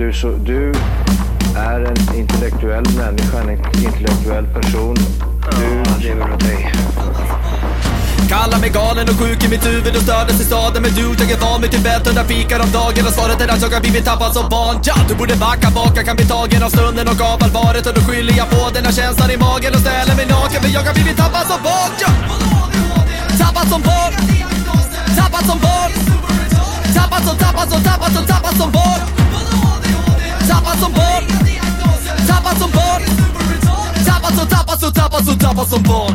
Du är en intellektuell människa, en intellektuell person. Du lever åt dig. Kallar mig galen och sjuk i mitt huvud och stördes i staden. Men du, jag är van vid Tibet under fikar om dagen. Och svaret är att jag har blivit tappad som barn. Ja, du borde backa bak, jag kan bli tagen av stunden och av allvaret. Och då skyller jag på den här känslan i magen och ställer mig naken. För jag har blivit tappad som barn. Ja. Tappad som barn. Tappad som barn. Tappad som barn. Tappad som barn. Tappad som barn. Tappad som barn.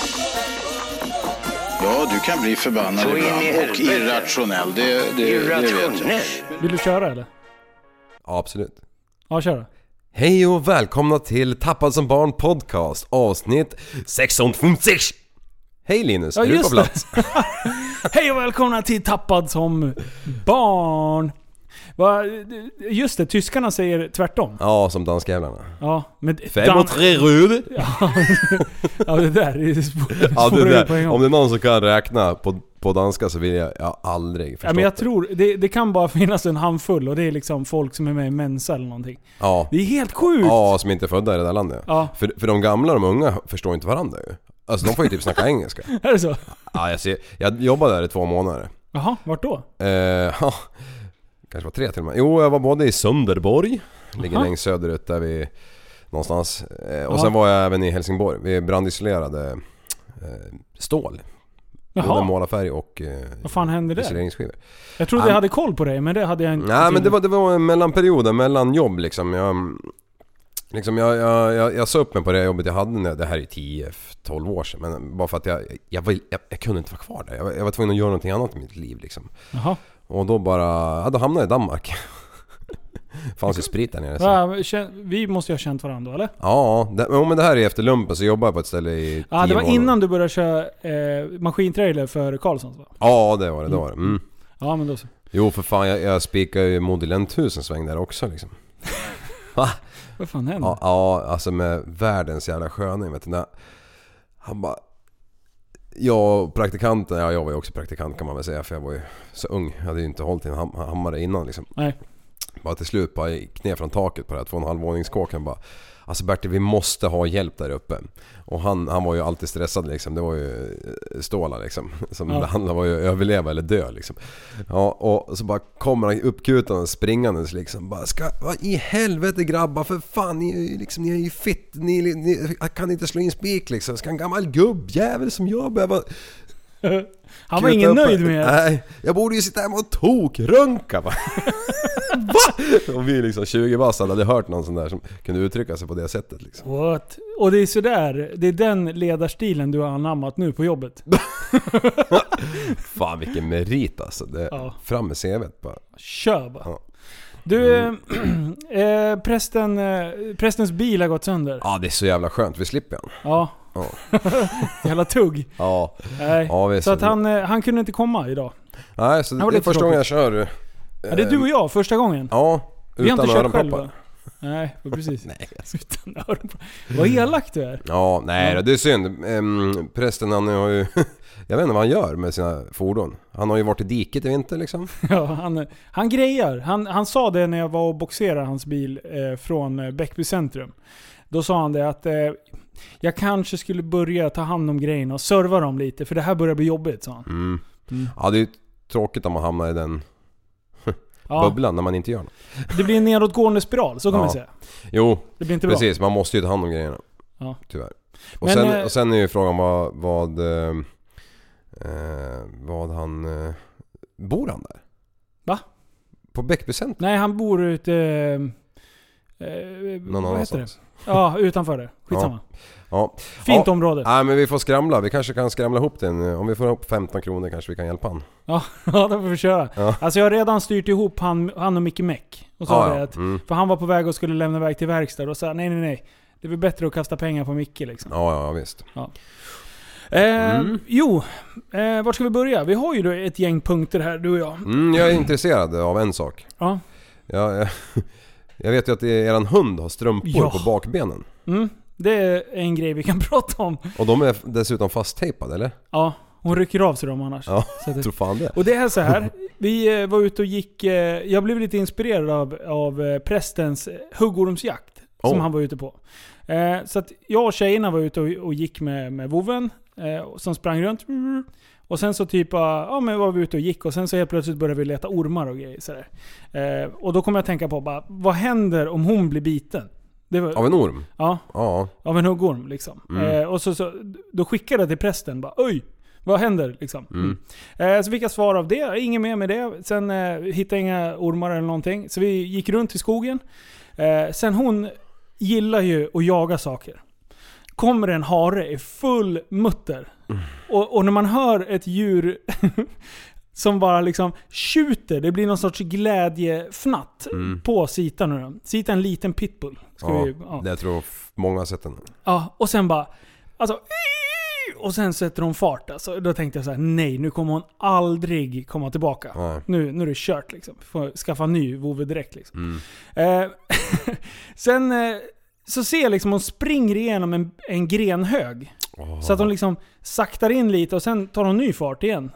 Ja, du kan bli förbannad ibland och irrationell. Det vet jag. Vill du köra eller? Ja, absolut. Ja, köra. Hej och välkomna till Tappad som barn podcast avsnitt 656. Hej Linus, ja, är du på plats? Hej och välkomna till Tappad som barn. Just det, tyskarna säger tvärtom. Ja, som danskjävlarna. Ja, men 5 och 3 röd. Ja, det där är ja, det där. Om det är någon som kan räkna på danska så vill jag aldrig förstå. Ja, men jag tror det kan bara finnas en handfull och det är liksom folk som är med i Mensa eller någonting. Ja. Det är helt sjukt. Ja, som inte är födda i det där landet. Ja. För de gamla och de unga förstår inte varandra ju. Alltså de får ju typ snacka engelska. Är det så? Ja, jag jobbade där i 2 månader. Jaha, vart då? Ja, kanske var 3 till och med. Jo, jag var både i Sunderborg, ligger längst söderut där vi någonstans. Och sen var jag även i Helsingborg. Vi brandisolerade stål. Både målarfärg och vad fan hände där? isoleringsskivor. Jag trodde jag hade koll på det, men det hade jag inte. Nej, men det var en mellanperiod, mellan jobb liksom. Jag sa upp mig på det jobbet jag hade. Det här är 10-12 år sedan. Men bara för att jag kunde inte vara kvar där. Jag var tvungen att göra någonting annat i mitt liv liksom. Jaha. Och då då hamnade jag i Danmark. Fanns ju sprit där nere. Ja, vi måste ju ha känt varandra, eller? Ja, men det här är efter lumpen, så jobbade jag på ett ställe i 10 det var månader. innan du började köra maskintrailer för Karlssons, va? Ja, det var det. Mm. Ja, men då så. Jo, för fan, jag spikade ju Model 1000 sväng där också liksom. Va? Vad fan hände? Ja, alltså med världens jävla sköning, vet du. Han bara... Jag och praktikanten, jag var ju också praktikant kan man väl säga, för jag var ju så ung. Jag hade ju inte hållit i en hammare innan liksom. Nej. Bara till slut bara i knä från taket på det här 2,5-våningskåken bara. Alltså Bertil, vi måste ha hjälp där uppe. Och han var ju alltid stressad liksom. Det var ju stålar liksom. Som det handlade var ju överleva eller dö liksom. Ja, och så bara kommer han uppkutan och springandes liksom. Bara, vad i helvete grabbar, för fan, ni är ju fitt. Ni kan inte slå in spik liksom. Ska en gammal gubbjävel som jag behöva... Han var ingen nöjd med. Nej, jag borde ju sitta hemma och tokrunka va? Va? Och vi liksom 20 bass hade hört någon sån där som kunde uttrycka sig på det sättet liksom. What? Och det är sådär, det är den ledarstilen du har anammat nu på jobbet. Fan vilken merit alltså. Fram med CV:t bara. Kör bara. Ja. Du, prästens bil har gått sönder. Ja, det är så jävla skönt, vi slipper han. Ja. Jävla tugg. Ja. Nej. Ja, så att han kunde inte komma idag. Nej, så det är första gången jag kör. Ja, det är du och jag första gången. Ja, vi har inte kört öronproppar. själva. Nej, precis. Nej, utan öronproppar. Vad elakt du är. Ja, nej, det är synd. Prästen han har ju jag vet inte vad han gör med sina fordon. Han har ju varit i diket i vinter liksom. Ja, han grejar. Han sa det när jag var och boxerade hans bil från Bäckby centrum. Då sa han det att jag kanske skulle börja ta hand om grejerna och serva dem lite, för det här börjar bli jobbigt, sa han. Ja, det är ju tråkigt om man hamnar i den bubblan när man inte gör något. Det blir en nedåtgående spiral, så kan man säga. Jo, det blir inte precis. Bra. Man måste ju ta hand om grejerna. Ja. Tyvärr. Och sen är ju frågan vad han... bor han där? Va? På Bäckby centrum? Nej, han bor ute... någon annanstans. Ja, utanför det. Skitsamma. Ja. Fint område. Nej, men vi får skramla. Vi kanske kan skramla ihop den. Om vi får upp 15 kronor kanske vi kan hjälpa han. Ja, då får vi köra. Ja. Alltså jag har redan styrt ihop han och Micke Meck. Och sa det att, för han var på väg och skulle lämna iväg till verkstad. Och sa nej. Det är väl bättre att kasta pengar på Micke liksom. Ja, visst. Ja. Var ska vi börja? Vi har ju då ett gäng punkter här, du och jag. Jag är intresserad av en sak. Ja. Jag vet ju att eran hund har strumpor på bakbenen. Det är en grej vi kan prata om. Och de är dessutom fasttejpade, eller? Ja, hon rycker av sig dem annars. Ja, jag tror fan det. Och det är så här, Vi var ute och gick... Jag blev lite inspirerad av prästens huggormsjakt som han var ute på. Så att jag och tjejerna var ute och gick med voven som sprang runt. Och sen så typ, men var vi ute och gick och sen så helt plötsligt började vi leta ormar och grejer sådär. Och då kom jag att tänka på bara, vad händer om hon blir biten? Av en orm? Ja. Av en huggorm liksom. Och så då skickade jag till prästen bara, oj, vad händer liksom? Så fick jag svar av det, ingen mer med det. Sen hittade jag inga ormar eller någonting. Så vi gick runt i skogen. Sen hon gillar ju att jaga saker. Kommer en hare i full mutter. Och när man hör ett djur som bara liksom skjuter, det blir någon sorts glädjefnatt på Sita nu då. Sita är en liten pitbull. Det tror jag många har sett den. Ja, och sen bara alltså, och sen sätter hon fart alltså. Då tänkte jag så här: nej, nu kommer hon aldrig komma tillbaka. Nu är det kört liksom. Får skaffa en ny vovve direkt liksom. Sen så ser jag liksom hon springer igenom en grenhög. Så att hon liksom saktar in lite och sen tar hon ny fart igen.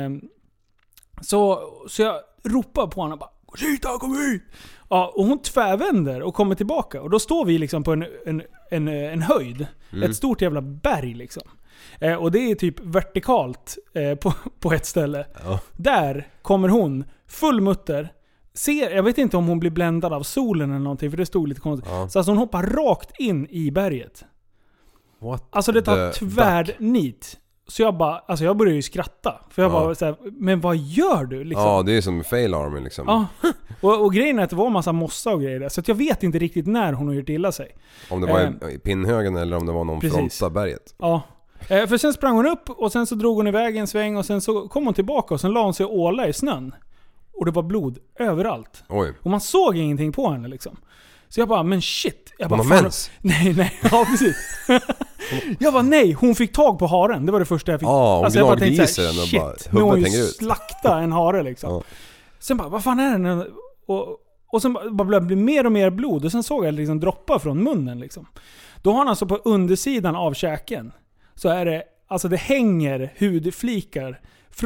Så jag ropar på henne och bara, Sita, kom hit! Ja, och hon tvärvänder och kommer tillbaka. Och då står vi liksom på en höjd. Ett stort jävla berg liksom. Och det är typ vertikalt på ett ställe. Där kommer hon, full mutter. Jag vet inte om hon blir bländad av solen eller någonting, för det stod lite konstigt. Så alltså hon hoppar rakt in i berget. Alltså det tar tvärnit. Så jag började ju skratta. För jag bara så här, men vad gör du liksom? Ja, det är som fail army liksom. Ja. Och grejen är att det var en massa mossa och grejer där. Så att jag vet inte riktigt när hon har gjort illa sig. Om det var i pinnhögen eller om det var någon fronta berget. Ja. För sen sprang hon upp och sen så drog hon iväg en sväng och sen så kom hon tillbaka och sen la hon sig och åla i snön. Och det var blod överallt. Oj. Och man såg ingenting på henne liksom. Så jag bara, men shit. Jag bara, hon har mens? Nej. Ja, precis. Jag bara, nej. Hon fick tag på haren. Det var det första jag fick. Ja, hon gnagde i sig den och shit, bara nu har hon ju ut. slakta en hare liksom. Sen bara, vad fan är den? Och sen bara blev det mer och mer blod. Och sen såg jag liksom droppa från munnen liksom. Då har han alltså på undersidan av käken. Så är det, alltså det hänger hudflikar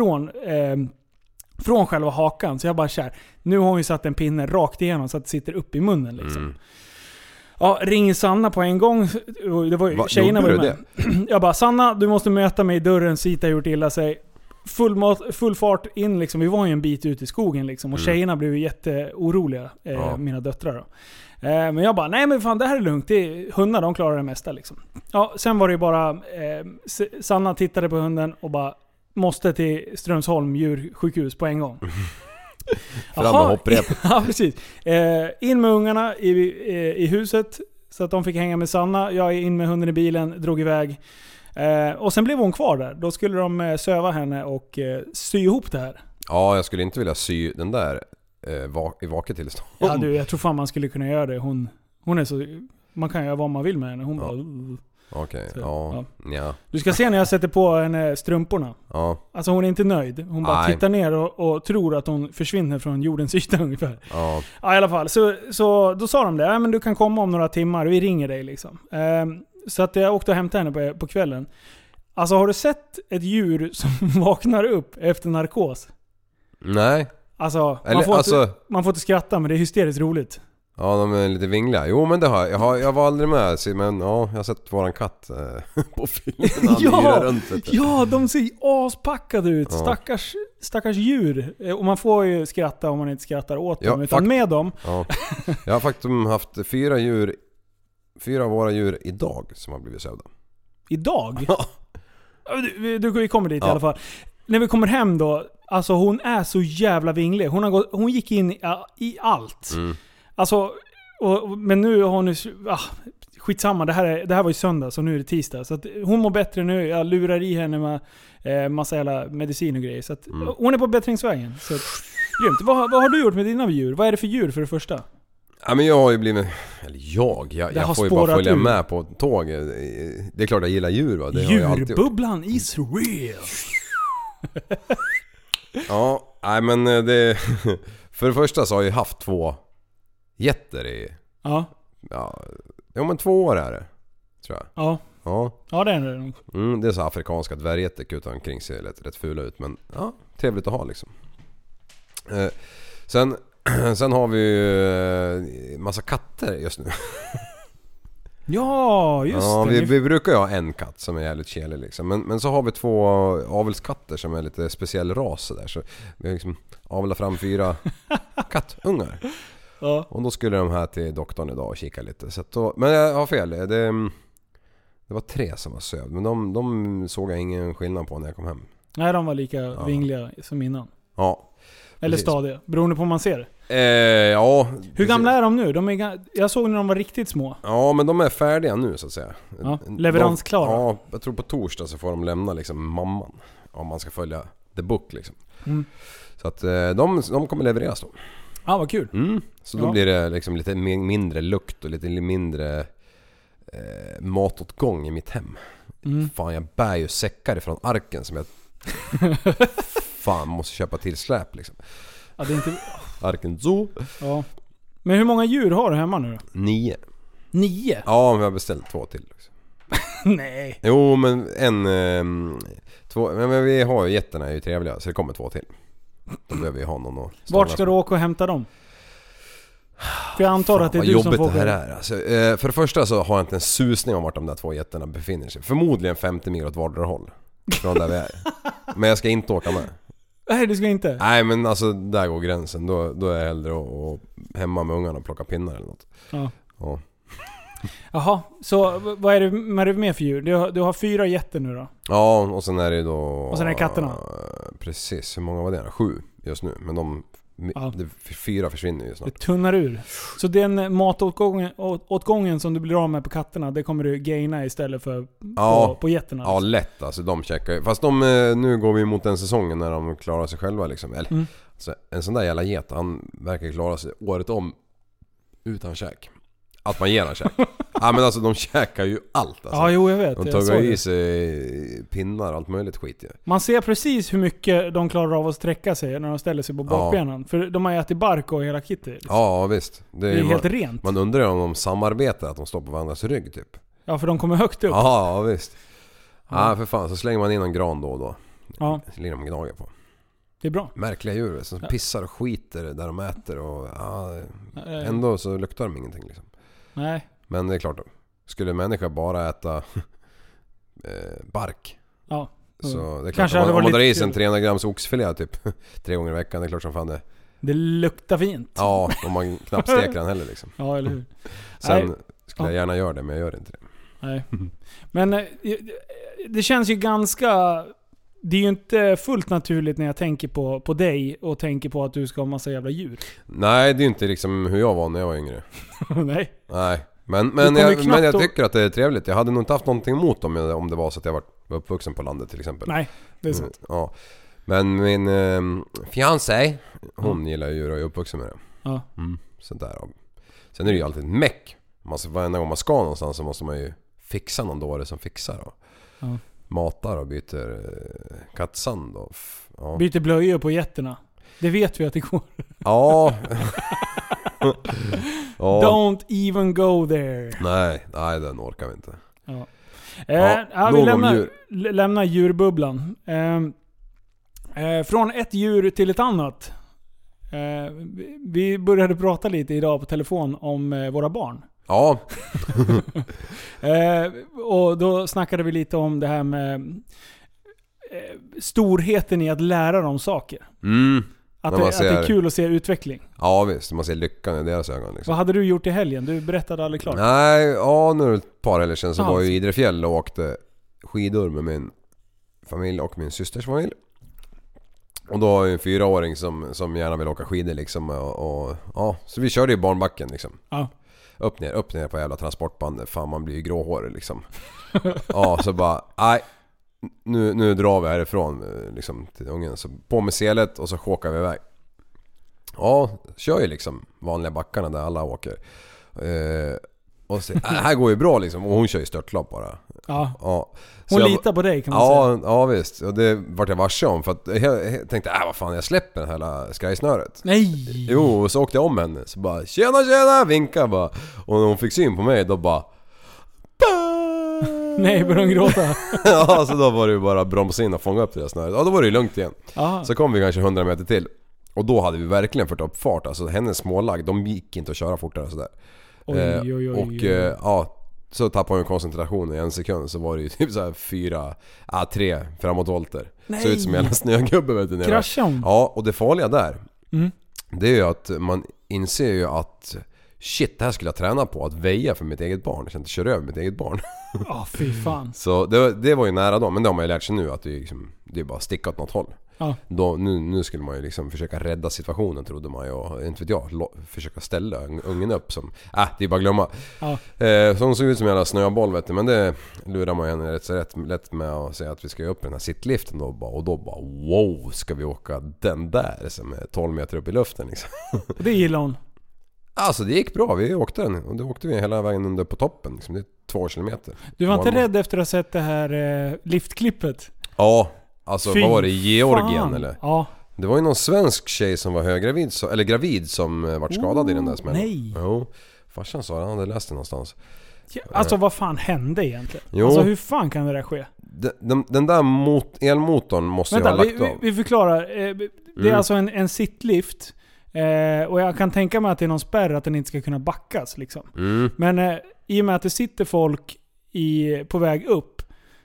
från själva hakan. Så jag bara kär. Nu har hon ju satt en pinne rakt igenom så att det sitter upp i munnen liksom. Ja, ring Sanna på en gång. Det var ju, tjejerna var ju med. Jag bara, Sanna, du måste möta mig i dörren. Sita har gjort illa sig. Full fart in liksom. Vi var ju en bit ut i skogen liksom. Och tjejerna blev ju jätteoroliga. Mina döttrar då. Men jag bara, nej men fan, det här är lugnt. Hundar, de klarar det mesta liksom. Ja, sen var det ju bara Sanna tittade på hunden och bara, måste till Strömsholm djursjukhus på en gång. Fram med hopprep. Ja, precis. In med ungarna i huset så att de fick hänga med Sanna. Jag är in med hunden i bilen, drog iväg. Och sen blev hon kvar där. Då skulle de söva henne och sy ihop det här. Ja, jag skulle inte vilja sy den där i vaket tillstånd. Ja, jag tror fan man skulle kunna göra det. Hon är så... Man kan göra vad man vill med henne. Hon bara... Okej, ja. Du ska se när jag sätter på henne strumporna. Ja. Alltså hon är inte nöjd. Hon bara tittar ner och tror att hon försvinner från jordens yta ungefär. Ja, i alla fall. Så då sa de det. Men du kan komma om några timmar. Vi ringer dig liksom. Så att jag åkte och hämtade henne på kvällen. Alltså har du sett ett djur som vaknar upp efter narkos? Nej. Alltså, man får inte skratta, men det är hysteriskt roligt. Ja, de är lite vingliga. Jo, men det har jag var aldrig med. Men ja, jag har sett våran katt på filmen. Ja, de ser aspackade ut. Stackars djur. Och man får ju skratta om man inte skrattar åt dem. Utan med dem. Ja. Jag har faktiskt haft 4 av våra djur idag som har blivit sövda. Idag? Ja. Du kommer dit i alla fall. När vi kommer hem då, alltså hon är så jävla vinglig. Hon gick in i allt. Alltså, men nu har hon skitsamma, det här var ju söndag, så nu är det tisdag. Så att hon mår bättre nu. Jag lurar i henne med massa jävla medicin och grejer. Så att hon är på bättringsvägen. Så att, grymt. Vad har du gjort med dina djur? Vad är det för djur för det första? Ja, men jag har ju blivit... Eller jag får ju bara följa med på tåg. Det är klart jag gillar djur, va? Det Djurbubblan is real. Ja, nej men det... För det första så har jag haft 2 getter i... Ja, men 2 år är det, tror jag. Ja, det är det nog. Det är så afrikanska dvärggetter, kutar omkring sig rätt fula ut. Men ja, trevligt att ha liksom. Sen har vi ju massa katter just nu. Ja, just det. Vi brukar ju ha en katt som är jävligt kärlig liksom. Men så har vi 2 avelskatter som är lite speciell ras där. Så vi har liksom avlat fram 4 kattungar. Ja. Och då skulle de här till doktorn idag och kika lite. Så då, men jag har fel. Det var 3 som var sövd. Men de såg jag ingen skillnad på när jag kom hem. Nej, de var lika vingliga som innan. Ja. Eller precis. Stadiga, beroende på om man ser det. Ja. Hur gamla är de nu? Jag såg när de var riktigt små. Ja, men de är färdiga nu så att säga. Ja, leveransklara. Ja, jag tror på torsdag så får de lämna liksom mamman. Om man ska följa the book liksom. Så att de kommer levereras då. Ja, vad kul. Så då blir det liksom lite mindre lukt och lite mindre matåtgång i mitt hem. Fan, jag bär ju säckar ifrån arken som jag fan måste köpa till släp liksom. Ja, det är inte... Arken Zoo. Ja. Men hur många djur har du hemma nu då? 9. 9? Ja, vi har beställt 2 till också. Nej. Jo, men 2. Men vi har ju getterna är ju trevliga så det kommer 2 till. Då behöver vi ha någon och vart ska du åka och hämta dem? För jag antar att det är du som får det här är. Alltså, för det första så har jag inte en susning om vart de där 2 getterna befinner sig. Förmodligen 50 mil åt vardera håll från där vi är. Men jag ska inte åka med. Nej, du ska inte? Nej, men alltså där går gränsen. Då är jag hellre och hemma med ungarna och plocka pinnar eller något. Ja. Jaha, så vad är det med för djur? Du har 4 getter nu då? Ja, och sen är det då... Och sen är det katterna? Precis, hur många var det? 7 just nu. Men 4 försvinner ju snart. Det tunnar ur. Så den matåtgången som du blir av med på katterna, det kommer du gaina istället för på getterna? Ja, lätt. Alltså de checkar ju. Fast nu går vi mot den säsongen när de klarar sig själva liksom. Eller, så en sån där jävla get, han verkar klara sig året om utan käk. Att man ger en käk. Ja, men alltså de käkar ju allt alltså. Ja, jo, jag vet. De tuggar i sig pinnar, allt möjligt skit ju. Man ser precis hur mycket de klarar av att sträcka sig när de ställer sig på bakbenen. För de har ätit bark och hela kittet. Liksom. Ja, visst. Det är helt rent. Man undrar om de samarbetar, att de står på varandras rygg typ. Ja, för de kommer högt upp. Ja, visst. Ja, för fan. Så slänger man in en gran då och då. Ja. Så ligger de och gnager på. Det är bra. Märkliga djur som pissar och skiter där de äter. Och, ändå så luktar de ingenting liksom. Nej. Men det är klart, skulle människa bara äta bark. Ja. Så det är klart, om man drar i sig en 300 grams oxfilé typ 3 gånger i veckan, det är klart som fan det. Det luktar fint. Ja, om man knappt steker den heller liksom. Ja, eller hur. Sen skulle jag gärna göra det, men jag gör inte det. Nej. Men det känns ju ganska... Det är ju inte fullt naturligt när jag tänker på dig och tänker på att du ska ha massa jävla djur. Nej, det är ju inte liksom hur jag var när jag var yngre. Nej. Men jag tycker att det är trevligt. Jag hade nog inte haft någonting emot dem om det var så att jag var uppvuxen på landet till exempel. Nej, det är sant. Ja. Men min fiancé, hon gillar djur och är uppvuxen med det. Ja. Så där. Sen är det ju alltid ett meck. Varje gång man ska någonstans så måste man ju fixa någon dåre som fixar då. Ja. Matar och byter kattsand och byter blöjor på getterna. Det vet vi att det går. Ja. Don't even go there. Nej, den orkar vi inte. Vi lämnar djurbubblan. Från ett djur till ett annat. Vi började prata lite idag på telefon om våra barn. Ja. Och då snackade vi lite om det här med storheten i att lära dem saker. Att det är kul att se utveckling. Ja visst, man ser lyckan i deras ögon liksom. Vad hade du gjort i helgen? Du berättade aldrig klart. Nej, nu ett par helger sedan så var jag i Idrefjäll och åkte skidor med min familj och min systers familj. Och då har jag en 4-åring som gärna vill åka skidor liksom och så vi körde i barnbacken liksom. Ja. Upp ner på jävla transportbandet. Fan, man blir ju gråhårig liksom. Ja, så bara nej. Nu drar vi härifrån liksom till ungen. Så på med selet och så åker vi iväg. Ja, kör ju liksom vanliga backarna där alla åker. Och så, här går ju bra liksom. Och hon kör ju störtlopp bara. Ja. Hon litar på dig kan man säga. Ja, visst. Och det vart jag varse om. För att jag tänkte, vad fan, jag släpper det här skrajsnöret. Nej! Jo, och så åkte jag om henne. Så bara, tjena, vinka bara. Och när hon fick syn på mig, då bara... Nej, började hon gråta? Ja, så då var det ju bara bromsa in och fånga upp det där snöret. Ja, då var det ju lugnt igen. Aha. Så kom vi kanske 100 meter till. Och då hade vi verkligen fått upp fart. Alltså hennes smålag, de gick inte att köra fortare sådär. Ja, så tappade hon koncentrationen i en sekund. Så var det ju typ såhär 3 framåtvolter. Så ut som en snögubbe, vet du. Kraschade. Ja, och det farliga där, det är ju att man inser ju att shit, det här skulle jag träna på, att väja för mitt eget barn. Jag ska inte köra över mitt eget barn. Ja, fy fan. Så det var ju nära då. Men det har man ju lärt sig nu, att det är bara sticka åt något håll. Ja. Då, nu skulle man ju liksom försöka rädda situationen, trodde man ju. Och inte vet jag, försöka ställa ungen upp som... det är bara att glömma. Ja. Så hon såg ut som en jävla snöboll, vet du. Men det lurar man ju henne rätt lätt med att säga att vi ska upp i den här sittliften då. Och då bara, wow, ska vi åka den där som är 12 meter upp i luften liksom. Det gillar hon. Alltså det gick bra, vi åkte den. Och då åkte vi hela vägen under på toppen liksom. Det är 2 kilometer. Du var inte rädd efter att ha sett det här liftklippet? Ja, alltså vad var det? Georgien fan. Eller? Ja. Det var ju någon svensk tjej som var höggravid, eller gravid, som vart skadad i den där smällen. Nej. Jo, farsan sa han hade läst det någonstans. Ja, alltså vad fan hände egentligen? Jo. Alltså hur fan kan det där ske? Den där elmotorn måste jag ha lagt av. Vi förklarar. Det är alltså en sittlift. Och jag kan tänka mig att det är någon spärr att den inte ska kunna backas liksom. Men i och med att det sitter folk på väg upp,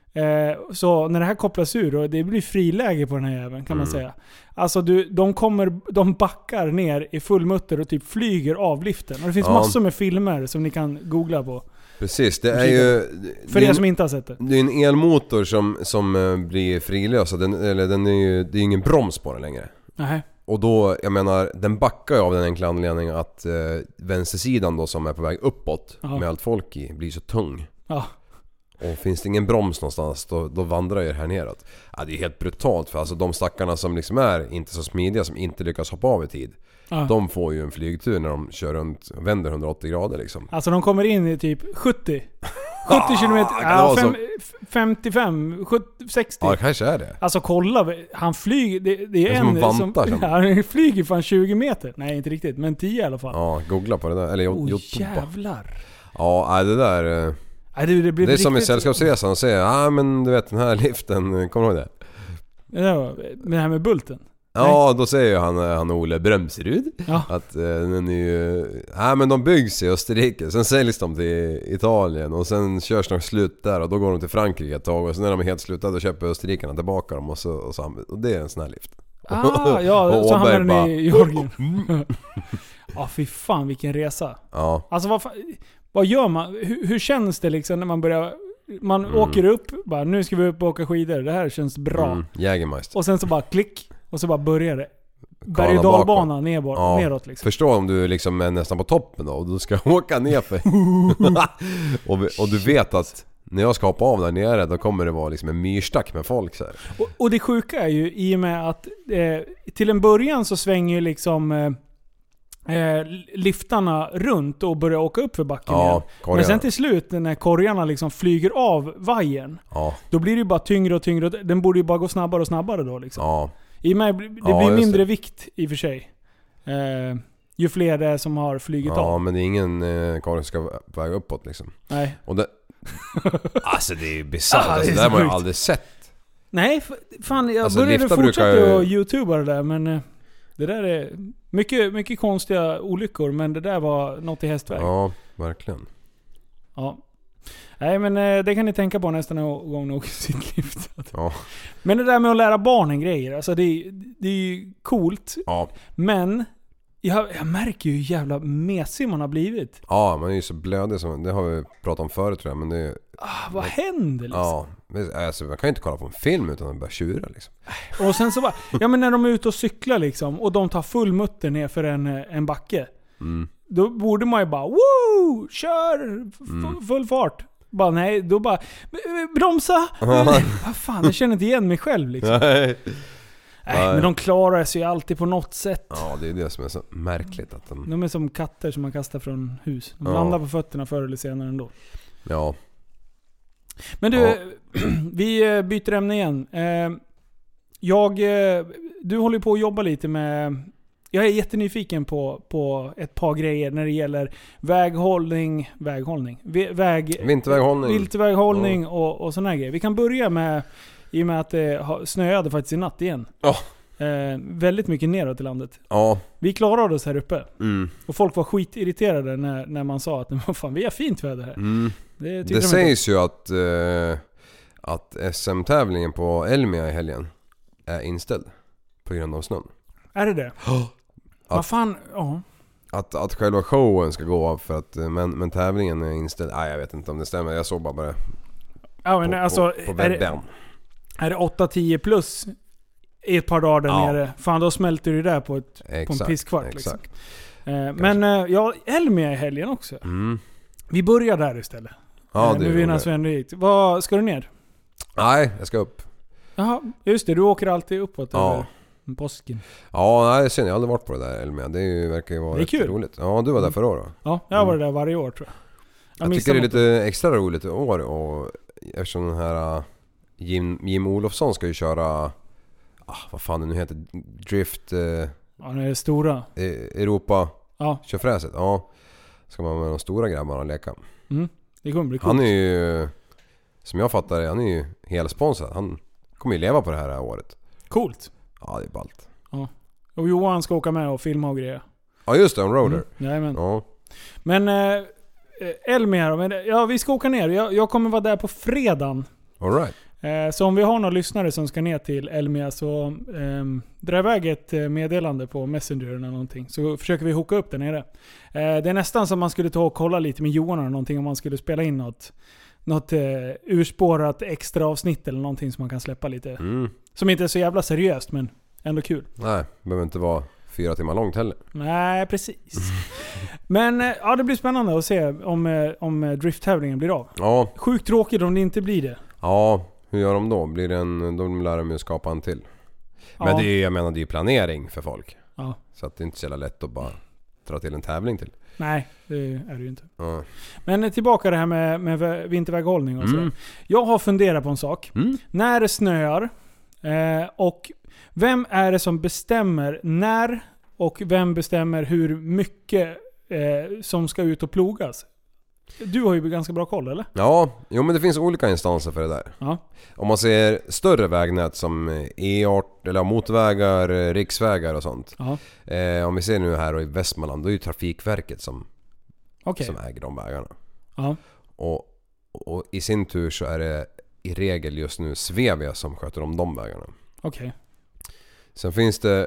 så när det här kopplas ur och det blir friläge på den här jäveln, kan man säga. Alltså de backar ner i full mutter och typ flyger av liften. Och det finns massor med filmer som ni kan googla på. Precis, det är ju... För er som inte har sett det. Det är en elmotor som blir frilös. Det är ingen broms på den längre. Nej. Och då, jag menar, den backar ju av den enkla anledningen att vänstersidan då, som är på väg uppåt med allt folk i, blir så tung. Ja. Och finns det ingen broms någonstans, då vandrar det här neråt. Ja, det är helt brutalt, för alltså de stackarna som liksom är inte så smidiga, som inte lyckas hoppa av i tid, de får ju en flygtur när de kör runt, vänder 180 grader liksom. Alltså de kommer in i typ 70 kilometer, 55, 70, 60. Ja, det kanske är det. Alltså kolla, han flyger, det är en som han flyger fan 20 meter. Nej, inte riktigt, men 10 i alla fall. Ja, googla på det där, eller YouTube. Jävlar. Ja, det där... det är som i Sällskapsresan och säger, men du vet den här liften, kommer du ihåg det? Ja, det här med bulten. Ja, då säger ju han Ole Brömserud att den är ju... men de byggs i Österrike, sen säljs de till Italien och sen körs de slut där och då går de till Frankrike ett tag och sen när de är helt slutade då köper österrikarna tillbaka dem och det är en sån här lift. Så hamnar den i Georgien. Fy fan vilken resa. Ja. Alltså vad gör man? Hur känns det liksom när man börjar... Man åker upp, bara nu ska vi upp och åka skidor. Det här känns bra. Jägermeister. Och sen så bara klick. Och så bara börjar det. Berg- och dalbana neråt liksom. Förstå om du liksom är nästan på toppen då, och du ska åka ner för. och du vet att när jag ska hoppa av där nere, då kommer det vara liksom en myrstack med folk så här. Och det sjuka är ju i och med att till en början så svänger ju liksom liftarna runt och börjar åka upp för backen igen. Men sen till slut när korgarna liksom flyger av vajern, då blir det ju bara tyngre och tyngre. Den borde ju bara gå snabbare och snabbare då liksom. I och med det blir mindre vikt i och för sig. Ju fler det är som har flygit av. Ja, men det är ingen korg som ska väga uppåt liksom. Nej. Och det... alltså det är ju bisarrt. Alltså, det där har man ju aldrig sett. Nej, fan jag började fortsätta att YouTuba det där, men det där är mycket konstiga olyckor, men det där var något i hästväg. Ja, verkligen. Ja. Nej, men det kan ni tänka på nästa gång ni åker sitt lift. Ja. Men det där med att lära barnen grejer, alltså det är ju coolt. Ja. Men jag märker ju hur jävla mesig man har blivit. Ja, man är ju så blödig som, det har vi pratat om förut tror jag, men det... vad händer liksom? Ja, alltså, man kan ju inte kolla på en film utan att börja tjura liksom. Och sen så bara, men när de är ute och cyklar liksom, och de tar full mutter ner för en backe. Då borde man ju bara, woo, kör, full fart. Bara nej, då bara, bromsa. Vad fan, jag känner inte igen mig själv liksom. Nej, men de klarar sig ju alltid på något sätt. Ja, det är det som är så märkligt. Att de är som katter som man kastar från hus. De landar på fötterna förr eller senare ändå. Ja. Men du, vi byter ämne igen. Du håller på att jobba lite med... Jag är jättenyfiken på ett par grejer när det gäller viltväghållning och såna här grejer. Vi kan börja med, i och med att det snöade faktiskt i natt igen. väldigt mycket neråt i landet. Ja. Vi klarade oss här uppe. Mm. Och folk var skitirriterade när man sa att fan, vi har fint väder här. Mm. Det sägs ju att SM-tävlingen på Elmia i helgen är inställd på grund av snön. Är det? Vad fan? Ja. Att själva showen ska gå av för att men tävlingen är inställd. Nej, jag vet inte om det stämmer. Jag såg bara Ja, men alltså, på webben. Är det 8-10 plus i ett par dagar där nere? Fan, då smälter det där på en pisskvart. Liksom. Men Elmia i helgen också. Mm. Vi börjar där istället. Ja, nu vinner Sven. Vad ska du ner? Nej, jag ska upp. Jaha, just det. Du åker alltid uppåt över påsken. Ja, nej, jag har aldrig varit på det där Elmia. Det verkar ju vara rätt roligt. Ja, du var där förra året. Ja, jag var där varje år tror jag. Jag tycker det är lite extra roligt i år. Och eftersom den här Jim Olofsson ska ju köra vad fan det nu heter, Drift ja, det är stora Europa körfräset. Ja, ska man med de stora grabbarna leka. Det kommer bli coolt. Han är ju, som jag fattar det, han är ju helsponsrad. Han kommer ju leva på det här året. Coolt. Ja, det är ballt. Ja. Och Johan ska åka med och filma och grejer. Ja, just det, en roader. Jajamän. Ja. Men Elmia då, men vi ska åka ner. Jag kommer vara där på fredagen. All right. Så om vi har några lyssnare som ska ner till Elmia så dra iväg ett meddelande på Messenger eller någonting. Så försöker vi hooka upp där nere. Det är nästan som man skulle ta och kolla lite med Johan eller någonting om man skulle spela in något urspårat extra avsnitt eller någonting som man kan släppa lite. Som inte är så jävla seriöst men ändå kul. Nej, behöver inte vara 4 timmar långt heller. Nej, precis. Men det blir spännande att se om drifttävlingen blir av. Ja. Sjukt tråkigt om det inte blir det. Ja, hur gör de då? De lär de ju skapa en till. Men det är, jag menar, det är ju planering för folk. Ja. Så att det är inte så jävla lätt att bara dra till en tävling till. Nej, det är det ju inte. Ja. Men tillbaka det här med vinterväghållning och så. Jag har funderat på en sak. När det snöar och vem är det som bestämmer när och vem bestämmer hur mycket som ska ut och plogas? Du har ju ganska bra koll, eller? Ja, men det finns olika instanser för det där. Ja. Om man ser större vägnät som E18 eller motorvägar, riksvägar och sånt. Ja. Om vi ser nu här i Västmanland, då är ju Trafikverket som äger de vägarna. Ja. Och i sin tur så är det i regel just nu Svevia som sköter om de vägarna. Okej. Sen finns det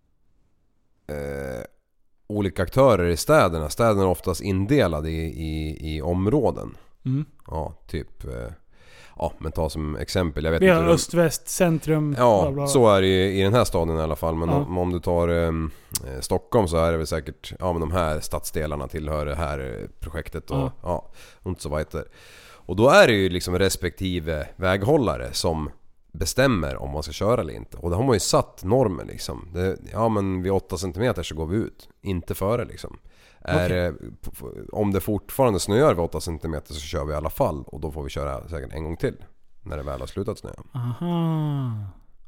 olika aktörer i städerna. Städerna är oftast indelade i områden. Ja, typ men ta som exempel, jag vet vi inte. Vi har öst, väst, centrum. Ja, bla bla. Så är det i den här staden i alla fall. Men om du tar Stockholm så är det väl säkert men de här stadsdelarna tillhör det här projektet och inte så vidare. Och då är det ju liksom respektive väghållare som bestämmer om man ska köra eller inte. Och det har man ju satt normen liksom. Men vid 8 cm så går vi ut. Inte före liksom. Om det fortfarande snöar vid 8 cm så kör vi i alla fall. Och då får vi köra säkert en gång till. När det väl har slutat snöa. Aha.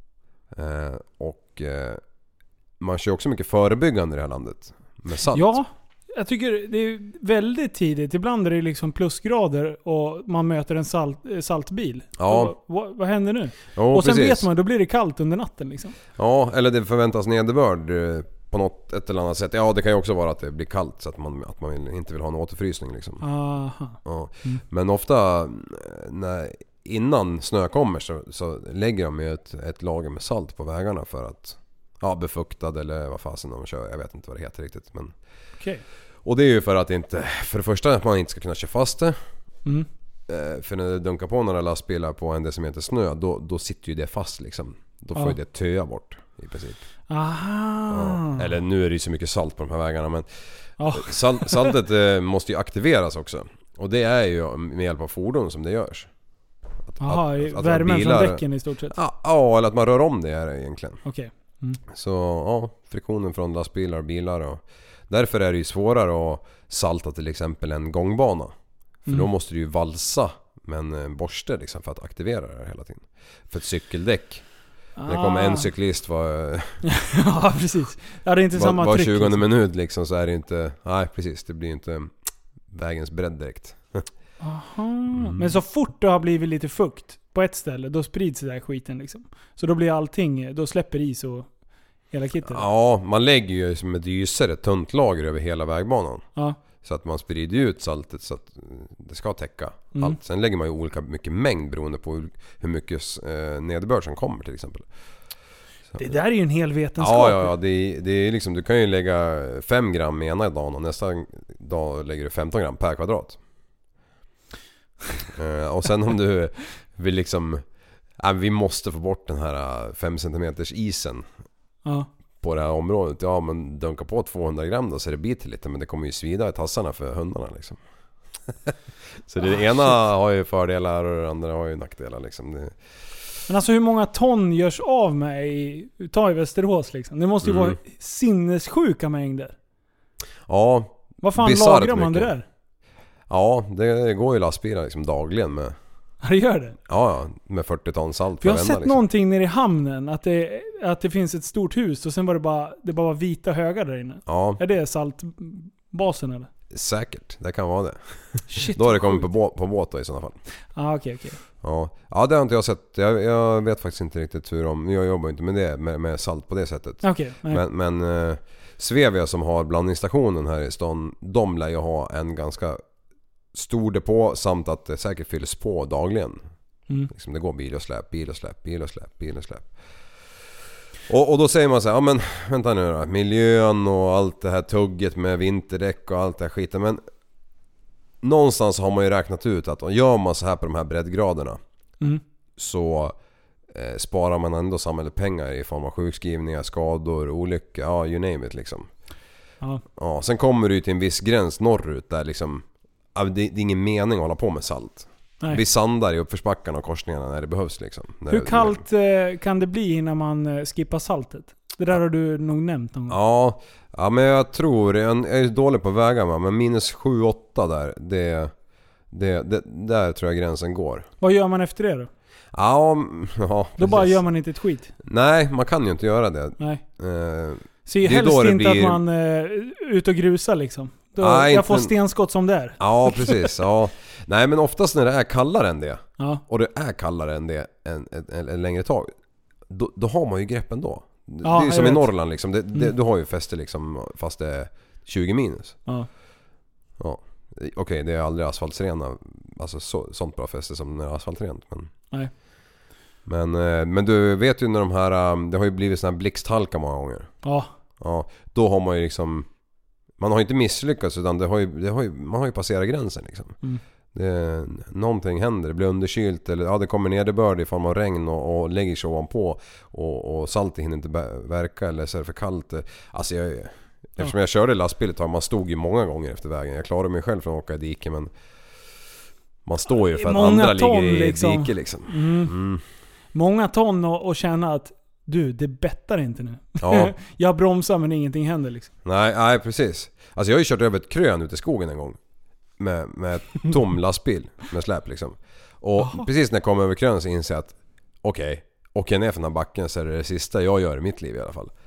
Man kör också mycket förebyggande i det här landet. Med salt. Ja, jag tycker det är väldigt tidigt. Ibland är det liksom plusgrader och man möter en saltbil. Ja. Vad händer nu? Och sen precis. Vet man, då blir det kallt under natten liksom. Ja, eller det förväntas nederbörd på ett eller annat sätt. Ja, det kan ju också vara att det blir kallt så att man inte vill ha en återfrysning liksom. Aha. Ja. Men ofta innan snö kommer så lägger de ju ett lager med salt på vägarna för att befuktad eller vad fasen de kör. Jag vet inte vad det heter riktigt, men okej. Och det är ju för att för det första att man inte ska kunna köra fast det. För när det dunkar på några lastbilar på en decimeter snö, då sitter ju det fast liksom. Då får ju det töa bort i princip. Aha. Ja. Eller nu är det ju så mycket salt på de här vägarna, men saltet måste ju aktiveras också. Och det är ju med hjälp av fordon som det görs. Att värmen från däcken i stort sett. Ja, eller att man rör om det är egentligen. Okej. Så friktionen från lastbilar och bilar och därför är det ju svårare att salta till exempel en gångbana. För då måste du ju valsa med en borste liksom för att aktivera det hela tiden. För ett cykeldäck, när det kommer en cyklist ja, precis. Ja, det är inte samma var tryck. 20 minut liksom, så är det inte... Nej, precis. Det blir inte vägens bredd direkt. Aha. Men så fort det har blivit lite fukt på ett ställe, då sprids det där skiten liksom. Så då blir allting... Då släpper is och Hela kittet? Ja, man lägger ju som ett dysare tunt lager över hela vägbanan. Ja. Så att man sprider ut saltet så att det ska täcka allt. Sen lägger man ju olika mycket mängd beroende på hur mycket nederbörd som kommer till exempel. Så. Det där är ju en hel vetenskap. Ja, det är liksom, du kan ju lägga 5 gram ena dagen och nästa dag lägger du 15 gram per kvadrat. Och sen om du vill liksom, vi måste få bort den här 5 cm isen. Ja. På det här området, ja men dunka på 200 gram då så det biter lite, men det kommer ju svida i tassarna för hundarna liksom. Så det ena har ju fördelar och det andra har ju nackdelar liksom. Men alltså hur många ton görs av med i Västerås liksom? Det måste ju vara sinnessjuka mängder. Ja. Vad fan lagrar man det där? Ja, det går ju lastbilar liksom dagligen med. Ja, det gör det? Ja, med 40 ton salt. Jag har sett liksom någonting nere i hamnen att det finns ett stort hus och sen var det bara vita högar där inne. Ja. Är det saltbasen eller? Säkert, det kan vara det. Shit, då har det kommit på båt då, i sådana fall. Okej. Ja, det har inte jag sett. Jag vet faktiskt inte riktigt jag jobbar inte med det med salt på det sättet. Okay, men Svevia som har blandningsstationen här i stan, de lär ju ha en ganska stor depå samt att det säkert fylls på dagligen. Liksom det går bil och släp. Och då säger man så här, ja men vänta nu då, miljön och allt det här tugget med vinterdäck och allt det här skiten, men någonstans har man ju räknat ut att om gör man så här på de här breddgraderna så sparar man ändå samhället pengar i form av sjukskrivningar, skador, olyckor, ja you name it liksom. Ja, sen kommer du ju till en viss gräns norrut där liksom det är ingen mening att hålla på med salt. Vi sandar i uppförsbackarna och korsningarna när det behövs liksom. Hur kallt kan det bli innan man skippar saltet? Det där har du nog nämnt någon gång. Ja, men jag tror jag är dålig på vägarna, men minus 7-8 där där tror jag gränsen går. Vad gör man efter det då? Ja, då bara gör man inte ett skit. Nej, man kan ju inte göra det. Nej. Så ju helst inte att man ut och grusar liksom. Jag får stenskott som det är. Ja, precis. Ja. Nej, men oftast när det är kallare än det och det är kallare än det en längre tag, då har man ju greppen då. Det är ju som i Norrland liksom. Du har ju fäste liksom fast det är 20 minus. Ja. Okej, det är aldrig asfaltsrena, alltså sånt bra fäste som när det är asfaltrent, men nej. Men du vet ju när de här, det har ju blivit sån här blixthalka många gånger. Ja, då har man ju liksom, man har ju inte misslyckats utan man har ju passerat gränsen liksom. Någonting händer, det blir underkylt eller det kommer nederbörd i form av regn och lägger sig ovanpå och saltet hinner inte verka eller så är det för kallt. Alltså eftersom jag körde lastbilet man stod ju många gånger efter vägen. Jag klarade mig själv från att åka i diket, men man står ju för att andra ligger i liksom. Diket liksom. Många ton och känna att det bettar inte nu. Jag bromsar men ingenting händer liksom. Nej, precis. Alltså jag har ju kört över ett krön ute i skogen en gång med tom lastbil med släp liksom. Och precis när jag kom över krön så inser jag att åker ner från den här backen så är det sista jag gör i mitt liv i alla fall.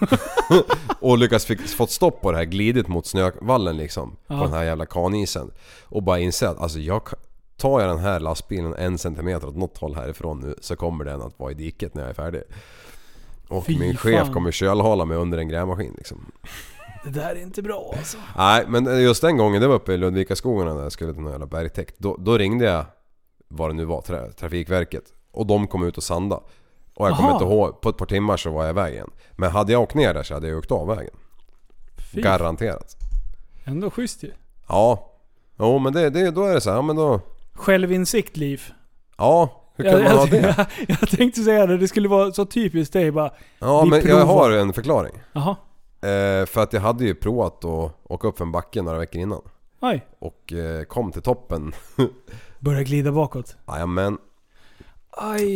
Och lyckas fått stopp på det här glidet mot snövallen liksom, på den här jävla kanisen. Och bara inse att alltså tar jag den här lastbilen 1 centimeter åt något håll härifrån nu så kommer den att vara i diket när jag är färdig. Och min chef kommer kölhala mig under en grävmaskin liksom. Det där är inte bra alltså. Nej, men just den gången det var uppe i Ludvika skogarna där jag skulle till någon jävla bergtäkt. Då ringde jag vad det nu var, Trafikverket. Och de kom ut och sanda. Och jag kommer inte ihåg, på ett par timmar så var jag i vägen. Men hade jag åkt ner där så hade jag åkt av vägen. Garanterat. Ändå schysst ju. Ja. Jo, men då är det så här, men då... Självinsikt, Liv. Ja, hur kan man ha det? Jag tänkte säga det skulle vara så typiskt dig bara. Ja, men jag har en förklaring. Jaha. För att jag hade ju provat att åka upp för en backe några veckor innan. Oj. Och kom till toppen. Började glida bakåt. Jajamän. Aj.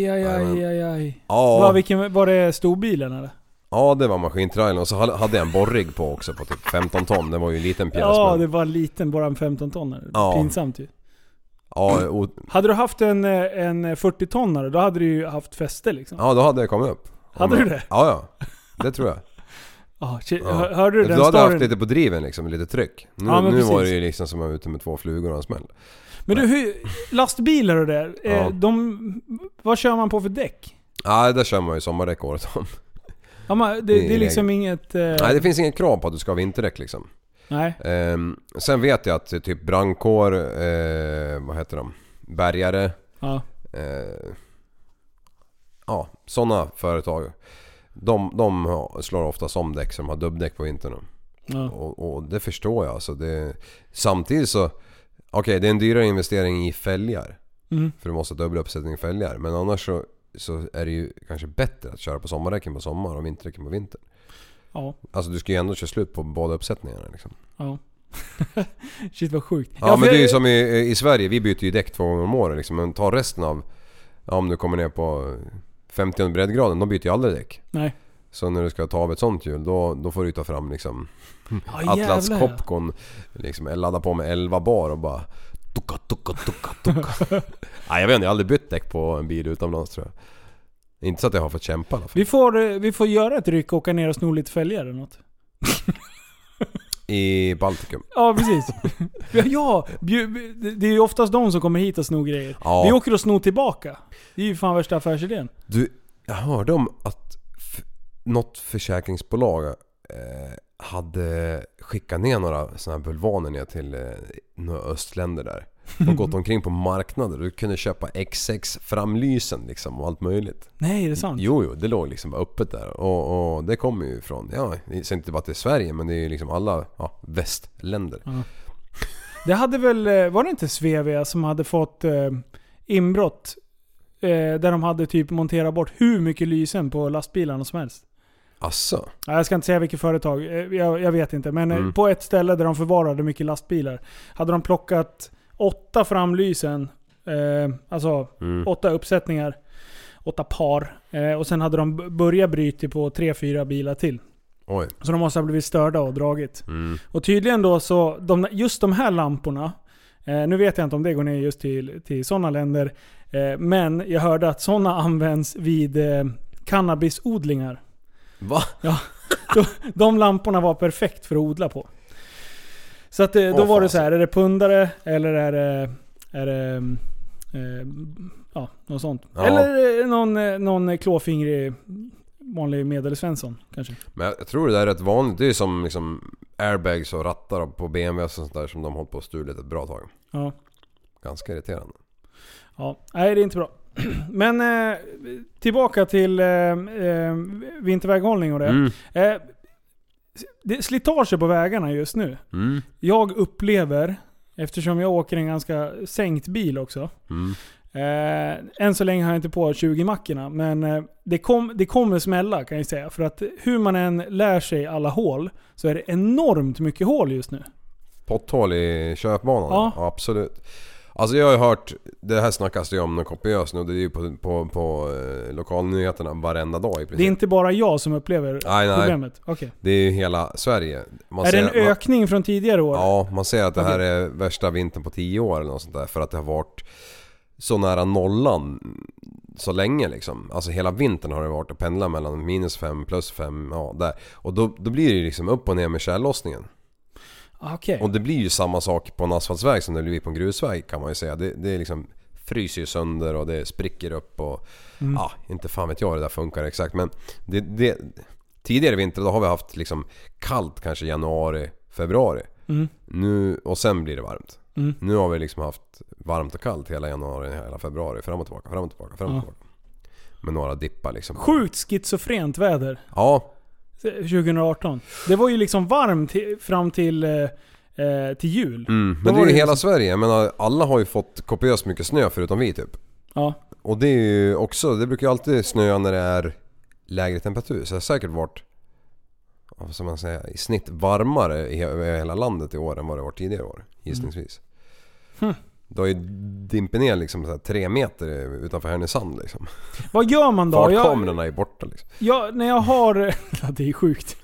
Ja. Var det storbilen eller? Ja, det var maskintrailern. Och så hade jag en borrig på också på typ 15 ton. Det var ju en liten pjäs. Ja, det var en liten, bara en 15 ton. Ja. Pinsamt ju. Ja, hade du haft en 40-tonnare, då hade du ju haft fäste liksom. Ja, då hade jag kommit upp. Hade du det? Ja. Det tror jag. Hörde du den då hade jag haft storyn? lite på driven liksom, lite tryck. Nu var det ju liksom som att jag ute med 2 flugor och en smäll. Men du, lastbilar och där, vad kör man på för däck? Ja, där kör man ju sommardäck året om. Ja, men det är liksom inget... Nej, det finns inget krav på att du ska ha vinterdäck liksom. Nej. Sen vet jag att typ brandkår, vad heter de? Bärgare. Ja. Ja, sådana företag. De slår ofta som däck som har dubbdäck på vintern. Ja. Och det förstår jag. Alltså samtidigt så... Okej, det är en dyrare investering i fälgar. För du måste dubbla uppsättning fälgar. Men annars så är det ju kanske bättre att köra på sommardäcken på sommar och vinterdäcken på vinter. Ja. Alltså du ska ju ändå köra slut på båda uppsättningarna liksom. Ja. Shit vad sjukt. Ja, men det är ju som i Sverige. Vi byter ju däck 2 gånger om året liksom. Men ta resten av... Ja, om du kommer ner på 50 breddgraden, då byter ju aldrig däck. Nej. Så när du ska ta av ett sånt hjul, då får du ta fram liksom Atlas Copcon liksom, ladda på med 11 bar och bara tuka. Nej, jag vet inte, jag har aldrig bytt däck på en bil utomlands tror jag. Inte så att jag har fått kämpa i alla fall. Vi får göra ett ryck och åka ner och sno lite fälgar eller något. I Baltikum. Ja, precis. Ja, det är ju oftast de som kommer hit och snor grejer. Ja. Vi åker och snor tillbaka. Det är ju fan värsta affärsidén. Du, jag hörde om att något försäkringsbolag hade skickat ner några såna här bulvaner ner till några östländer där. De gått omkring på marknader. Du kunde köpa XX framlysen liksom och allt möjligt. Nej, är det sant? Jo, det låg liksom bara öppet där. Och det kommer ju från, ja, det är inte bara till Sverige, men det är ju liksom alla västländer. Ja. Det hade väl, var det inte Svevia som hade fått inbrott där de hade typ monterat bort hur mycket lysen på lastbilarna som helst? Asså? Ja, jag ska inte säga vilket företag, jag vet inte. Men på ett ställe där de förvarade mycket lastbilar hade de plockat 8 framlysen, alltså 8 uppsättningar, 8 par, och sen hade de börjat bryta på 3-4 bilar till. Oj. Så de måste ha blivit störda och dragit. Och tydligen då så, just de här lamporna, nu vet jag inte om det går ner just till sådana länder, men jag hörde att sådana används vid cannabisodlingar. Va? Ja, de lamporna var perfekt för att odla på. Så att då var det så här, är det pundare eller är det något sånt. Ja. Eller någon klåfingrig vanlig medelsvensson kanske. Men jag tror det där är rätt vanligt. Det är som liksom airbags och rattar på BMW och sånt där som de hållit på att stulit ett bra tag. Ja. Ganska irriterande. Ja, nej det är inte bra. Men tillbaka till vinterväghållning och det. Det slitage på vägarna just nu. Jag upplever, eftersom jag åker en ganska sänkt bil också. Än så länge har jag inte på 20-mackorna, men det kommer smälla kan jag säga. För att hur man än lär sig alla hål så är det enormt mycket hål just nu. Potthål i köpbanan? Ja, absolut. Alltså jag har hört, det här snackas det om något kopiöst nu, det är ju på lokalnyheterna varenda dag i princip. Det är inte bara jag som upplever problemet? Okay. Det är ju hela Sverige. Är det en ökning från tidigare år? Ja, man säger att det här är värsta vintern på 10 år eller något sånt där, för att det har varit så nära nollan så länge liksom. Alltså hela vintern har det varit att pendla mellan -5, +5, ja där. Och då blir det liksom upp och ner med tjällossningen. Okay. Och det blir ju samma sak på en asfaltsväg som det blir på en grusväg kan man ju säga. Det är liksom fryser ju sönder och det spricker upp och inte fan vet jag hur det där funkar exakt, men det tidigare vinter då har vi haft liksom kallt kanske januari, februari. Nu och sen blir det varmt. Nu har vi liksom haft varmt och kallt hela januari, hela februari, fram och tillbaka. Med några dippar liksom. Sjukt schizofrent väder. Ja. 2018. Det var ju liksom varmt fram till jul. Men det är ju hela Sverige. Jag menar, alla har ju fått kopiöst mycket snö förutom vi typ. Ja. Och det är ju också, det brukar ju alltid snöa när det är lägre temperatur. Så det har säkert varit, vad ska man säga, i snitt varmare i hela landet i år än vad det var tidigare år, gissningsvis. Då är ju dimpen ner liksom så här 3 meter utanför Härnösand liksom. Vad gör man då? Fartkamerorna är borta liksom. Ja, när jag har... det är sjukt.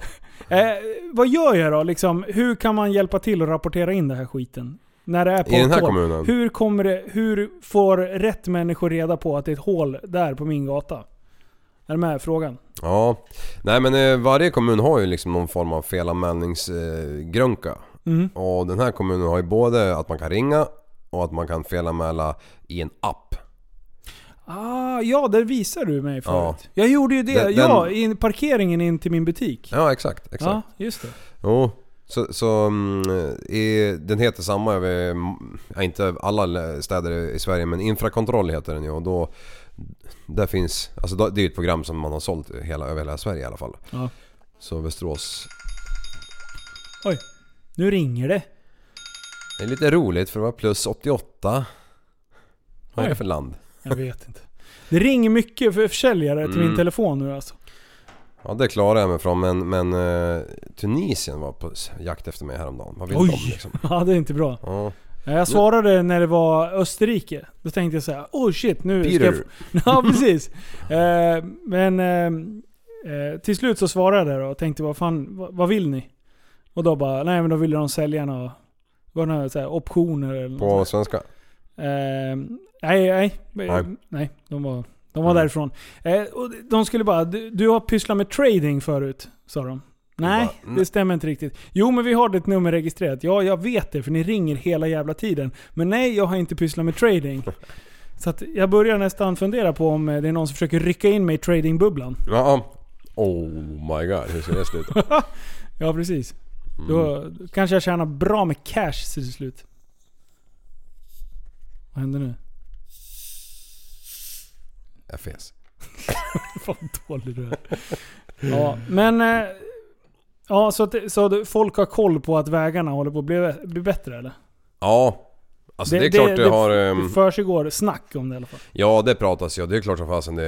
Vad gör jag då? Liksom, hur kan man hjälpa till att rapportera in det här skiten? När det är på i den här kommunen. Hur får rätt människor reda på att det är ett hål där på min gata? Är det med frågan? Ja. Nej, men varje kommun har ju liksom någon form av felanmälningsgrunka. Och den här kommunen har ju både att man kan ringa och att man kan felanmäla i en app. Ja, där visar du mig förut. Ja. Jag gjorde ju det. I parkeringen in till min butik. Ja, exakt. Ja, just det. Jo. Så den heter samma över, inte alla städer i Sverige, men Infrakontroll heter den ju. Och då, där finns, alltså det är ett program som man har sålt över hela Sverige i alla fall. Ja. Så Västerås. Oj, nu ringer det. Det är lite roligt för det var plus 88. Vad är det för land? Jag vet inte. Det ringer mycket för försäljare till min telefon nu alltså. Ja, det klarar jag mig från, men Tunisien var på jakt efter mig häromdagen. Vad vill de liksom? Ja, det är inte bra. Ja. Jag svarade när det var Österrike. Då tänkte jag så här: oh shit, nu ska jag ja, precis. Men till slut så svarade jag då och tänkte, vad vill ni? Och då bara, nej men då ville de säljarna var det så här optioner eller på något svenska? Nej, de var därifrån. Och de skulle bara, du har pysslat med trading förut, sa de. Nej, det stämmer inte riktigt. Jo, men vi har ditt nummer registrerat. Ja, jag vet det, för ni ringer hela jävla tiden. Men nej, jag har inte pysslat med trading. Så att jag börjar nästan fundera på om det är någon som försöker rycka in mig i tradingbubblan. Ja. Oh my god, hur ska det sluta? Ja, precis. Då kanske jag tjänar bra med cash till slut. Vad händer nu? Jag fes. Vad dålig du är. Ja, men ja, så folk har koll på att vägarna håller på att bli bättre, eller? Ja. Alltså det är klart det har... Det försiggår snack om det i alla fall. Ja, det pratas ju. Det är klart som fasen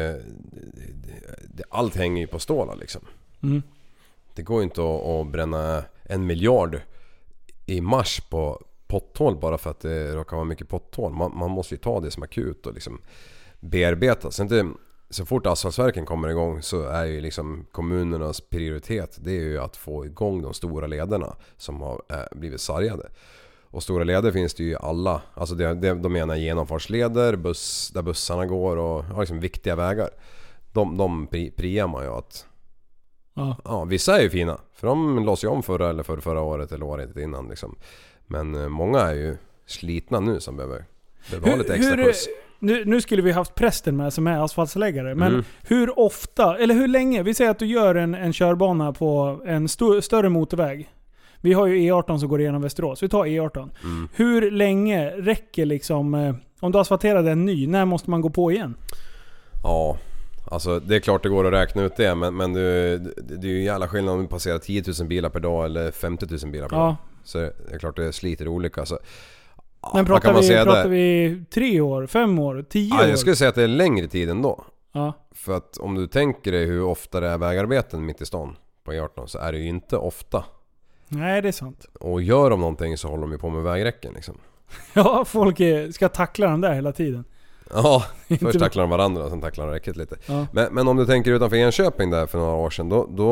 allt hänger ju på stålar liksom. Det går ju inte att bränna 1 miljard i mars på potthål bara för att det råkar vara mycket potthål. Man måste ju ta det som akut och liksom bearbeta. Så fort asfaltverken kommer igång så är ju liksom kommunernas prioritet, det är ju att få igång de stora lederna som har blivit sargade. Och stora leder finns det ju alla, alltså de menar genomfartsleder, där bussarna går och liksom viktiga vägar. De priar man ju att ja, vissa är ju fina, för de låser ju om förra året eller året innan liksom. Men många är ju slitna nu som behöver ha lite extra puss. Nu skulle vi haft prästen med som är asfaltsläggare. Men hur ofta, eller hur länge, vi säger att du gör en körbana på en större motorväg. Vi har ju E18 som går igenom Västerås. Vi tar E18. Hur länge räcker liksom, om du asfalterade en ny, när måste man gå på igen? Ja, alltså det är klart det går att räkna ut det. Men det är ju jävla skillnad om vi passerar 10 000 bilar per dag eller 50 000 bilar per dag. Så det är klart det sliter olika. Så, men pratar vi 3 år, 5 år, 10 år? Jag skulle säga att det är längre tid ändå. För att om du tänker dig hur ofta det är vägarbeten mitt i stan på E18 så är det ju inte ofta. Nej, det är sant. Och gör de någonting så håller de ju på med vägräcken liksom. Ja, folk ska tackla dem där hela tiden. Ja, först tacklar de varandra och sen tacklar de räcket lite. Men om du tänker utanför Enköping där för några år sedan,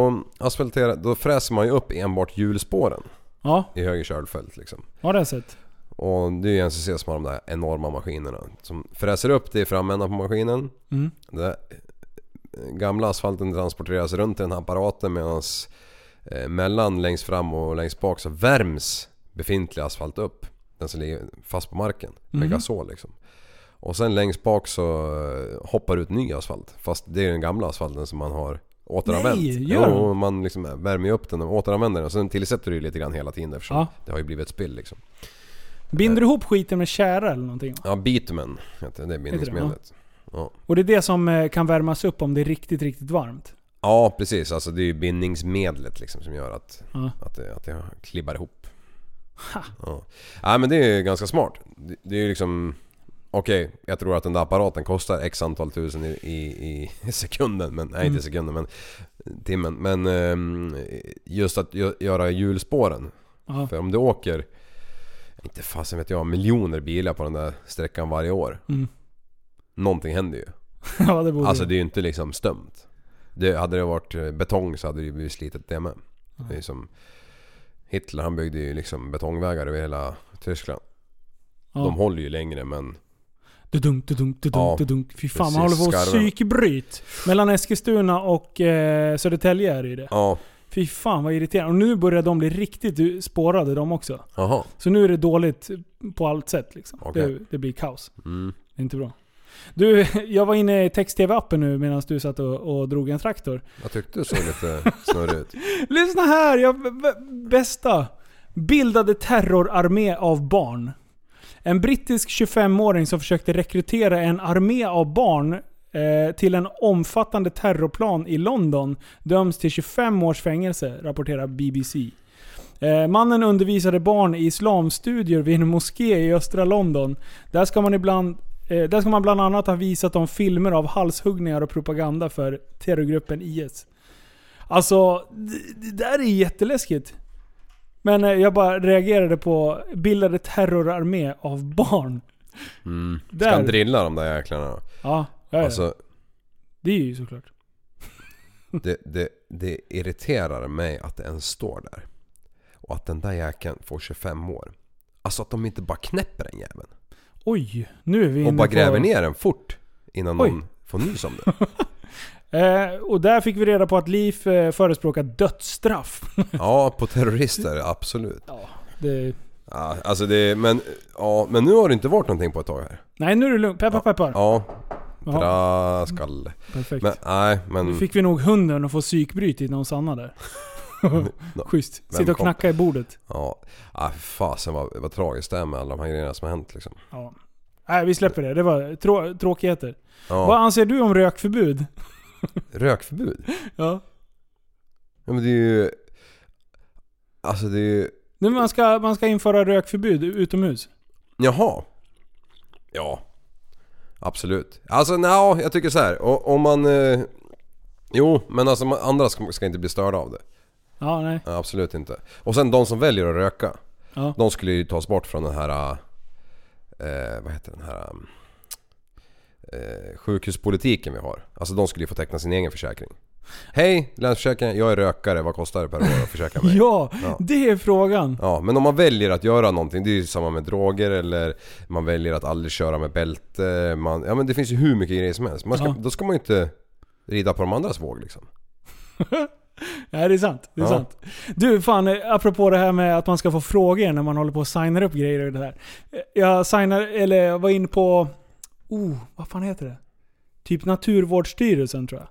då fräser man ju upp enbart hjulspåren i höger körfält liksom. Ja, det har jag sett. Och det är ju NCC som har de där enorma maskinerna som fräser upp det i framändan på maskinen. Det gamla asfalten transporteras runt i den här apparaten medan mellan längst fram och längst bak så värms befintlig asfalt upp. Den som ligger fast på marken med gasol liksom. Och sen längst bak så hoppar ut ny asfalt. Fast det är den gamla asfalten som man har återanvänt. Och man liksom värmer upp den och återanvänder den. Och sen tillsätter du lite grann hela tiden eftersom det har ju blivit ett spill liksom. Binder du ihop skiten med kära eller någonting? Ja, bitumen heter det bindningsmedlet. Ja. Och det är det som kan värmas upp om det är riktigt, riktigt varmt? Ja, precis. Alltså det är ju bindningsmedlet liksom som gör att det klibbar ihop. Ja, men det är ganska smart. Det är ju liksom... Okej, jag tror att den där apparaten kostar x antal tusen i sekunden. Men, nej, inte sekunden, men timmen. Men just att göra hjulspåren. För om du åker... Inte fasen vet jag, miljoner bilar på den där sträckan varje år. Någonting händer ju. Ja, det borde. Alltså det är ju inte liksom stömt. Hade det varit betong så hade det ju blivit slitet det med. Det är som Hitler, han byggde ju liksom betongvägar över hela Tyskland. De håller ju längre, men Fy fan, man håller på psykbryt. Mellan Eskilstuna och Södertälje är det ju det. Fy fan vad irriterande. Och nu börjar de bli riktigt spårade de också. Så nu är det dåligt på allt sätt liksom. Det blir kaos. Det är inte bra. Du, jag var inne i text-tv-appen nu medan du satt och drog en traktor. Jag tyckte du såg lite snurrig ut. Lyssna här, bästa. Bildade terrorarmé av barn. En brittisk 25-åring som försökte rekrytera en armé av barn till en omfattande terrorplan i London döms till 25 års fängelse, rapporterar BBC. Mannen undervisade barn i islamstudier vid en moské i östra London. Där ska man bland annat ha visat dem filmer av halshuggningar och propaganda för terrorgruppen IS. Alltså, det där är jätteläskigt. Men jag bara reagerade på bildade terrorarmé av barn. Ska han drilla de där jäklarna då? Ja. Alltså, det är ju såklart. Det irriterar mig att det ens står där. Och att den där jäkeln får 25 år. Alltså att de inte bara knäpper den jäveln. Oj, nu är vi inne och bara på... gräver ner den fort innan någon får nys om det. Och där fick vi reda på att Liv förespråkar dödsstraff. Ja, på terrorister, absolut. Ja, det... Ja, alltså det... Men nu har det inte varit någonting på ett tag här. Nej, nu är det lugnt. Peppar. Ja. Traskall. Perfekt. Men... Nu fick vi nog hunden att få psykbryt innan hon stannade där. Schysst. Sitta och knacka i bordet. Ja. Fasen vad tragiskt det är med alla de här grejerna som har hänt liksom. Ja. Nej, vi släpper det. Det var tråkigheter. Ja. Vad anser du om rökförbud? Rökförbud? Ja. Ja, men det är ju... Alltså det är ju... Nu man ska införa rökförbud utomhus. Jaha. Ja. Absolut. Alltså jag tycker så här. Om man... Jo, men alltså andra ska inte bli störda av det. Ja, nej. Ja, absolut inte. Och sen de som väljer att röka. Ja. De skulle ju tas bort från den här... vad heter den här... sjukhuspolitiken vi har. Alltså de skulle ju få teckna sin egen försäkring. Hej, Länsförsäkringen, jag är rökare. Vad kostar det per år att försäkra mig? Ja, det är frågan. Ja, men om man väljer att göra någonting, det är ju samma med droger, eller man väljer att aldrig köra med bälte. Ja, men det finns ju hur mycket grejer som helst. Då ska man ju inte rida på de andras våg liksom. Ja, det är sant. Det är sant. Du, fan, apropå det här med att man ska få frågor när man håller på och signar upp grejer och det här. Jag var inne på... vad fan heter det? Typ Naturvårdsstyrelsen, tror jag.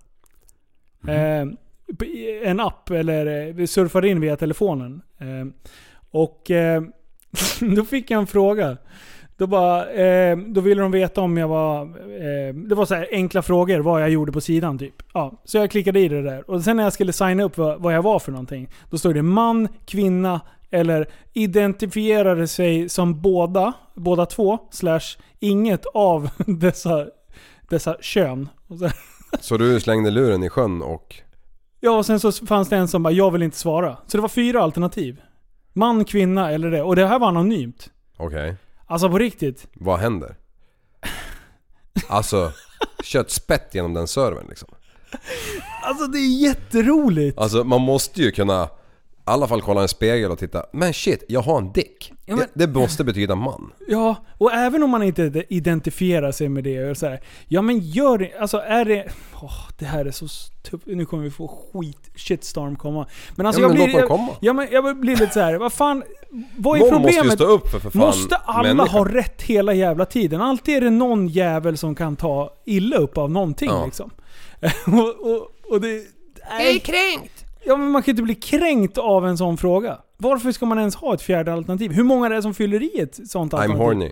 En app, eller vi surfade in via telefonen. Och då fick jag en fråga. Då ville de veta om jag var... det var så här enkla frågor, vad jag gjorde på sidan typ. Ja, så jag klickade i det där. Och sen när jag skulle signa upp vad jag var för någonting, då stod det man, kvinna eller identifierade sig som båda två / inget av dessa kön. Så du slängde luren i sjön och... Ja, och sen så fanns det en som bara, jag vill inte svara. Så det var 4 alternativ. Man, kvinna eller det. Och det här var anonymt. Okej. Alltså på riktigt. Vad händer? Alltså, kött spett genom den servern liksom. Alltså det är jätteroligt. Alltså man måste ju kunna i alla fall kolla en spegel och titta. Men shit, jag har en dick. Ja, men, det måste betyda man. Ja, och även om man inte identifierar sig med det och så här, ja men gör det, alltså är det det här är så tufft. Nu kommer vi få shitstorm komma. Men alltså ja, men jag blir lite så här, vad fan, vad är någon problemet? Måste ju stå upp för fan. Måste alla ha rätt hela jävla tiden? Alltid är det någon jävel som kan ta illa upp av någonting liksom. och det är kränkt. Ja, men man kan inte bli kränkt av en sån fråga. Varför ska man ens ha ett fjärde alternativ? Hur många är det som fyller i ett sånt alternativ? I'm horny.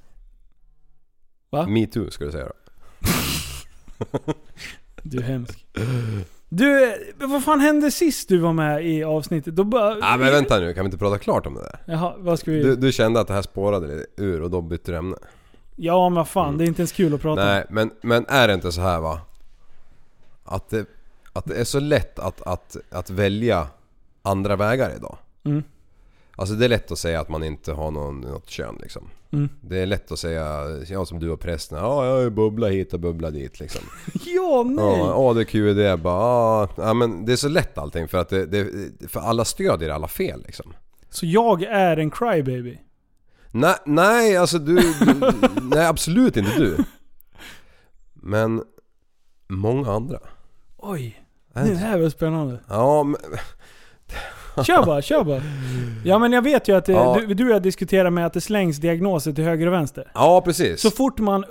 Va? Me too, ska du säga då. Du är hemsk. Du, vad fan hände sist du var med i avsnittet? Men vänta nu, kan vi inte prata klart om det där? Jaha, vad ska vi... Du kände att det här spårade lite ur och då bytte du ämne. Ja, men fan, det är inte ens kul att prata. Nej, men är det inte så här, va? Att det är så lätt att välja andra vägar idag. Mm. Alltså det är lätt att säga att man inte har något kön liksom. Mm. Det är lätt att säga, som du och prästen, jag är bubbla hit och bubbla dit liksom. Ja, nej. Det är QD bara, men det är så lätt allting för att för alla stödjer alla fel liksom. Så jag är en crybaby? Nej, alltså nej, absolut inte du. Men många andra. Oj, det här var spännande. Ja, men... Kör bara. Ja, men jag vet ju att du och jag diskuterar med att det slängs diagnoser till höger och vänster. Ja, precis. Så fort man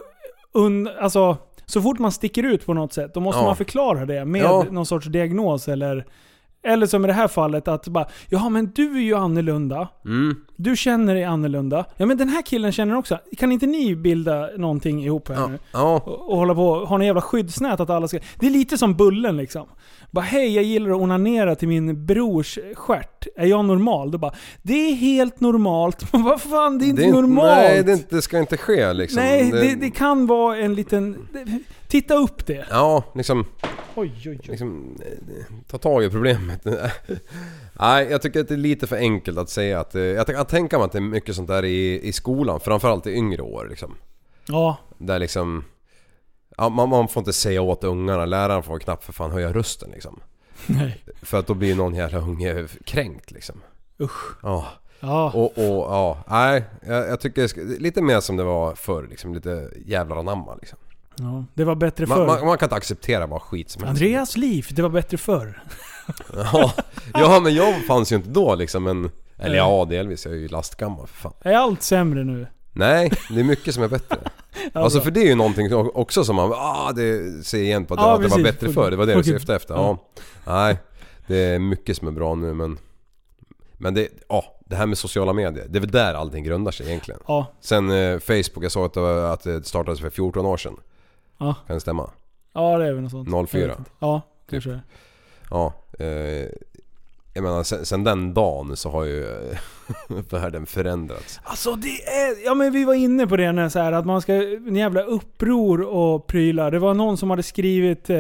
alltså, så fort man sticker ut på något sätt, då måste man förklara det med någon sorts diagnos eller som i det här fallet att bara, ja men du är ju annorlunda. Du känner dig annorlunda. Ja men den här killen känner också. Kan inte ni bilda någonting ihop här nu? Och hålla på, ha en jävla skyddsnät att alla ska... Det är lite som Bullen liksom. Bara, hej, jag gillar att onanera till min brors stjärt. Är jag normal? Då bara, det är helt normalt. Men vad fan, det är inte normalt. Nej, det ska inte ske liksom. Nej, det kan vara en liten... Titta upp det. Ja, liksom... Oj. Liksom, ta tag i problemet. Nej, jag tycker att det är lite för enkelt att säga att... Jag tänker mig att det är mycket sånt där i skolan. Framförallt i yngre år liksom. Ja. Där liksom... Ja, man får inte säga åt ungarna. Läraren får knappt för fan höja rösten liksom. Nej. För att då blir någon jävla unge kränkt liksom. Usch. Ja. Ja. Jag tycker lite mer som det var förr liksom. Lite jävlar anamma liksom. Ja, det var bättre förr. Man kan inte acceptera bara skit som helst. Andreas liv, det var bättre förr. Ja, men jag fanns ju inte då liksom. Men, eller ja, delvis. Jag är ju lastgammal för fan. Är allt sämre nu? Nej, det är mycket som är bättre. Alltså för det är ju någonting också som man det ser igen på att det var bättre förr. Det var det du syftade efter. Ja. Nej, det är mycket som är bra nu. Men det här med sociala medier, det är väl där allting grundar sig egentligen. Ja. Sen Facebook, jag såg att det startades för 14 år sedan. Ja. Kan det stämma? Ja, det är väl något sånt. 04. Ja, kanske det. Ja, jag menar sen den dagen så har ju världen förändrats. Alltså det är... Ja men vi var inne på det när så här, att man ska... En jävla uppror och prylar. Det var någon som hade skrivit...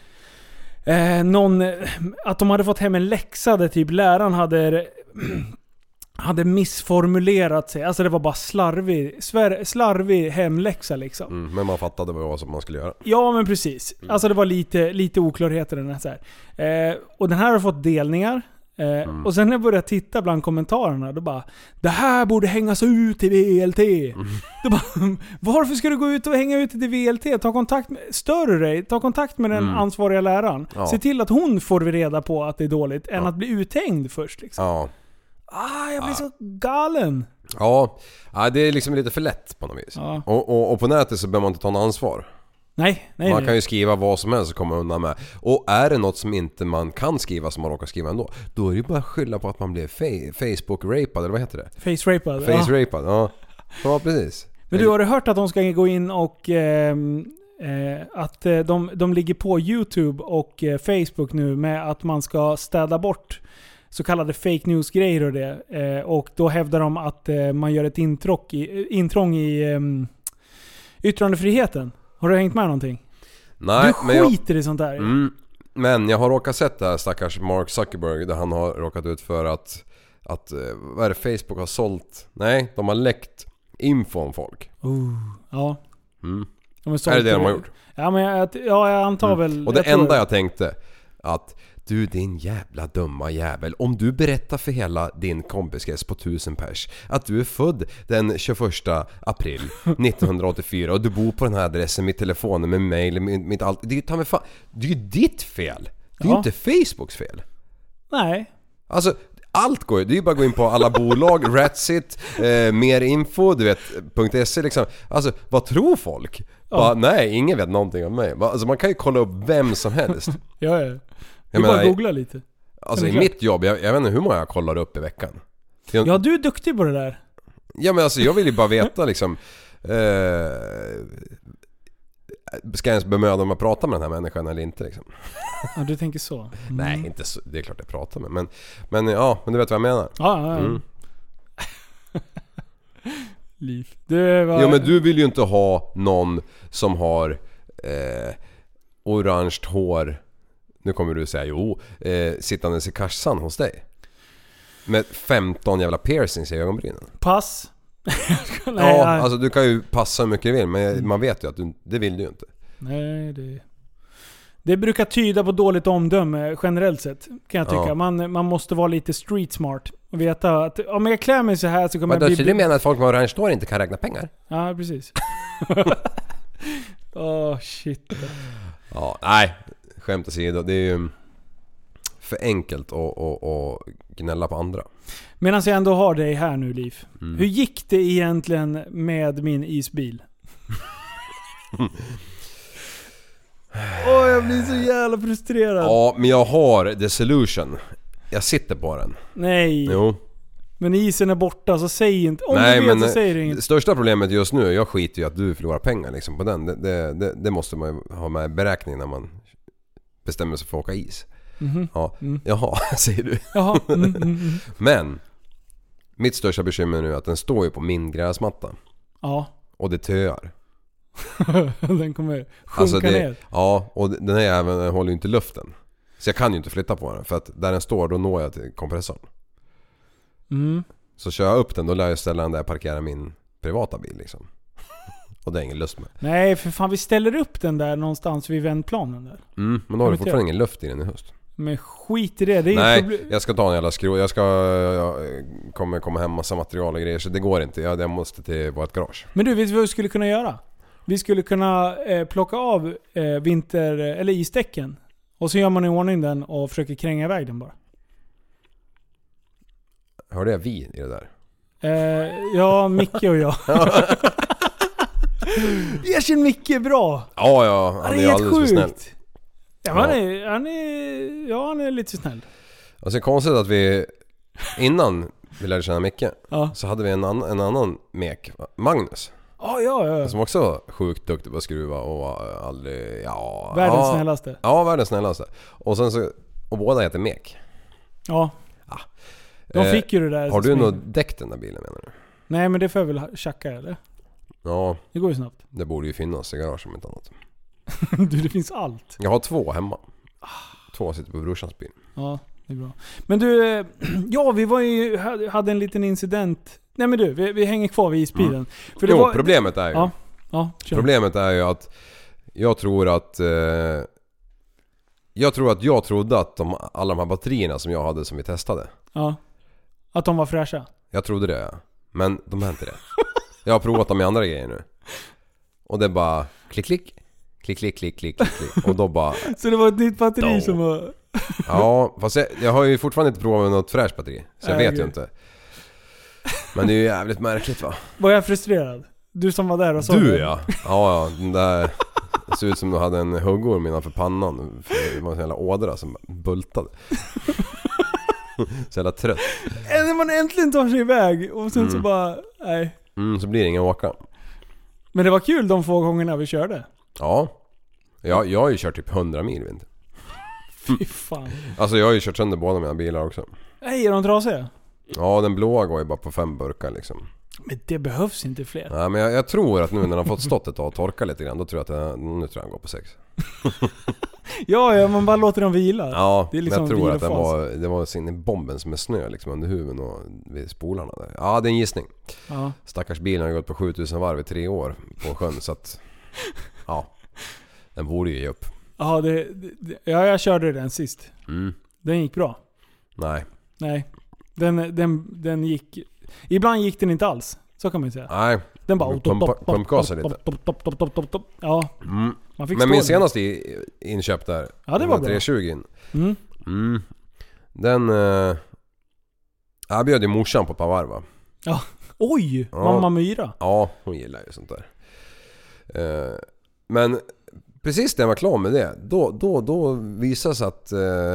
att de hade fått hem en läxa där typ läraren hade missformulerat sig. Alltså det var bara slarvig hemläxa liksom. Men man fattade vad som man skulle göra. Ja men precis. Alltså det var lite oklarheter den här så här. Och den här har fått delningar. Och sen när jag började titta bland kommentarerna då bara, det här borde hängas ut till VLT. Då bara, varför ska du gå ut och hänga ut till VLT? Ta kontakt med den ansvariga läraren. Ja. Se till att hon får reda på att det är dåligt än att bli uthängd först liksom. Ja. Jag blir så galen. Ja, det är liksom lite för lätt på något vis. Ja. Och på nätet så behöver man inte ta någon ansvar. Nej. Man kan ju skriva vad som helst och komma undan med. Och är det något som inte man kan skriva som man råkar skriva ändå, då är det ju bara att skylla på att man blev Facebook-rapad, eller vad heter det? Face-rapad, ja, precis. Men du, har du hört att de ska gå in och... att de ligger på YouTube och Facebook nu med att man ska städa bort så kallade fake news-grejer och det. Och då hävdar de att man gör ett intrång i yttrandefriheten. Har du hängt med någonting? Nej, du skiter i sånt där. Men jag har råkat sett det här stackars Mark Zuckerberg där han har råkat ut för att vad är det, Facebook har sålt? Nej, de har läckt info om folk. Ja. Är det de har gjort? Ja, men jag antar väl... Och det enda jag tänkte att du din jävla dumma jävel, om du berättar för hela din kompiskrets på 1000 pers att du är född den 21 april 1984 och du bor på den här adressen med telefonen, med mail, med allt. Det är ju ditt fel. Det är ju inte Facebooks fel. Nej. Alltså allt går ju. Det är ju bara att gå in på alla bolag, Ratsit, mer info, du vet, .se liksom. Alltså, vad tror folk? Bara, nej, ingen vet någonting om mig. Alltså, man kan ju kolla upp vem som helst. Ja. Jag bara googla lite. Alltså i mitt jobb, jag vet inte hur många jag kollar upp i veckan. Ja, du är duktig på det där. Ja, men alltså jag vill ju bara veta liksom... ska jag ens bemöda om att prata med den här människan eller inte liksom? Ja, du tänker så. Nej, inte så. Det är klart jag pratar med. Men du vet vad jag menar. Ja. Liv. Jo, men du vill ju inte ha någon som har orange hår. Nu kommer du säga sittandes i kassan hos dig med 15 jävla piercings i ögonbrynen. Pass. Nej, alltså du kan ju passa hur mycket du vill, men man vet ju att det vill du ju inte. Nej, det brukar tyda på dåligt omdöme generellt sett, kan jag tycka. Man måste vara lite street smart och veta att om jag klär mig så här så kommer jag bli... Så du menar att folk med orange hår inte kan räkna pengar? Ja, precis. Shit. Ja, nej. Skämt åsido, det är ju för enkelt att gnälla på andra. Medan jag ändå har dig här nu, Liv. Hur gick det egentligen med min isbil? Jag blir så jävla frustrerad. Ja, men jag har the solution. Jag sitter på den. Nej. Jo. Men isen är borta, så säg inte. Om Nej, du vet, men så säger du inget. det största problemet just nu, jag skiter ju att du förlorar pengar liksom på den. Det måste man ju ha med i beräkning när man bestämmer sig för att åka is. Ja. Jaha, säger du. Jaha. Men mitt största bekymmer nu är att den står ju på min gräsmatta. Ja. Och det töar. Den kommer sjunka ner. Ja, och den här även håller ju inte luften. Så jag kan ju inte flytta på den. För att där den står, då når jag till kompressorn. Så kör jag upp den, då lär jag ställa den där jag parkerar min privata bil liksom. Och det är ingen lust med. Nej, för fan, vi ställer upp den där någonstans vid vändplanen där. Men då har du fortfarande ingen luft i den i höst. Men skit i det. Det är nej, jag ska ta en jävla skrov. Jag kommer komma hem massa material och grejer. Så det går inte, jag måste till vårt garage. Men du, vet vad vi skulle kunna göra? Vi skulle kunna plocka av vinter- eller isdäcken. Och så gör man i ordning den och försöker kränga iväg den bara. Hörde jag vi i det där? Ja, Micke och jag. Jag känner Micke är bra. Ja, han är ju alldeles för snäll. Ja, han är lite snäll. Och så är det konstigt att vi innan vi lärde känna Micke så hade vi en annan mek, Magnus. Ja. Som också var sjukt duktig på att skruva och var aldrig... Världens snällaste. Ja, världens snällaste. Och sen så... Och båda heter Mek. Ja. De fick ju det där. Har du något däck den där bilen, menar du? Nej, men det får jag väl tjacka, eller? Ja. Det går ju snabbt. Det borde ju finnas i garaget om inte annat. Du, det finns allt. Jag har 2 hemma. 2 sitter på brorsans bil. Ja, det är bra. Men du, vi var ju... hade en liten incident. Nej, men du, vi hänger kvar vid isbilen. För det var... problemet är ju... Ja, problemet är ju att jag tror att jag trodde att alla de här batterierna som jag hade som vi testade. Ja. Att de var fräscha. Jag trodde det, ja. Men de är inte det. Jag har provat dem i andra grejer nu. Och det är bara klick. Och då bara... Så det var ett nytt batteri som var... Ja, fast jag har ju fortfarande inte provat med något fräscht batteri. Så jag vet ju inte. Men det är ju jävligt märkligt, va? Var jag frustrerad? Du som var där och sa du, det. Ja. Ja, den där... Det ser ut som du hade en huggorm innanför pannan. För det var en jävla ådra som bultade. Så jävla trött. När man äntligen tar sig iväg och sen så bara... Nej. Så blir det ingen åka. Men det var kul de få gångerna vi körde. Ja. Jag har ju kört typ 100 mil, vet inte. Fy fan. Alltså jag har ju kört sönder båda mina bilar också. Nej, är de trasiga? Ja, den blåa går ju bara på 5 burkar liksom. Men det behövs inte fler. Nej, men jag tror att nu när de fått stått ett tag och torka lite grann, då tror jag att nu tror jag han går på 6. Ja, man bara låter dem vila. Ja, det är liksom jag tror att det var sin i bomben som är snö liksom under huven och vid spolarna där. Ja, det är en gissning. Ja. Stackars bilen har gått på 7000 varv i 3 år på sjön, så att ja, den borde ju ge upp. Ja, jag körde den sist. Den gick bra. Nej. Den gick... Ibland gick den inte alls. Så kan man ju säga. Nej. Den bara... Pumpgasade lite. Ja. Man fick men min senaste inköp där. Ja, det var bra. 320. Den... jag bjöd ju morsan på ett par varv, va? Ja. Oj! Ja. Mamma Myra. Ja, hon gillar ju sånt där. Men precis när jag var klar med det, då visade sig att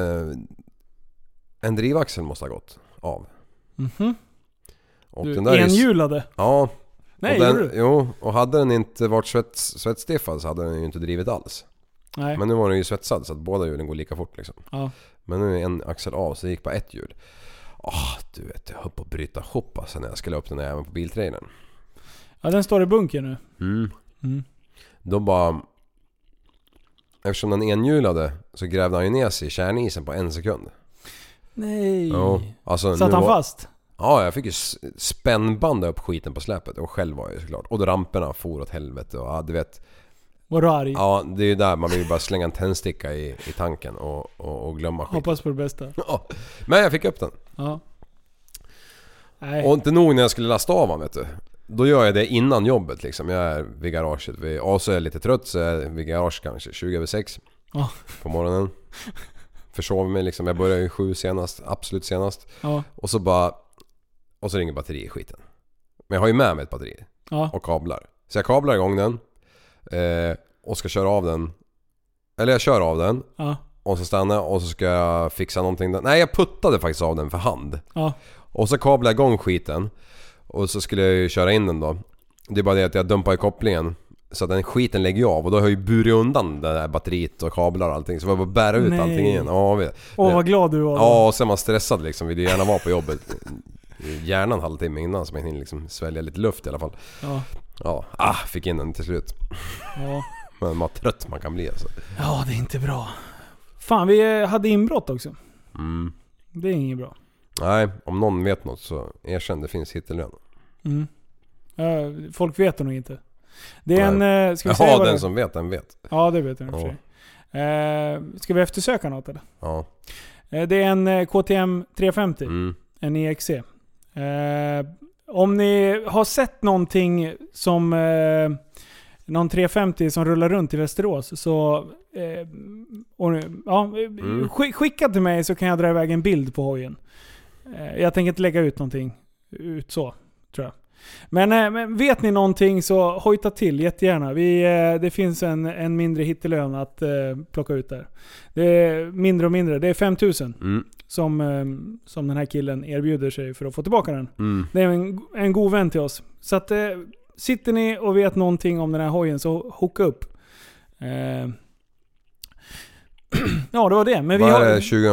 en drivaxel måste ha gått av. Och du den där enhjulade? Ja. Nej, och hade den inte varit svettstiffad så hade den ju inte drivit alls. Nej. Men nu var den ju svetsad så att båda hjulen går lika fort liksom. Ja. Men nu är en axel av så det gick bara ett hjul. Du vet, jag höll på att bryta ihop alltså, när jag skulle upp den även på biltrailern. Ja, den står i bunken nu. Då bara... Eftersom den enhjulade så grävde han ju ner sig i kärnisen på 1 sekund. Nej. Ja, alltså, satt han fast? Ja, jag fick ju spännbanda upp skiten på släpet. Och själv var jag ju såklart. Och då ramperna for åt helvete. Och du vet... Var du arg? Ja, det är ju där man vill bara slänga en tändsticka i tanken och glömma skiten. Hoppas på det bästa. Ja, men jag fick upp den. Ja. Nej. Och inte nog när jag skulle lasta av den, vet du. Då gör jag det innan jobbet liksom. Jag är vid garaget. Och så är jag lite trött så är jag vid garage kanske 20:06 på morgonen. Försover mig liksom. Jag börjar ju 7 senast. Absolut senast. Ja. Och så ringer batteri i skiten. Men jag har ju med mig ett batteri. Och kablar. Så jag kablar igång den. och ska köra av den. Eller jag kör av den. Ja. Och så stannar jag och så ska jag fixa någonting där. Nej, jag puttade faktiskt av den för hand. Ja. Och så kablade jag igång skiten. Och så skulle jag ju köra in den då. Det är bara det att jag dumpar i kopplingen. Så att den skiten lägger jag av. Och då har jag ju burit undan det där batteriet och kablar och allting. Så jag bara bära ut allting igen. Ja, vad glad du var då. Ja, och sen var man stressad liksom. Vill ju gärna vara på jobbet. Gärna en halvtimme innan så man hinner liksom svälja lite luft i alla fall. Ja, fick in den till slut. Ja. Men vad trött man kan bli alltså. Ja, det är inte bra. Fan, vi hade inbrott också. Det är inget bra. Nej, om någon vet något så erkänn, det finns hittelön. Folk vet det nog inte. Det är en... Ska vi säga den det? som vet, den vet. Ja, det vet jag för sig. Ska vi eftersöka något eller? Ja. Det är en KTM 350. En EXC. Om ni har sett någonting som... någon 350 som rullar runt i Västerås så... skicka till mig så kan jag dra iväg en bild på hojen. Jag tänker inte lägga ut någonting ut så, tror jag. Men vet ni någonting så hojta till jättegärna. Det finns en mindre hittelön att plocka ut där. Det är mindre och mindre. Det är 5 000 som den här killen erbjuder sig för att få tillbaka den. Det är en god vän till oss. Så att sitter ni och vet någonting om den här hojen så hooka upp. Ja, det var det. Men vi har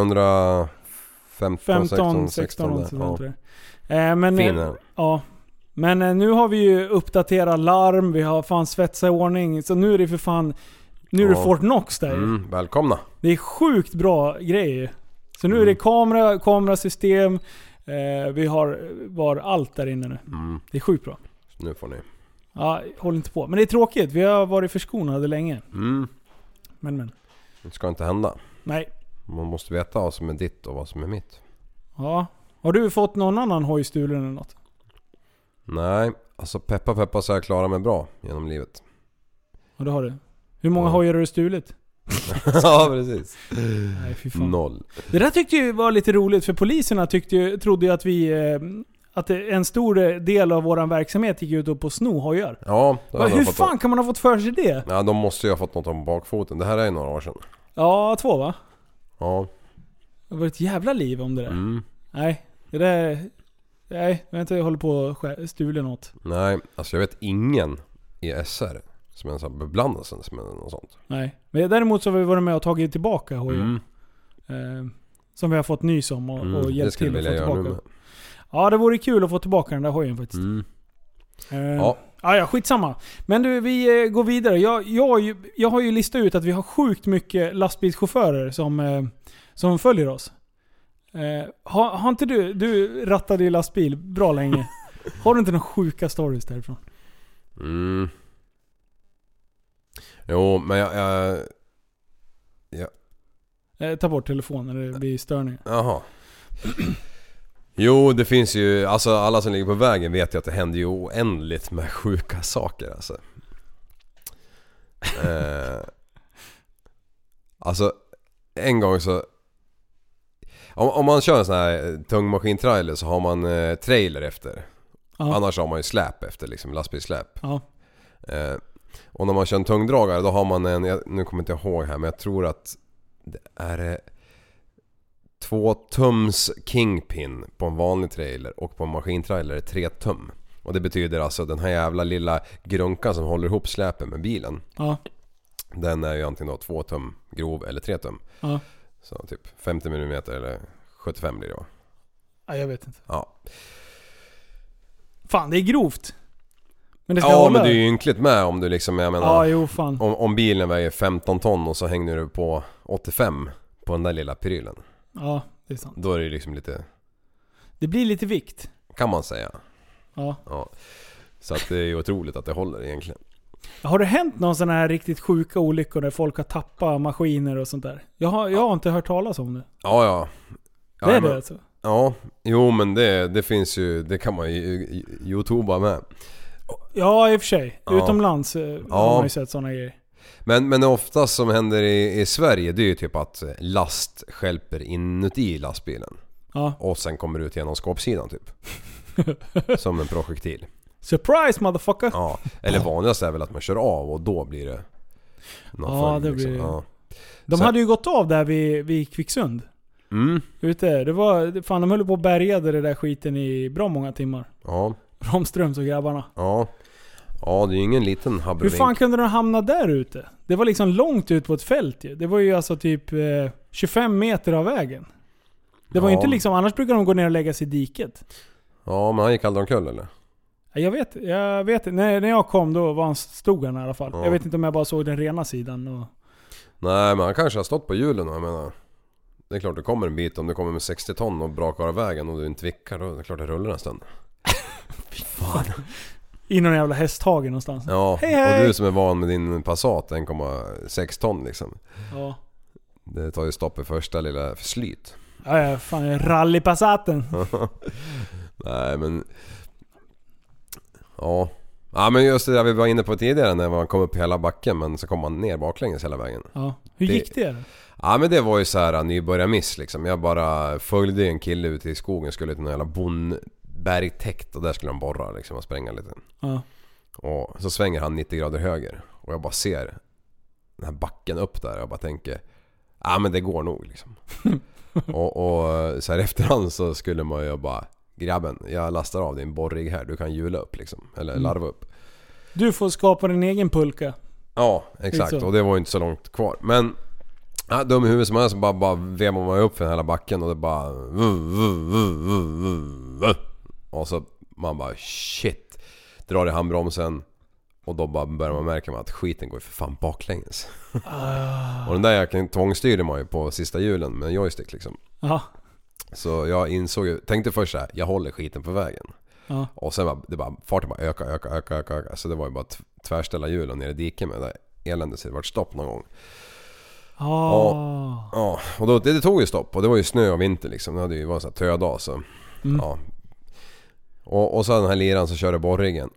2015, 16. Men Fina. Ja. Men nu har vi ju uppdaterat larm, vi har fan svetsa i ordning, så nu är det för fan, nu är det Fort Knox där. Välkomna. Det är sjukt bra grejer. Så nu är det kamerasystem, vi har allt där inne nu. Det är sjukt bra. Så nu får ni. Ja, håll inte på. Men det är tråkigt, vi har varit förskonade länge. Men. Det ska inte hända. Nej. Man måste veta vad som är ditt och vad som är mitt. Ja. Har du fått någon annan hoj stulen eller något? Nej, alltså peppa så har jag klarat mig bra genom livet. Ja, det har du. Hur många hojar har du stulit? Ja, precis. Nej, fy fan. 0. Det där tyckte jag var lite roligt, för poliserna trodde ju att att en stor del av våran verksamhet gick ut på att sno hojar. Ja, hur fan kan man ha fått för sig det? Ja, de måste ju ha fått något om bakfoten. Det här är ju några år sedan. Ja, 2 va? Ja. Det var ett jävla liv om det där. Nej, det där... Nej, jag vet inte, jag håller på att stula något. Nej, alltså jag vet ingen i SR som ens har beblandat sig med något sånt. Nej, men däremot så har vi varit med och tagit tillbaka hojar. Som vi har fått nys om och hjälpt till att få tillbaka. Ja, det vore kul att få tillbaka den där hojen faktiskt. Ja, skitsamma. Men du, vi går vidare. Jag har ju listat ut att vi har sjukt mycket lastbilschaufförer som följer oss. Har inte du rattade i lastbil bra länge? Har du inte några sjuka stories därifrån? Jo, men jag ta bort telefonen, det blir störning. Jaha. Jo, det finns ju, alltså alla som ligger på vägen vet ju att det händer ju oändligt med sjuka saker alltså. Alltså en gång så om man kör en sån här tung maskintrailer så har man trailer efter. Annars har man ju släp efter, liksom lastbilssläp. Och när man kör en tungdragare då har man nu kommer inte jag ihåg här, men jag tror att det är 2 tums kingpin på en vanlig trailer och på en maskintrailer är 3 tum. Och det betyder alltså den här jävla lilla grunkan som håller ihop släpen med bilen. Den är ju antingen då 2 tum grov eller 3 tum. Så typ 50 mm eller 75 blir det va? Ja, jag vet inte. Ja. Fan, det är grovt. Men det ska hålla. Men det är ju ynkligt med om du liksom, jag menar, fan. Om bilen väger 15 ton och så hänger du på 85 på den där lilla prylen. Ja, det är sant. Då är det liksom lite... Det blir lite vikt. Kan man säga. Ja. Så att det är ju otroligt att det håller egentligen. Har det hänt någon sån här riktigt sjuka olyckor där folk har tappat maskiner och sånt där? Jag har inte hört talas om det. Ja. Det är det alltså? Ja, jo men det finns ju, det kan man ju YouTubea med. Ja, i och för sig. Utomlands har man ju sett såna grejer. Men oftast som händer i Sverige, det är ju typ att last stjälper inuti lastbilen. Och sen kommer ut genom skåpsidan typ. Som en projektil. Surprise motherfucker! Ja, eller vanligast är väl att man kör av och då blir det någon följd, liksom. Ja. De hade ju gått av där vid Kvicksund. Ute. Det var, fan, de höll på att bärgade det där skiten i bra många timmar. Ja. Romströms och grabbarna. Ja. Ja, det är ju ingen liten habrovink. Hur fan kunde de hamna där ute? Det var liksom långt ut på ett fält ju. Det var ju alltså typ 25 meter av vägen. Det var ju inte liksom, annars brukar de gå ner och lägga sig i diket. Ja, men han gick aldrig omkull eller? Jag vet. När jag kom då stod han i alla fall. Ja. Jag vet inte om jag bara såg den rena sidan. Och... Nej, men han kanske har stått på hjulen. Jag menar, det är klart det kommer en bit. Om det kommer med 60 ton och brakar av vägen och du inte vickar, då är det klart det rullar en stund. Fy fan. I någon jävla hästhagen någonstans. Ja, hej. Och du som är van med din Passat 1,6 ton liksom. Ja. Det tar ju stopp i första lilla slyt. Ja, fan, rallypassaten. Nej, men... Ja, men just det där vi var inne på tidigare när man kom upp hela backen men så kom man ner baklänges hela vägen. Ja. Hur gick det då? Ja, men det var ju så här nybörjarmiss liksom. Jag bara följde en kille ut i skogen, skulle till en jävla bergtäkt och där skulle de borra liksom och spränga lite. Ja. Och så svänger han 90 grader höger och jag bara ser den här backen upp där och jag bara tänker, men det går nog liksom. och så här efterhand så skulle man ju bara, grabben, jag lastar av din borrig här, du kan hjula upp liksom, eller larva upp. Du får skapa din egen pulka. Ja, exakt, och det var ju inte så långt kvar. Men dum i huvudet som helst, så bara vevar man upp för den här backen och det bara och så man bara shit, drar i handbromsen och då bara börjar man märka att skiten går för fan baklänges. Och den där jäkeln tvångstyrde man ju på sista hjulen med en joystick liksom. Aha. Så jag tänkte först så här, jag håller skiten på vägen. Ja. Och sen farten bara öka. Så det var ju bara tvärställa hjulen ner i diken med det där eländet, så det var stopp någon gång. Och då, det tog ju stopp och det var ju snö och vinter liksom. Det hade ju varit en sån här tödag så. Ja. Och så den här liran som körde borringen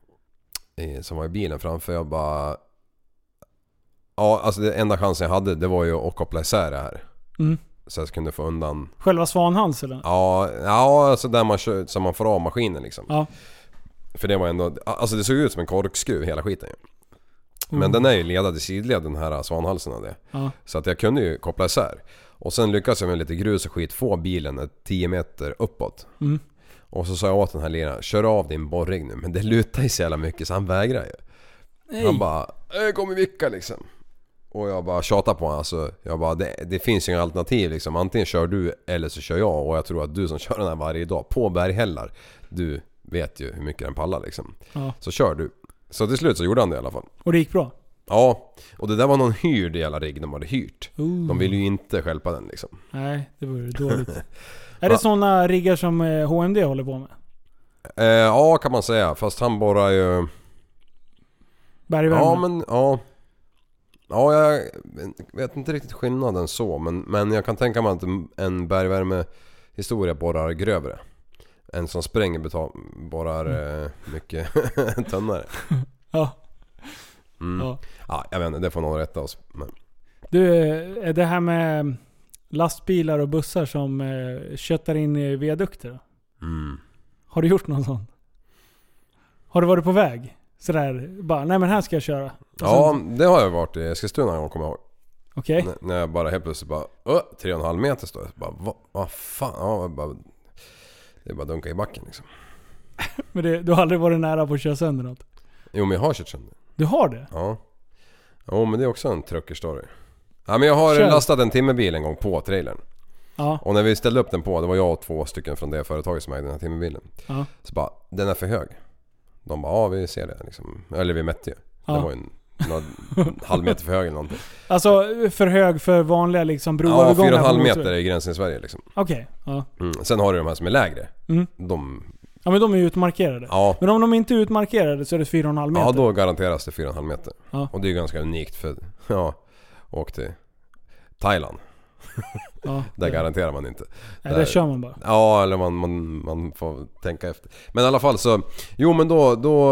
som var i bilen framför, jag bara alltså det enda chansen jag hade, det var ju att koppla isär det här. Så jag kunde få undan själva svanhals eller? Ja, alltså där man kör, så man får av maskinen liksom. Ja. För det var ändå, alltså det såg ut som en korkskruv hela skiten. Men den är ju ledad i sidled, den här svanhalsen av det. Ja. Så att jag kunde ju koppla isär. Och sen lyckades jag med lite grus och skit få bilen 10 meter uppåt. Och så sa jag åt den här liran, kör av din borrig nu. Men det lutar ju så jävla mycket så han vägrar ju. Nej. Han bara, kom i vicka liksom. Och jag bara tjatar på honom, alltså, jag bara, det finns ju en alternativ liksom. Antingen kör du eller så kör jag. Och jag tror att du som kör den här varje dag på berghällar, du vet ju hur mycket den pallar liksom. Ja. Så kör du. Så till slut så gjorde han det i alla fall. Och det gick bra? Ja, och det där var någon hyrd jävla rigg de hade hyrt. De ville ju inte stjälpa den liksom. Nej, det var ju dåligt. Är det sådana riggar som HMD håller på med? Ja, kan man säga. Fast han borrar ju... Bergvärme? Ja, men ja. Ja, jag vet inte riktigt skillnaden så. Men jag kan tänka mig att en bergvärmehistoria borrar grövre. En som spränger borrar mycket tunnare. Ja. Ja, jag vet inte, det får någon rätta oss. Men. Du, är det här med lastbilar och bussar som köttar in i viadukter? Har du gjort någon sån? Har du varit på väg? Sådär, bara, nej men här ska jag köra. Ja, det har jag varit i Eskilstuna en gång, kommer jag ihåg. Okej. När jag bara helt plötsligt bara 3,5 meter står jag. Bara, vad fan? Ja, det är bara dunka i backen liksom. Men du har aldrig varit nära på att köra sönder något? Jo, men jag har kört sönder. Du har det? Ja. Ja, men det är också en truckerstory. Ja, men jag har lastat en timmerbil en gång på trailern. Ja. Och när vi ställde upp den på, det var jag och 2 stycken från det företaget som ägde den här timmerbilen. Ja. Så bara, den är för hög. De bara, ja vi ser det liksom. Eller vi mätte ju. Ja. Det var ju någon halv meter för hög eller någonting. Alltså för hög för vanliga liksom broövergångar? Ja, 4,5 meter är gränsen i Sverige liksom. Okej. Ja. Sen har du de här som är lägre. Ja, men de är ju utmarkerade. Ja. Men om de inte är utmarkerade så är det 4,5 meter. Ja, då garanteras det 4,5 meter. Ja. Och det är ju ganska unikt för åk till Thailand. Ja, där garanterar man inte. Nej, där kör man bara. Ja, eller man får tänka efter. Men i alla fall så, jo men då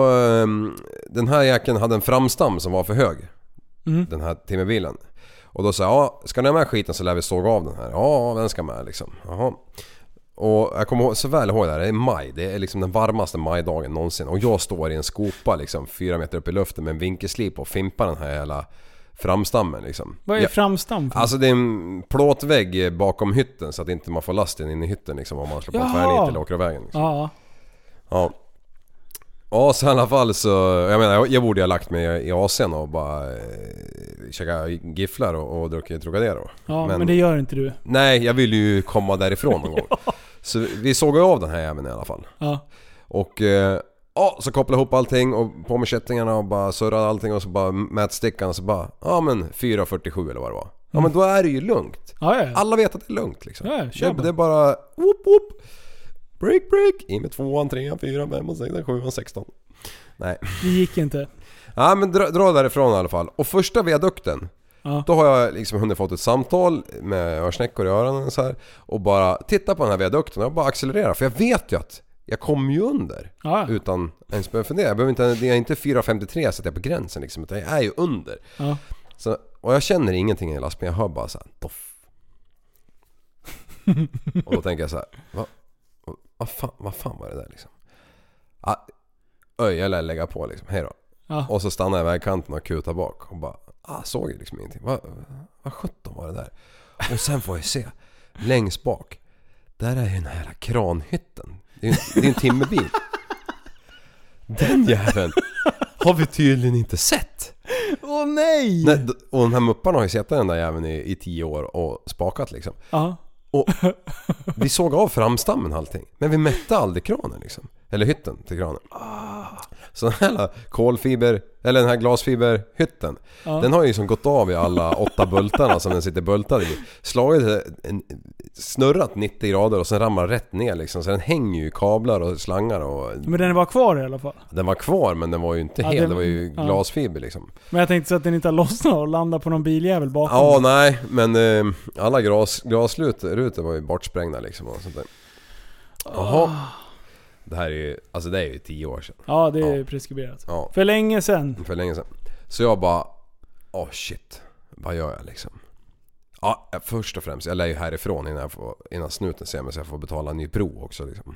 den här jäkeln hade en framstam som var för hög. Den här timmerbilen. Och då sa jag, ska ni ha med skiten så lär vi såga av den här. Ja, den ska med liksom. Jaha. Och jag kommer så väl ihåg det här, det är maj. Det är liksom den varmaste majdagen någonsin. Och jag står i en skopa liksom 4 meter upp i luften med en vinkelslip och fimpar den här jävla framstammen liksom. Vad är framstam för? Alltså det är en plåtvägg bakom hytten så att inte man får lasten in i hytten liksom om man slår på en tvärnit eller åker av vägen liksom. Ja. Ja, så i alla fall så... Jag menar, jag borde ha lagt mig i AC'n och bara käka gifflar och druckit Trocadero. Ja, men det gör inte du. Nej, jag vill ju komma därifrån någon gång. Så vi såg ju av den här jäveln i alla fall. Ja. Och så kopplade ihop allting och på med kättingarna och bara surrade allting och så bara mätstickan och så bara... Ja men 4,47 eller vad det var. Ja men då är det ju lugnt. Ja. Alla vet att det är lugnt liksom. Ja, det är bara... Whoop. Break. In med 2, 3, 4, 5, 6, 7, 16. Nej. Det gick inte. Ja men dra därifrån i alla fall. Och första viadukten. Ja. Då har jag liksom hunnit fått ett samtal med örsnäckor i öronen så här, och bara titta på den här viadukten och bara accelerera. För jag vet ju att jag kommer ju under. Ja. Utan ens behöva fundera. Det är inte 4,53 så att jag är på gränsen liksom, utan jag är ju under. Ja. Så, och jag känner ingenting i lastbilen. Jag hör bara så här, doff. Och då tänker jag så här, vad fan var det där liksom? Jag lär lägga på liksom, hej då. Ja. Och så stannar jag i vägkanten och kutar bak och bara, såg jag liksom ingenting. Vad 17 var det där? Och sen får jag se, längst bak, där är den här kranhytten. Det är en timmerbil. Den jäveln har vi tydligen inte sett. Åh nej! Och den här mupparna har ju sett den där jäveln i 10 år och spakat liksom. Ja. Och vi såg av framstammen allting. Men vi mätte aldrig kranen liksom. Eller hytten till kranen. Så den här kolfiber, eller den här glasfiberhytten, den har ju liksom gått av i alla 8 bultarna som den sitter bultad i. Slagit snurrat 90 grader och sen ramlar rätt ner liksom. Så den hänger ju i kablar och slangar och... Men den var kvar i alla fall. Den var kvar men den var ju inte hel. Det var ju glasfiber liksom. Men jag tänkte så att den inte har lossnat och landat på någon biljävel bakom. Ja, nej. Men alla glasrutor var ju bortsprängda liksom och sånt där. Jaha. Det här är ju, alltså det är ju 10 år sedan. Ja, det är preskriberat. Ja. För länge sedan. Så jag bara, shit, vad gör jag liksom? Ja, först och främst, jag lär ju härifrån innan snuten ser mig så jag får betala en ny bro också liksom.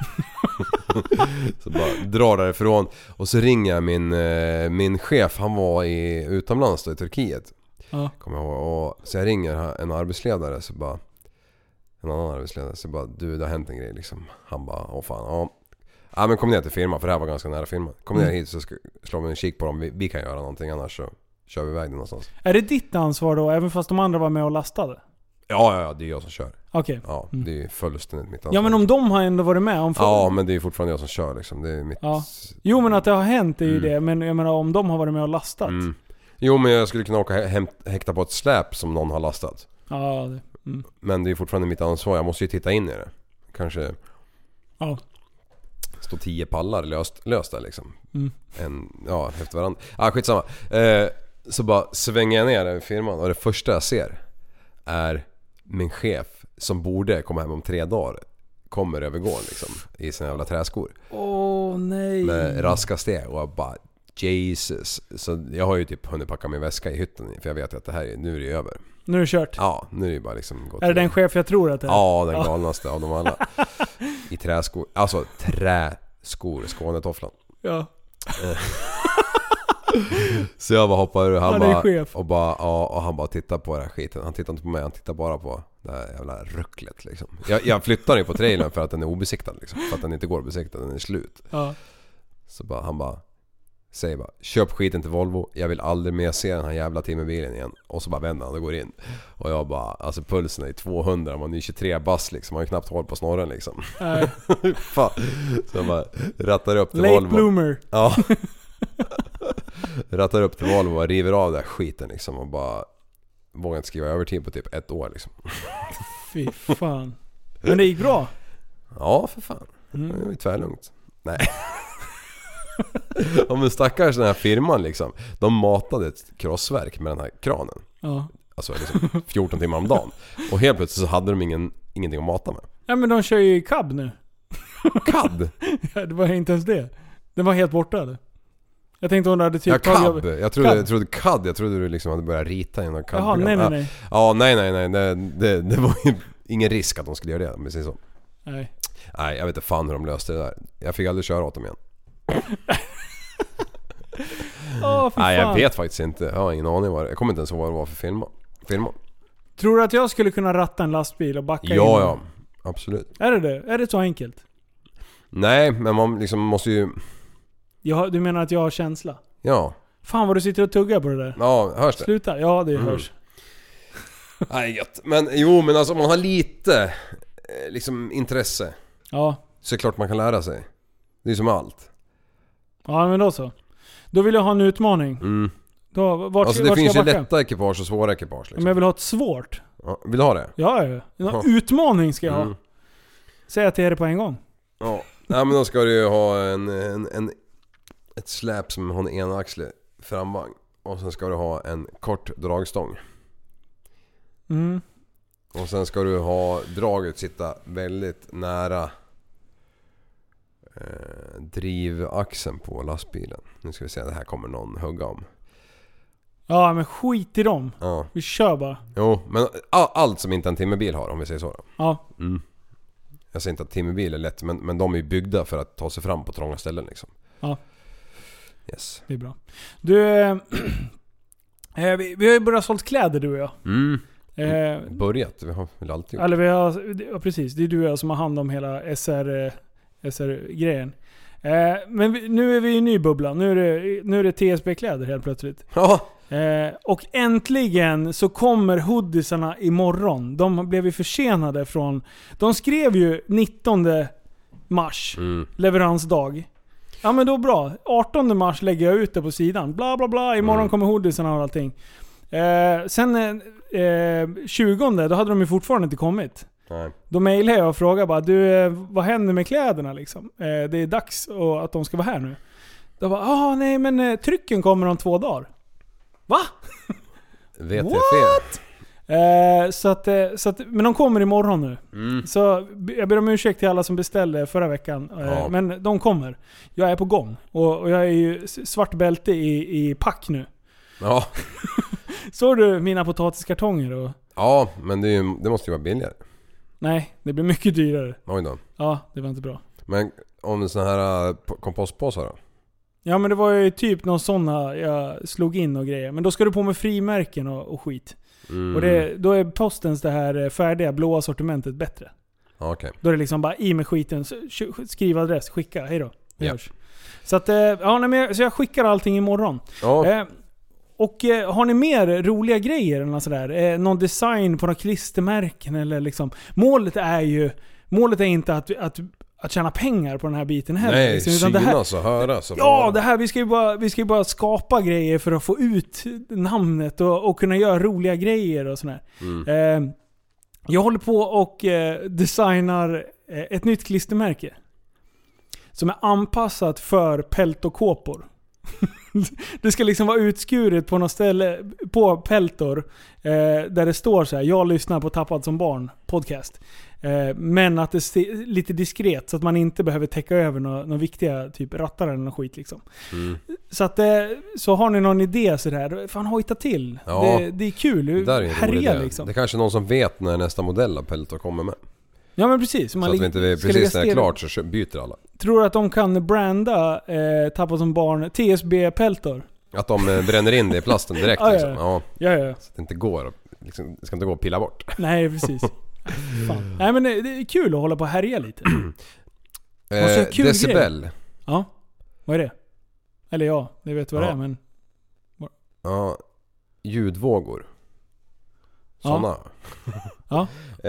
Så bara drar därifrån och så ringer jag min chef, han var utomlands då, i Turkiet. Ja. Kommer jag ihåg. Och så jag ringer en arbetsledare så bara, en annan arbetsledare så bara, du, det har hänt en grej liksom. Han bara, fan, ja men kom ner till firman, för det här var ganska nära firman. Kom ner hit så slår vi en kik på dem, vi kan göra någonting, annars så kör vi iväg den någonstans. Är det ditt ansvar då, även fast de andra var med och lastade? Ja, det är jag som kör. Okej. Ja, det är fullständigt mitt ansvar. Ja, men om de har ändå varit med Ja, men det är fortfarande jag som kör liksom. Det är mitt... Ja. Jo, men att det har hänt är ju det. Men jag menar, om de har varit med och lastat. Jo, men jag skulle kunna åka häkta på ett släp som någon har lastat. Ja, Men det är fortfarande mitt ansvar. Jag måste ju titta in i det. Kanske... Ja. Stå 10 pallar löst där liksom. Efter varandra. Skitsamma. Så bara svänger jag ner i firman och det första jag ser är min chef som borde komma hem om 3 dagar kommer över gården liksom i sina jävla träskor. Åh nej. Med raska steg och jag bara Jesus. Så jag har ju typ hunnit packa min väska i hytten för jag vet att det här nu är det över. Nu är det kört. Ja, nu är det bara liksom gått. Är det den chef jag tror att det är? Ja, den galnaste av dem alla. I träskor. Alltså träskor, Skånetofflan. Ja. Så jag bara hoppar ur och han bara tittar på den här skiten. Han tittar inte på mig, han tittar bara på det här jävla rucklet liksom. Jag flyttar ju på trailern för att den är obesiktad liksom, för att den inte går att besikta, den är slut. Ja. Så han säger bara, köp skiten till Volvo, jag vill aldrig mer se den här jävla timmerbilen igen. Och så bara vänder han och går in. Och jag bara, alltså pulsen är 200, man är 23 bass liksom, man har knappt håll på snorren liksom. Fan. Så jag bara rattar upp till Late Volvo. bloomer. Ja. Rattar upp till Volvo och river av den skiten liksom och bara vågar inte skriva övertid på typ 1 år liksom. Fy fan. Men det gick bra. Ja, för fan. Det var ju tvärlugnt. Nej. Om en stackars den här firman liksom, de matade ett krossverk med den här kranen. Ja. Alltså liksom 14 timmar om dagen. Och helt plötsligt så hade de ingenting att mata med. Ja, men de kör ju i cab nu. Cab? Ja, det var inte ens det. Den var helt borta eller? Jag tänkte hon hade typ cab. Jag trodde CAD. Jag trodde du liksom hade börjat rita i någon CAD. Jaha, nej. Ja, nej. Det var ju ingen risk att de skulle göra det, precis så. Nej. Nej, jag vet inte fan hur de löste det där. Jag fick aldrig köra åt dem igen. Nej, jag vet faktiskt inte. Jag har ingen aning vad det. Jag kommer inte ens ihåg vad det var för filmer. Tror du att jag skulle kunna ratta en lastbil och backa in? Ja, absolut. Är det? Är det så enkelt? Nej, men man liksom måste ju... Du menar att jag har känsla? Ja. Fan vad du sitter och tuggar på det där. Ja, hörs det? Sluta, ja det hörs. Nej, gött. Men jo, men alltså om man har lite liksom intresse. Ja. Så är det klart man kan lära sig. Det är som allt. Ja, men då så. Då vill jag ha en utmaning. Då, alltså det finns ju lätta ekipage och svåra ekipage liksom. Men jag vill ha ett svårt. Ja, vill du ha det? Ja. En utmaning ska jag ha. Säg till er på en gång. Ja. Nej, men då ska du ju ha ett släp som har en enaxlig framvagn. Och sen ska du ha en kort dragstång. Och sen ska du ha draget sitta väldigt nära drivaxeln på lastbilen. Nu ska vi se, det här kommer någon hugga om. Ja, men skit i dem. Ja. Vi kör bara. Jo, men allt som inte en timmerbil har, om vi säger så då. Ja. Jag säger inte att timmerbil är lätt, men de är ju byggda för att ta sig fram på trånga ställen liksom. Ja. Yes. Det är bra. Du, vi har ju börjat sålt kläder, du och jag. Börjat, vi har väl alltid gjort. Eller ja, precis, det är du och jag som har hand om hela SR-grejen. Men nu är vi i en ny bubbla. Nu är det TSB-kläder helt plötsligt. Ja. Och äntligen så kommer hoodiesarna imorgon. De blev ju försenade från... De skrev ju 19 mars, leveransdag. Ja, men då bra. 18 mars lägger jag ut det på sidan. Bla bla bla, imorgon kommer hoodiesarna och allting. Sen 20, då hade de ju fortfarande inte kommit. Nej. Då mejlade jag och frågade bara, du, vad händer med kläderna liksom? Det är dags att de ska vara här nu. Då var nej men trycken kommer om 2 dagar. Va? Vet jag fel? Så att, men de kommer imorgon nu. Så jag ber om ursäkt till alla som beställde förra veckan. Men de kommer. Jag är på gång. Och jag är ju svart bälte i pack nu. Ja. Såg du mina potatiskartonger? Och... Ja, men det måste ju vara billigare. Nej, det blir mycket dyrare. Oj då. Ja, det var inte bra. Men om en sån här kompostpåsar då? Ja, men det var ju typ någon sån jag slog in och grejer. Men då ska du på med frimärken och skit. Och då är postens det här färdiga blåa sortimentet bättre. Okay. Då är det liksom bara i med skiten, skriv adress, skicka, hej då. Ja. Så att, så jag skickar allting imorgon. Ja. Och har ni mer roliga grejer eller något sådär? Någon design på några klistermärken eller liksom. Målet är inte att tjäna pengar på den här biten heller. Nej, liksom, synas och höras. Det här, vi ska ju bara skapa grejer för att få ut namnet och kunna göra roliga grejer och sådär. Jag håller på och designar ett nytt klistermärke som är anpassat för peltokåpor. Det ska liksom vara utskuret på något ställe på peltor där det står så här: jag lyssnar på Tappad som barn podcast. Men att det är lite diskret så att man inte behöver täcka över några viktiga typ rattar eller något skit liksom. Så att så har ni någon idé så där, fan hojta till. Ja, det är kul. Det är härliga liksom. Det är kanske någon som vet när nästa modell av peltor kommer med. Ja, men precis. Så att vi inte precis när det är klart så byter alla. Tror att de kan branda Tappad som barn TSB-peltor? Att de bränner in det i plasten direkt liksom. Ja. Så att det inte går liksom, det ska inte gå att pilla bort. Nej, precis. Fan. Nej, men det är kul att hålla på och härja lite. Decibel. Grej. Ja, vad är det? Eller ni vet vad det är, men... Ja, ljudvågor. Såna. Ja.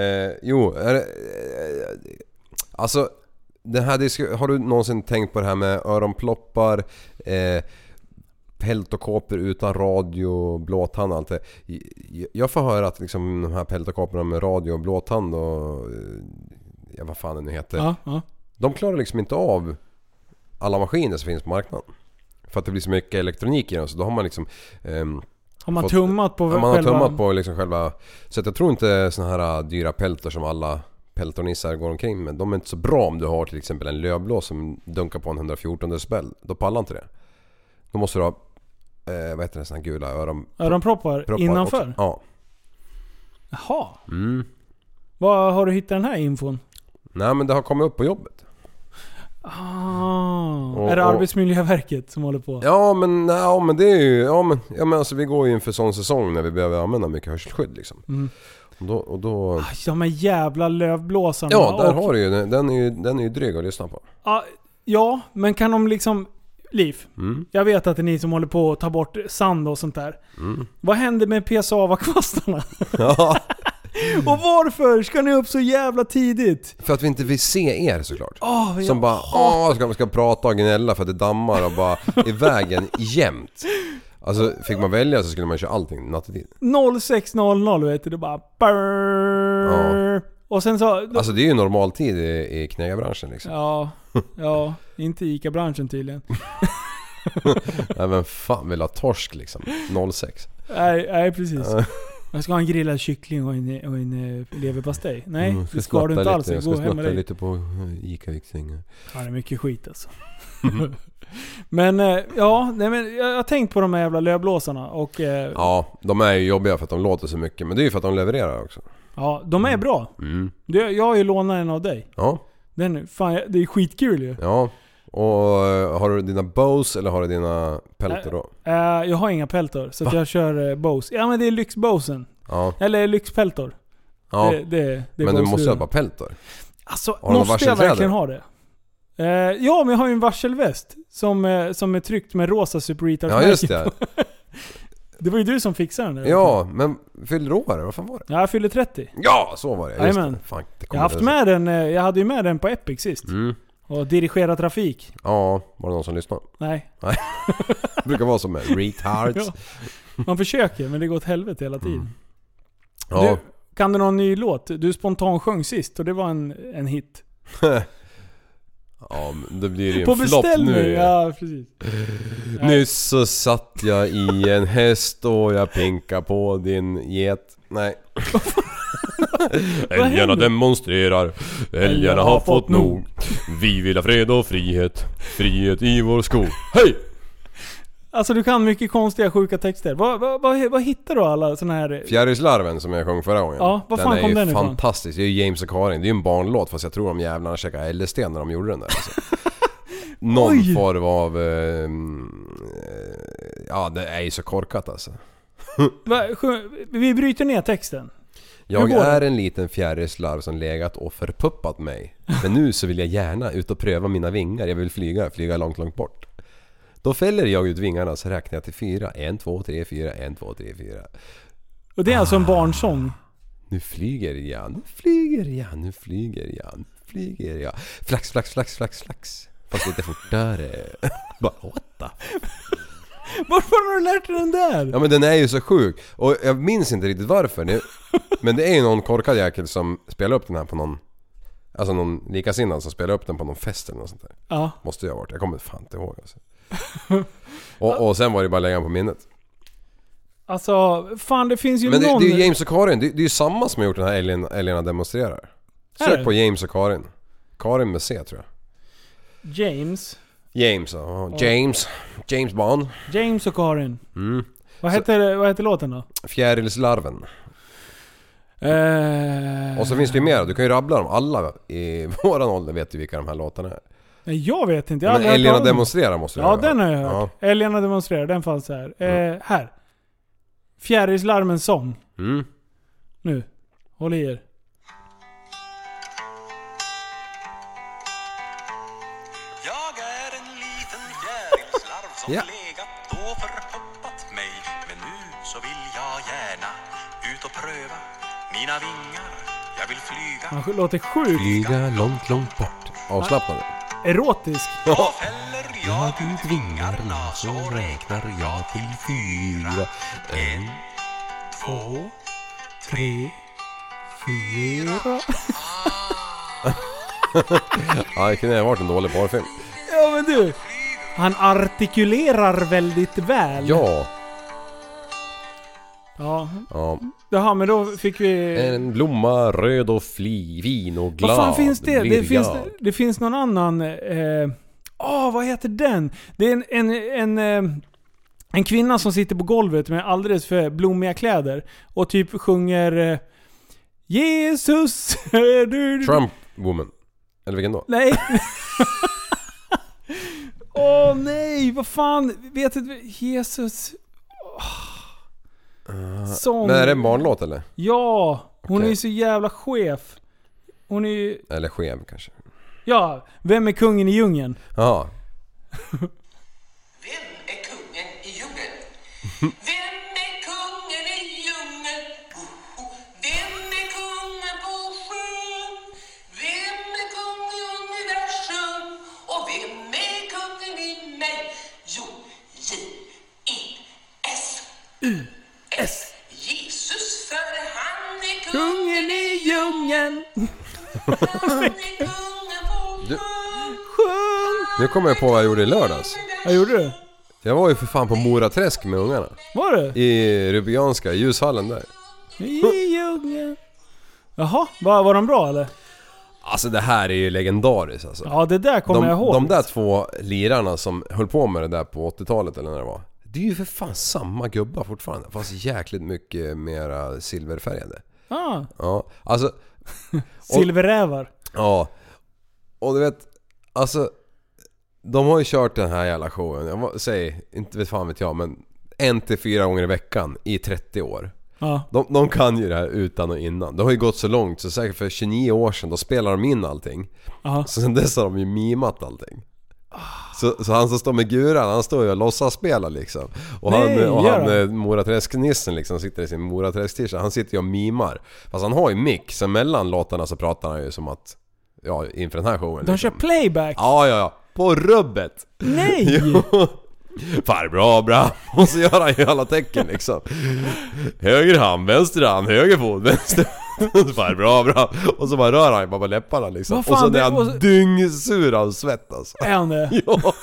Alltså det här, har du någonsin tänkt på det här med öronploppar, peltokåpor utan radio, blåtand och allt det. Jag får höra att liksom de här peltokåporna med radio, blåtand och vad fan det nu heter. De klarar liksom inte av alla maskiner som finns på marknaden. För att det blir så mycket elektronik i dem, så då har man liksom har man tummat på man har tummat på liksom själva. Så att jag tror inte såna här dyra peltor som alla peltornissar går omkring med. De är inte så bra om du har till exempel en lövblås som dunkar på en 114 decibel. Då pallar inte det. Då måste du ha vad heter det, såna gula öronproppar innanför? Också. Ja. Jaha. Var har du hittat den här infon? Nej, men det har kommit upp på jobbet. Är det Arbetsmiljöverket som håller på? Ja, men det är ju... Ja, men alltså vi går ju inför sån säsong när vi behöver använda mycket hörselskydd liksom. Och då... De här jävla lövblåsarna. Ja, där har du ju... Den är ju dryg att lyssna på. Ja, men kan de liksom... Liv, jag vet att det är ni som håller på att ta bort sand och sånt där. Vad händer med PSA-kvastarna? Ja. Och varför ska ni upp så jävla tidigt? För att vi inte vill se er såklart. Som bara ska prata och gnälla för att det dammar och bara i vägen jämt. Alltså fick man välja så skulle man köra allting nattetid. 06:00 vet du, det bara ja. Och sen så alltså det är ju normaltid i knägarbranschen liksom. Ja, inte i ICA-branschen tydligen. Nej, men fan vill ha torsk liksom 06. Nej precis. Jag ska ha en grillad kyckling och en leverpastej. Nej, det ska du inte alls. Jag ska snatta lite på ICA-viksängar. Ja, det är mycket skit alltså. Men men jag har tänkt på de här jävla lövblåsarna och ja, de är ju jobbiga för att de låter så mycket, men det är ju för att de levererar också. Ja, de är bra. Jag har ju lånat en av dig. Ja. Det är skitkul ju. Ja. Och har du dina Bose eller har du dina peltor då? Jag har inga peltor så att jag kör Bose. Ja, men det är lyxbosen. Ja. Eller lyxpeltor. Ja. Det men du måste ha bara peltor. Alltså, måste jag verkligen ha det? Ja, men jag har ju en varselväst som är tryckt med rosa Super Retard. Ja, just det. Det var ju du som fixade den där. Ja, men fyllde du år? Vad fan var det? Ja, jag fyllde 30. Ja, så var det. Just det. Fan, jag har haft med den. Jag hade ju med den på Epic sist. Och dirigera trafik. Ja, var det någon som lyssnade? Nej. Det brukar vara som med retards. Ja. Man försöker, men det går åt helvete hela tiden. Ja. Kan du någon ny låt? Du spontan sjöng sist och det var en hit. Ja, det blir ju på en flopp nu. Ja, precis. Nyss så satt jag i en häst och jag pinkar på din get. Nej. Älgarna demonstrerar. Älgarna har fått nog. Vi vill ha fred och frihet. Frihet i vår skog. Hej! Alltså du kan mycket konstiga sjuka texter. Vad hittar du alla såna här... Fjärilslarven som jag sjöng förra gången. Ja, vad fan kom den ifrån? Fantastisk. Det är ju James och Karin. Det är ju en barnlåt fast jag tror de jävlarna käkade LSD när de gjorde den där. Alltså. Någon form av... ja, det är ju så korkat alltså. Vi bryter ner texten. Jag är en liten fjärilslarv som legat och förpuppat mig. Men nu så vill jag gärna ut och pröva mina vingar. Jag vill flyga långt, långt bort. Då fäller jag ut vingarna så räknar jag till 4. 1, 2, 3, 4. 1, 2, 3, 4. Och det är alltså en barnsång. Nu flyger jag, nu flyger jag, nu flyger jag, nu flyger jag. Flax, flax, flax, flax, flax. Fast lite fortare. Bara, what the? Varför har du lärt dig den där? Ja, men den är ju så sjuk. Och jag minns inte riktigt varför. Men det är ju någon korkad jäkel som spelar upp den här på någon... Alltså någon likasinnad som spelar upp den på någon fest eller något sånt där. Ja. Måste jag ha varit. Jag kommer fan inte ihåg alltså. och sen var det bara lägga på minnet. Alltså, fan det finns ju men någon... Men det är ju James och Karin. Det är ju samma som har gjort den här Älgarna demonstrerar. Sök på James och Karin. Karin med C tror jag. James, ja. James Bond. James och Karin. Vad heter låten då? Fjärilslarven. Och så finns det ju mer. Du kan ju rabbla dem. Alla i våran ålder vet ju vilka de här låtarna är. Jag vet inte. Men Älgarna demonstrerar måste du Ja, den har jag hört. Ja. Älgarna demonstrerar, den fanns här. Här. Fjärilslarmens sång. Nu. Håll i er. Jag är en liten fjärilslarv som legat och förpuppat mig. Men nu så vill jag gärna ut och pröva mina vingar. Jag vill flyga. Han låter sjukt. Flyga långt, långt bort. Avslappnade. Erotisk. Då fäller jag ut vingarna så räknar jag till 4. 1, 2, 3, 4. Ja, det kunde ha varit en dålig parfilm. Ja, men du. Han artikulerar väldigt väl. Ja. Ja. Jaha, men då fick vi... En blomma, röd och fin och glad. Vad fan finns det? Det finns någon annan... vad heter den? Det är en kvinna som sitter på golvet med alldeles för blommiga kläder och typ sjunger... Jesus... Trump woman. Eller vilken då? Nej. Åh nej, vad fan. Vet du, Jesus. Sång. Men är det en barnlåt eller? Ja, hon Okej. är ju så jävla chef. Hon är ju... Eller skev kanske. Ja, vem är kungen i djungeln? Ja. Vem är kungen i djungeln? Vem är kungen i djungeln? Vem är kungen på sjön? Vem är kung i universum? Och vem är kungen i mig? Jo, J-E-S-U-S. Jesus, för han är Kungen i djungeln. Han är kungen på Du- Sjung. Nu kommer jag på vad jag gjorde i lördags. Vad gjorde du? Jag var ju för fan på Moraträsk med ungarna. Var du? I Rubianska, i ljushallen där. I djungeln. Jaha, var de bra eller? Alltså det här är ju legendariskt alltså. Ja, det där kommer jag ihåg. De där två lirarna som höll på med det där på 80-talet eller när det var. Det är ju för fan samma gubbar fortfarande. Fast jäkligt mycket mera silverfärgade. Ah, Ja, alltså... silverrävar. Ja. Och du vet, alltså... De har ju kört den här jävla showen. Säg, inte vet fan vet jag, men 1-4 gånger i veckan i 30 år. Ja. De kan ju det här utan och innan. Det har ju gått så långt så säkert för 29 år sedan då spelar de in allting. Aha. Så sen dess har de ju mimat allting. Så han som står med guran, han står ju och låtsas spela liksom. Och Nej, han Moraträsknissen liksom sitter i sin Moraträsk-t-shirt. Han sitter ju och mimar. Fast han har ju mix. Så mellan låtarna så pratar han ju som att, ja, inför den här showen. De kör playback. Ja. På rubbet. Nej! Jo. Farbror Abraham. Och så gör han ju alla tecken liksom. Höger hand, vänster hand, höger fot, vänster farbror Abraham. Och så bara rör han ju bara på läpparna liksom. Vad fan, Och så är det- han och så- dyngsur av svett alltså. Är han det? Ja.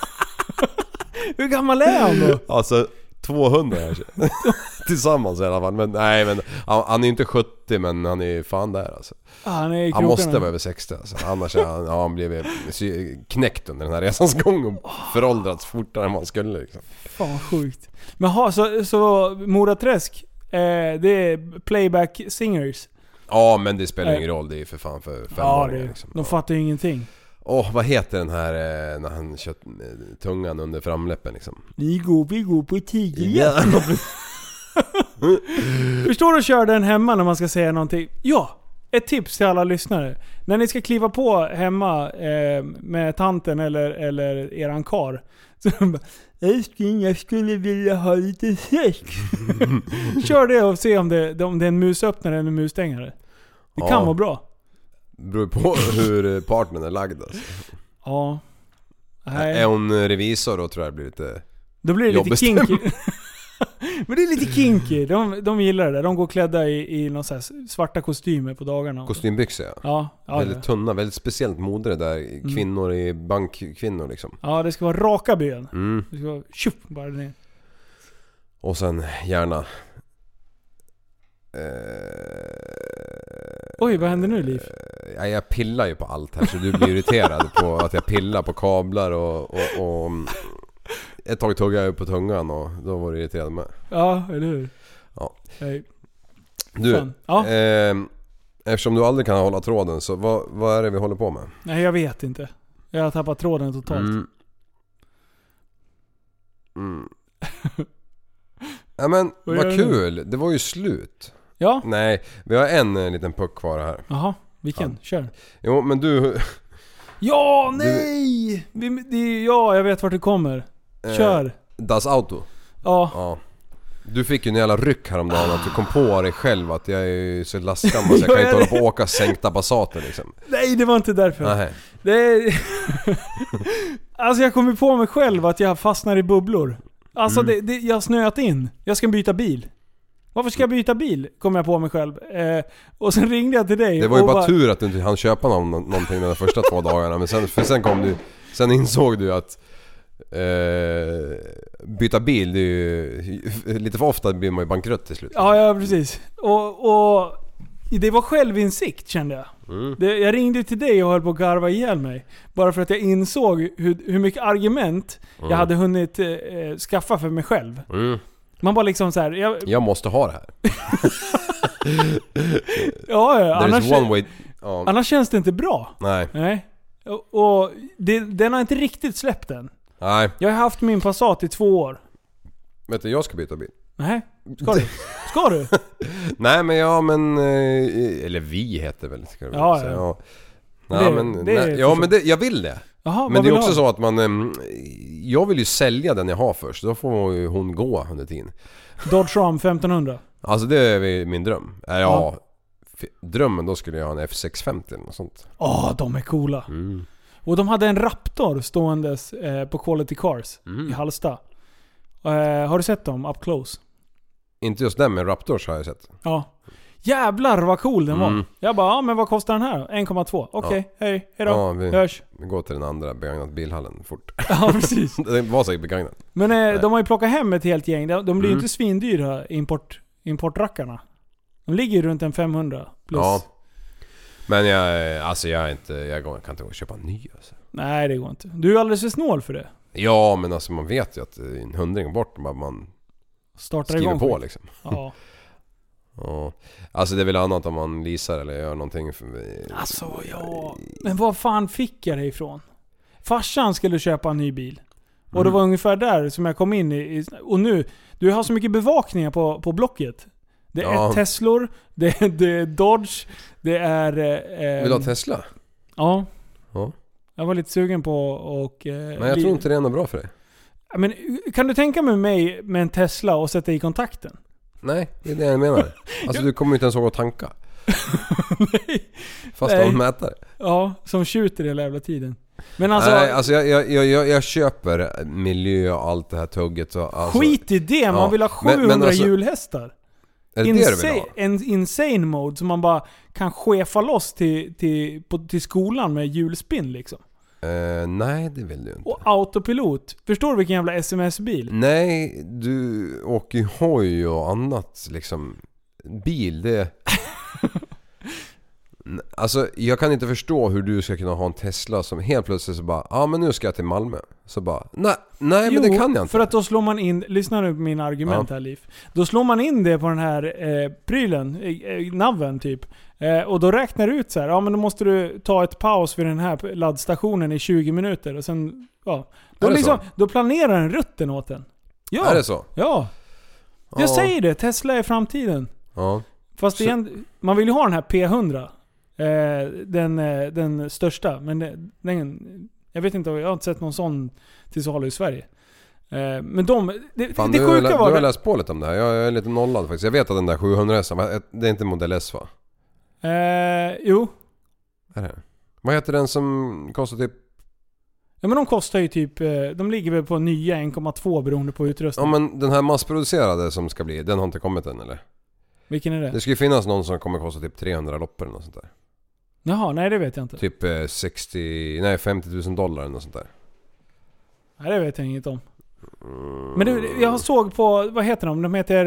Hur gammal är han då? Alltså 200 kanske. Tillsammans i alla fall. Men nej, men han är inte 70, men han är fan där alltså. Han är i Han krokarna. måste vara över 60 alltså. Annars är han blivit knäckt under den här resans gång och föråldrats fortare än man skulle liksom. Fan sjukt. Men så Moraträsk, det är playback singers. Ja, men det spelar ingen roll. Det är för fan för 5 Ja, år liksom. de fattar ju ingenting. Vad heter den här när han kör tungan under framläppen liksom? Vi går på tiger. Förstår du att köra den hemma när man ska säga någonting? Ja, ett tips till alla lyssnare. När ni ska kliva på hemma med tanten eller eran kar. Så bara, älskling, jag skulle vilja ha lite sex. Kör det och se om det är en musöppnare eller en musstängare. Det kan vara bra. Beror på hur partnern är lagd alltså. Ja. Nej. Är hon revisor då tror jag det blir lite... Då blir det lite Jobbbestämd. kinky. Men det är lite kinky. De gillar det. De går klädda i någon så här svarta kostymer på dagarna. Kostymbyxor ja. Ja, Väldigt tunna, väldigt speciellt mode det där. Kvinnor i bankkvinnor liksom. Ja, det ska vara raka ben. Mm. Det ska vara tjup, bara ner. Och sen gärna... Oj, vad händer nu, Liv? Ja, jag pillar ju på allt här så du blir irriterad på att jag pillar på kablar och ett tag tog jag på tungan och då var du irriterad med. Ja, eller hur? Ja. Nej. Du, Fan. Ja. eftersom du aldrig kan hålla tråden så vad är det vi håller på med? Nej, jag vet inte. Jag har tappat tråden totalt. Ja men, Vad gör vad du kul. Det var ju slut. Ja? Nej, vi har en liten puck kvar här. Jaha, vilken? Kör. Jo, men du... Ja, nej! Ja, jag vet vart det kommer. Kör. Das Auto. Ja. Ja. Du fick ju en jävla ryck häromdagen att du kom på dig själv att jag är så lastgammal så jag kan inte hålla på och åka sänkta Passater liksom. Nej, det var inte därför. Nej. Alltså jag kommer på mig själv att jag fastnar i bubblor. Alltså jag har snöat in. Jag ska byta bil. Varför ska jag byta bil? Kom jag på mig själv. Och sen ringde jag till dig. Det var ju och bara tur att du inte hann köpa någonting de första 2 dagarna. Men sen kom du... Sen insåg du att... byta bil, det är ju... Lite för ofta blir man ju bankrutt till slut. Ja, precis. Och det var självinsikt, kände jag. Jag ringde till dig och höll på att garva ihjäl mig. Bara för att jag insåg hur mycket argument jag hade hunnit skaffa för mig själv. Man bara liksom så här, jag måste ha det här. ja, There's one way. Ja. annars känns det inte bra. Nej. Och den har inte riktigt släppt än. Nej. Jag har haft min Passat i 2 år. Vet du, jag ska byta bil. Nej, ska du? Ska du? Nej men eller vi heter väl, ska du Ja, säga. ja. Nej, men jag vill det. Jaha, men det är också så att jag vill ju sälja den jag har först. Då får ju hon gå under tiden. Dodge Ram 1500. Alltså det är min dröm. Ja. Drömmen, då skulle jag ha en F650 eller något sånt. De är coola. Och de hade en Raptor ståendes på Quality Cars i Hallsta. Har du sett dem up close? Inte just den, men Raptors har jag sett. Ja. Jävlar vad cool den var. Jag bara, men vad kostar den här då? 1,2. Okej, hej då. Ja, hörs. Vi går till den andra begagnat bilhallen fort. Ja, precis. Det var säkert begagnat. Men de har ju plockat hem ett helt gäng. De blir ju inte svindyra, importrackarna. De ligger runt en 500 plus. Ja. Men jag kan inte gå och köpa en ny alltså. Nej, det går inte. Du är alldeles för snål för det. Ja, men alltså man vet ju att en 100 bort man startar skriver igång på liksom. Ja. Ja. Alltså det är väl annat om man leasar eller gör någonting för mig. Alltså ja. Men vad fan fick jag det ifrån? Farsan skulle köpa en ny bil. Och det var ungefär där som jag kom in i. Och nu, du har så mycket bevakningar på Blocket. Det är Teslor, det är Dodge, det är... Vill du ha Tesla? Ja. Jag var lite sugen på och... Men jag tror inte det är något bra för dig. Men kan du tänka mig med en Tesla och sätta i kontakten? Nej, det är det jag menar. Alltså du kommer inte ens ihåg att tanka. Nej. Fast de mätare. Ja, som skjuter hela jävla tiden. Men alltså... Nej, alltså jag köper miljö och allt det här tugget. Och, alltså, skit i det, man vill ha 700 alltså, hjulhästar. Är det det du vill ha? En insane mode som man bara kan chefa loss till skolan med hjulspinn liksom. Nej, det vill du inte. Och autopilot. Förstår du vilken jävla SMS-bil? Nej, du åker ju hoj och annat liksom. Bil, det... Alltså, jag kan inte förstå hur du ska kunna ha en Tesla som helt plötsligt så bara, men nu ska jag till Malmö. Så bara, nej men det kan jag inte. För att då slår man in, lyssna nu på min argument här Liv. Då slår man in det på den här prylen, naven typ. Och då räknar det ut så här, men då måste du ta ett paus vid den här laddstationen i 20 minuter. Och sen, då planerar den rutten åt den. Ja. Är det så? Ja. Jag säger det, Tesla är framtiden. Ja. Fast man vill ju ha den här P100. Den största. Men jag vet inte, jag har inte sett någon sån till salu i Sverige. Men det sjuka var... Du har läst på lite om det här. Jag är lite nollad faktiskt. Jag vet att den där 700S, det är inte Model S va? Jo. Är det? Vad heter den som kostar typ... Ja men de kostar ju typ... De ligger väl på nya 1,2 beroende på utrustning. Ja men den här massproducerade som ska bli, den har inte kommit än eller? Vilken är det? Det ska ju finnas någon som kommer kosta typ 300 loppar eller något sånt där. Jaha, nej det vet jag inte. Typ $50,000 eller något sånt där. Nej det vet jag inget om. Men jag såg på, vad heter de heter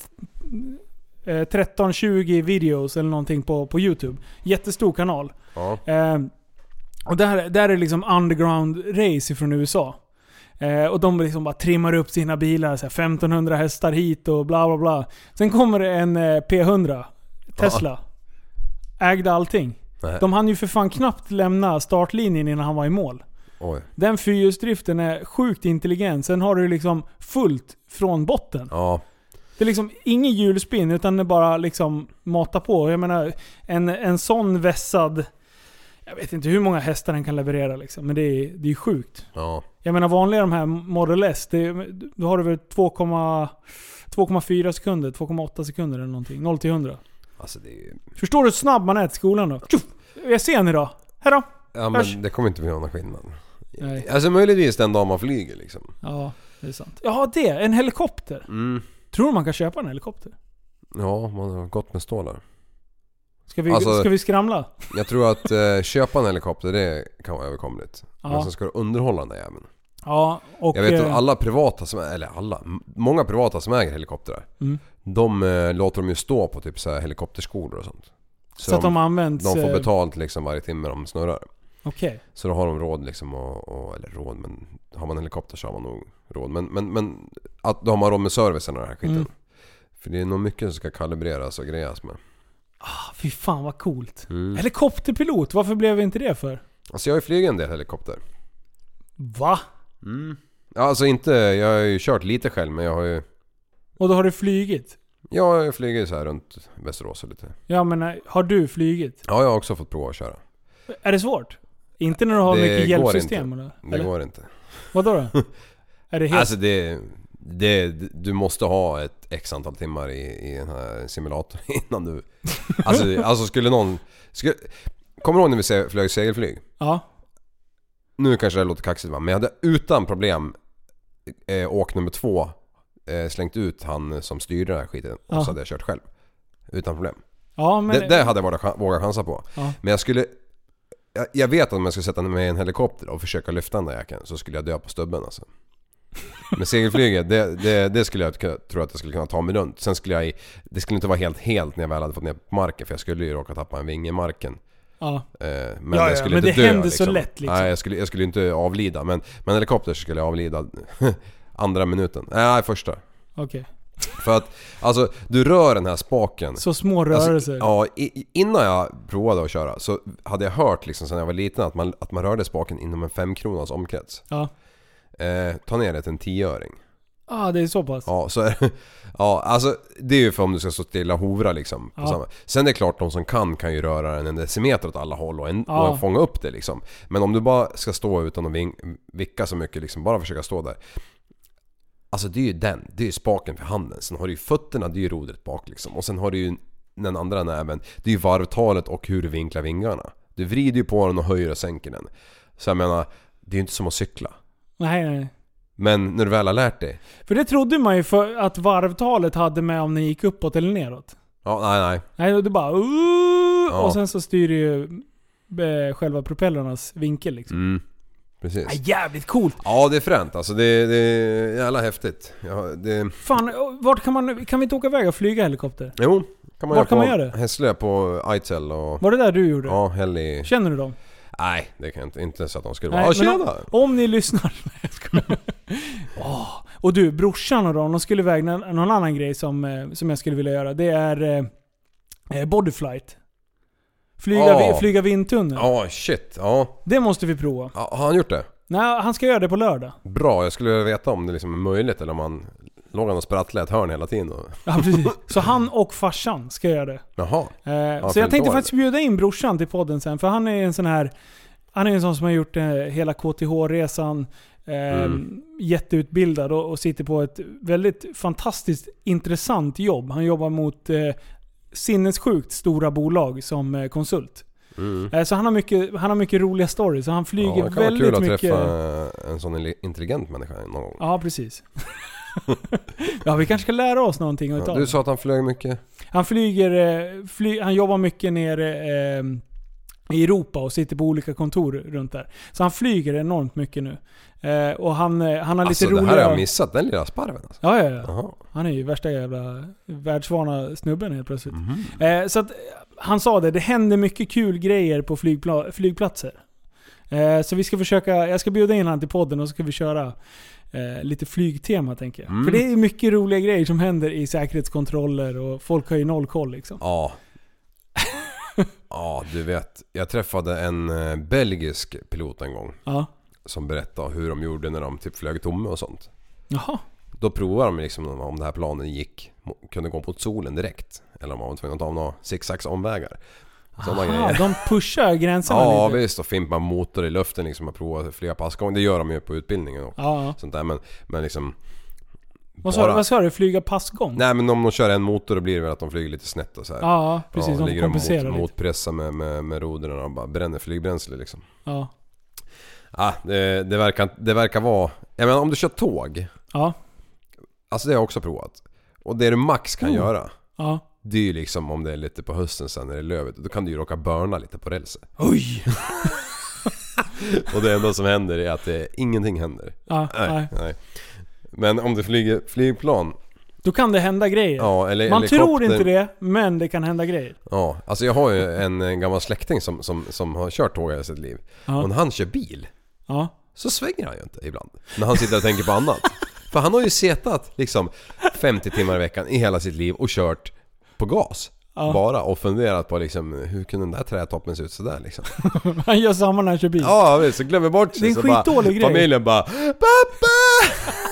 1320 videos eller någonting på YouTube. Jättestor kanal. Ja. Och där är liksom underground race från USA. Och de liksom bara trimmar upp sina bilar så här 1500 hästar hit och bla bla bla. Sen kommer det en P100 Tesla. Ägde allting. Nej. De hann ju för fan knappt lämna startlinjen innan han var i mål. Oj. Den fyrhjulsdriften är sjukt intelligent. Sen har du liksom fullt från botten. Ja. Det är liksom ingen hjulspinn utan det bara liksom mata på. Jag menar en sån vässad, jag vet inte hur många hästar den kan leverera liksom, men det är sjukt. Ja. Jag menar vanliga de här Model S, då har du väl 2,4 sekunder, 2,8 sekunder eller någonting. 0 till 100. Alltså det är... Förstår du hur snabb man är till skolan då? Tjuff! Jag ser ni då. Hej då. Ja men det kommer inte bli någon skillnad. Nej. Alltså möjligtvis den dag man flyger liksom. Ja, det är sant. Ja, en helikopter. Tror du man kan köpa en helikopter? Ja, man har gått med stålar. Ska vi skramla? Jag tror att köpa en helikopter, det kan vara överkomligt. Ja. Men sen ska du underhålla den där jäveln. Ja, och... Jag vet att alla privata många privata som äger helikoptrar, de låter dem ju stå på typ så här helikopterskolor och sånt. Så att de används... De får betalt liksom varje timme de snurrar. Okej. Så då har de råd liksom eller råd, men har man helikopter så har man nog råd. Men att då har man råd med servicen och den här skiten. För det är nog mycket som ska kalibreras och grejas med. Fy fan vad coolt. Helikopterpilot, varför blev vi inte det för? Alltså jag har ju flugit en del helikopter. Va? Alltså inte, jag har ju kört lite själv, men jag har ju... Och då har du flygit? Jag har ju flugit så här runt Västerås och lite. Ja, men har du flygit? Ja, jag har också fått prova att köra. Är det svårt? Inte när du har mycket hjälpsystem? Inte. Eller? Det går inte. Vadå då? Är det helt... Alltså du måste ha ett x antal timmar i den här simulatorn innan du... Alltså skulle någon... Kommer du ihåg när vi flög segelflyg? Ja. Nu kanske det låter kaxigt, va? Men jag hade utan problem åk nummer 2 slängt ut han som styrde den här skiten. Och så hade jag kört själv. Utan problem. Ja, men... Det hade jag vågat chansa på. Ja. Men jag vet att om jag skulle sätta mig i en helikopter och försöka lyfta den där jäkeln, så skulle jag dö på stubben alltså. Men segelflyget, det skulle jag tro att jag skulle kunna ta mig runt. Sen skulle det skulle inte vara helt när jag väl hade fått ner på marken, för jag skulle ju råka tappa en vinge i marken. Ja. Men jag skulle men inte det dö, hände liksom. så lätt liksom. Nej, jag skulle inte avlida. Men helikopter skulle jag avlida andra minuten. Nej, första. Okej. För att, alltså, du rör den här spaken. Så små rörelser. Alltså, innan jag provade att köra så hade jag hört liksom sen jag var liten att man rörde spaken inom en 5 kronors omkrets. Ja. Ta ner det till en 10-öring. Det är så pass. Ja, så är det. Ja, alltså det är ju för om du ska stå stilla och hovra liksom på samma. Sen är det klart, de som kan ju röra den en decimeter åt alla håll och fånga upp det liksom. Men om du bara ska stå utan att vicka så mycket liksom, bara försöka stå där. Alltså det är ju spaken för handen. Sen har du ju fötterna, det är ju rodret bak liksom. Och sen har du ju den andra näven, det är ju varvtalet och hur du vinklar vingarna. Du vrider ju på den och höjer och sänker den. Så jag menar, det är ju inte som att cykla. Nej. Men när du väl har lärt dig. För det trodde man ju för att varvtalet hade med om den gick uppåt eller neråt. Ja, nej. Nej, det bara... Och sen så styr ju själva propellernas vinkel liksom. Precis. Jävligt coolt. Ja, det är fränt. Alltså det är jävla häftigt. Fan, vart kan vi inte åka iväg och flyga helikopter? Jo, kan man vart kan man göra det? Hässlö på Aitel och... Var det där du gjorde? Ja, Helly. Känner du dem? Nej, det kan jag inte så att de skulle vara. Men om ni lyssnar. Och du, brorsan och de skulle iväg någon annan grej som jag skulle vilja göra. Det är bodyflight. Flyga vindtunnel. Shit. Ja. Det måste vi prova. Har han gjort det? Nej, han ska göra det på lördag. Bra, jag skulle veta om det liksom är möjligt eller om han låg och sprattlade ett hörn hela tiden. Ja, precis. Så han och farsan ska göra det. Jaha. Så jag tänkte faktiskt bjuda in brorsan till podden sen. För han är en sån här... Han är en sån som har gjort hela KTH-resan. Jätteutbildad och sitter på ett väldigt fantastiskt intressant jobb. Han jobbar mot sinnessjukt stora bolag som konsult. Så han har mycket roliga stories. Så han flyger väldigt mycket. Det kan vara kul att träffa en sån intelligent människa någon gång. Ja, precis. Ja, vi kanske ska lära oss någonting utav. Du sa att han flög mycket. Han han jobbar mycket nere i Europa och sitter på olika kontor runt där. Så han flyger enormt mycket nu. Och han har lite roliga... det här har jag missat, den lilla sparven alltså. Ja. Aha. Han är ju värsta jävla världsvana snubben helt plötsligt. Så att han sa det händer mycket kul grejer på flygplatser. Så vi ska jag ska bjuda in han till podden och så ska vi köra lite flygtema, tänker jag. För det är mycket roliga grejer som händer i säkerhetskontroller och folk har ju noll koll liksom. Ja. Ja, du vet. Jag träffade en belgisk pilot en gång. Ja. Som berättade hur de gjorde när de typ flög tomme och sånt. Jaha. Då provade de liksom om det här planen kunde gå mot solen direkt. Eller om man var tvungen att ta några zigzags omvägar. De pushar gränserna lite. Ja, visst. Och fimpar motor i luften liksom och provar flera passgång. Det gör de ju på utbildningen och sånt där. Men liksom... Vad sa du? Flyga passgång? Nej, men om de kör en motor då blir det väl att de flyger lite snett och så här. Ja, precis. De kompenserar lite. Motpressa med rodren och bara bränner flygbränsle liksom. Ja. Det verkar vara... Jag menar, om du kör tåg. Ja. Alltså det har jag också provat. Och det du max kan göra. Ja. Det är ju liksom om det är lite på hösten sen när det är lövet. Då kan du ju råka börna lite på rälsen. Oj! Och det enda som händer är att ingenting händer. Ja, nej. Men om du flyger flygplan, då kan det hända grejer. Ja, eller man tror inte det, men det kan hända grejer. Ja, alltså jag har ju en gammal släkting som har kört tåg i sitt liv. Ja. Och när han kör bil, så svänger han ju inte ibland. När han sitter och tänker på annat. För han har ju setat liksom 50 timmar i veckan i hela sitt liv och kört på gas. bara och funderat på liksom, hur kunde den där trätoppen se ut sådär liksom. Han gör samma när han kör bil. Ja, visst, så glömmer bort sig. Det är en skitdålig grej. Familjen bara, pappa!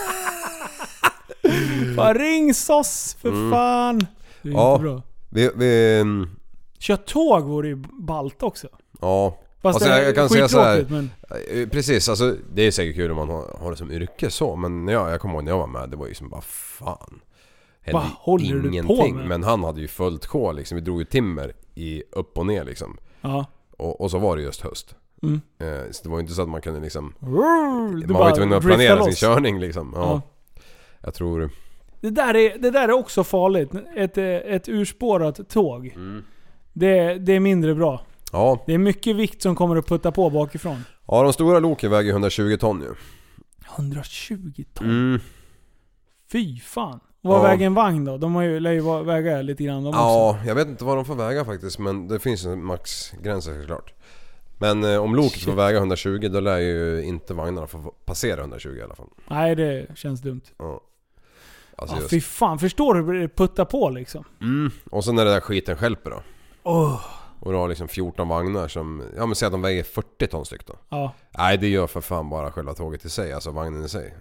Bara ring SOS för fan. Det är inte bra. Vi kör tåg vore ju ballt också. Ja. Fast alltså, jag kan säga så här, men... precis, alltså det är säkert kul om man har det som yrke så, men jag kommer ihåg när jag var med, det var ju som bara fan. Vad håller ingenting, du på med? Men han hade ju fullt K liksom, vi drog ju timmer i upp och ner liksom. Ja. Och så var det just höst. Så det var ju inte så att man kunde liksom, man var ju tvungen att planera sin körning liksom. Ja. Jag tror det där är också farligt. Ett urspårat tåg. Det är mindre bra. Ja. Det är mycket vikt som kommer att putta på bakifrån. Ja, de stora loken väger 120 ton ju. 120 ton? Fy fan. Vad väger en vagn då? De lär ju väga lite grann också. Ja, jag vet inte vad de får väga faktiskt, men det finns en maxgräns såklart. Men om loket får väga 120, då lär ju inte vagnarna få passera 120 i alla fall. Nej, det känns dumt. Ja. Alltså fy fan, förstår du hur det puttar på liksom? Och sen är det där skiten stjälper då. Och du har liksom 14 vagnar som, ja men säg att de väger 40 ton styck då. Ja. Nej, det gör för fan bara själva tåget i sig, alltså vagnen i sig.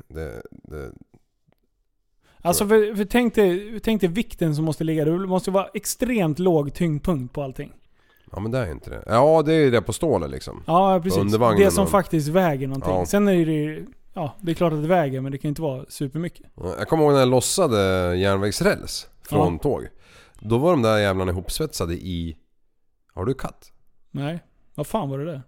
Alltså för tänk dig vikten som måste ligga. Det måste vara extremt låg tyngdpunkt på allting. Ja, men det är inte det. Ja, det är ju det på stålet liksom. Ja, precis. Det som och... faktiskt väger någonting. Ja. Sen är det, det är klart att det väger, men det kan inte vara supermycket. Jag kommer ihåg när jag lossade järnvägsräls från tåg. Då var de där jävlarna ihopsvetsade i... Har du katt? Nej. Vad fan var det där?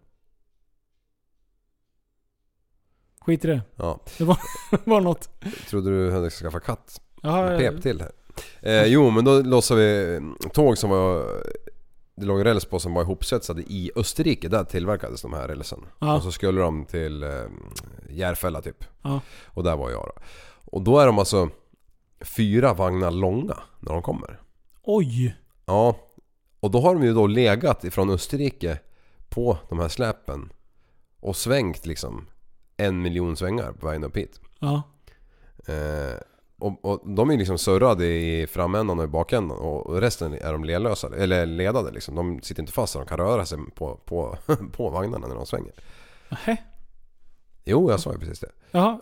Skit i det. Ja. Det var något. Trodde du hade skaffat katt? Ja, pep till här. Jo, men då lossade vi tåg som var... Det låg räls på som var ihopsvetsade i Österrike. Där tillverkades de här rälsen. Och så skulle de till Järfälla typ. Och där var jag då. Och då är de alltså 4 vagnar långa när de kommer. Oj! Ja. Och då har de ju då legat ifrån Österrike på de här släpen och svängt liksom 1 miljon svängar på vägen upp hit. Ja. Och de är liksom surrade i framändan och i bakändan, och resten är de ledlösa, eller ledade liksom. De sitter inte fast, så de kan röra sig på vagnarna när de svänger. Nähä? Jo, jag sa ju precis det. Ja.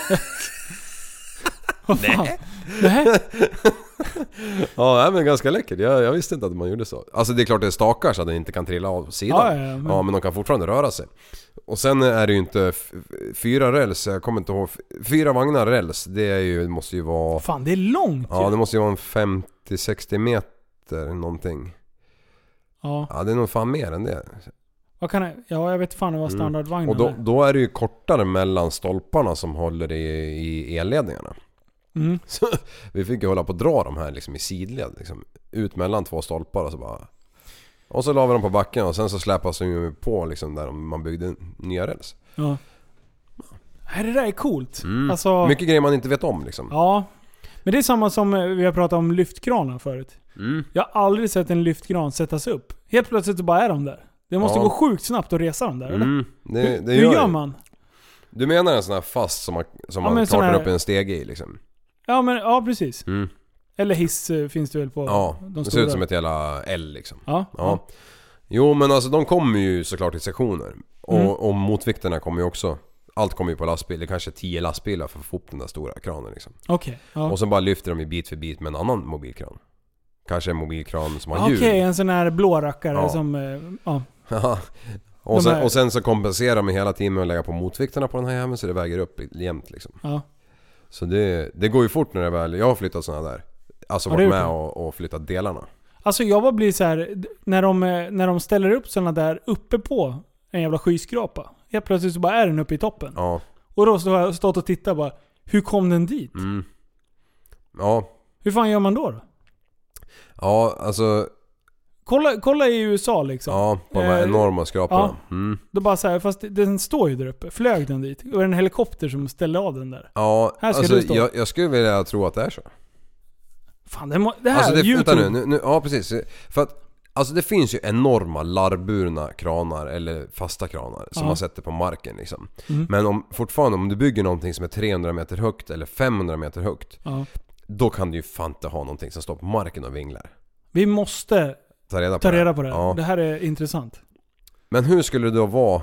Nej. Nej. Ja, men ganska läckert. Jag visste inte att man gjorde så. Alltså det är klart det är stakar så att den inte kan trilla av sidan. Ja, men de kan fortfarande röra sig. Och sen är det ju inte 4 räls, jag kommer inte ihåg. 4 vagnar räls, det måste ju vara... Fan, det är långt. Ja, det måste ju vara en 50-60 meter någonting. Ja, det är nog fan mer än det. Vad kan jag vet fan vad standardvagnen och då är det ju kortare mellan stolparna som håller i elledningarna. Så vi fick ju hålla på att dra de här liksom i sidled liksom, ut mellan 2 stolpar och så bara... Och så la vi dem på backen och sen så släpas de ju på liksom där man byggde nya räls. Ja. Det där är coolt. Alltså... Mycket grejer man inte vet om liksom. Ja. Men det är samma som vi har pratat om lyftkranar förut. Jag har aldrig sett en lyftkran sättas upp. Helt plötsligt så bara är de där. Det måste gå sjukt snabbt att resa dem där, eller? Hur gör man? Du menar en sån här fast som man kartar upp i en stege i liksom? Ja, precis. Eller hiss finns det väl på de stora. Det ser ut som ett jävla L liksom. Ja. Jo, men alltså de kommer ju såklart i sektioner. Och motvikterna kommer ju också. Allt kommer ju på lastbil. Det är kanske 10 lastbilar för att få upp den där stora kranen liksom. Okej. Och så bara lyfter de i bit för bit med en annan mobilkran. Kanske en mobilkran som har hjul. Okej, en sån här blå rackare som... Och sen så kompenserar de hela tiden med att lägga på motvikterna på den här jäveln så det väger upp jämnt liksom. Ja. Så det går ju fort när det väl... Jag har flyttat såna där. Alltså varit med och flyttat delarna. Alltså jag bara blir så här när de ställer upp såna där uppe på en jävla skyskrapa. Helt plötsligt så bara är den uppe i toppen. Ja. Och då har jag stått och tittat bara, hur kom den dit? Ja. Hur fan gör man då? Ja, alltså... Kolla i USA liksom. Ja, på de här enorma skraporna. Ja. Då bara så här, fast den står ju där uppe. Flög den dit? Och en helikopter som ställde av den där. Ja, här ska alltså, stå. Jag skulle vilja tro att det är så. Fan, det här alltså YouTube... nu, ja, precis. För att alltså det finns ju enorma larvburna kranar eller fasta kranar som man sätter på marken liksom. Men om du bygger någonting som är 300 meter högt eller 500 meter högt, då kan du ju fan inte ha någonting som står på marken och vinglar. Vi måste ta reda på det. Ja. Det här är intressant. Men hur skulle det då vara?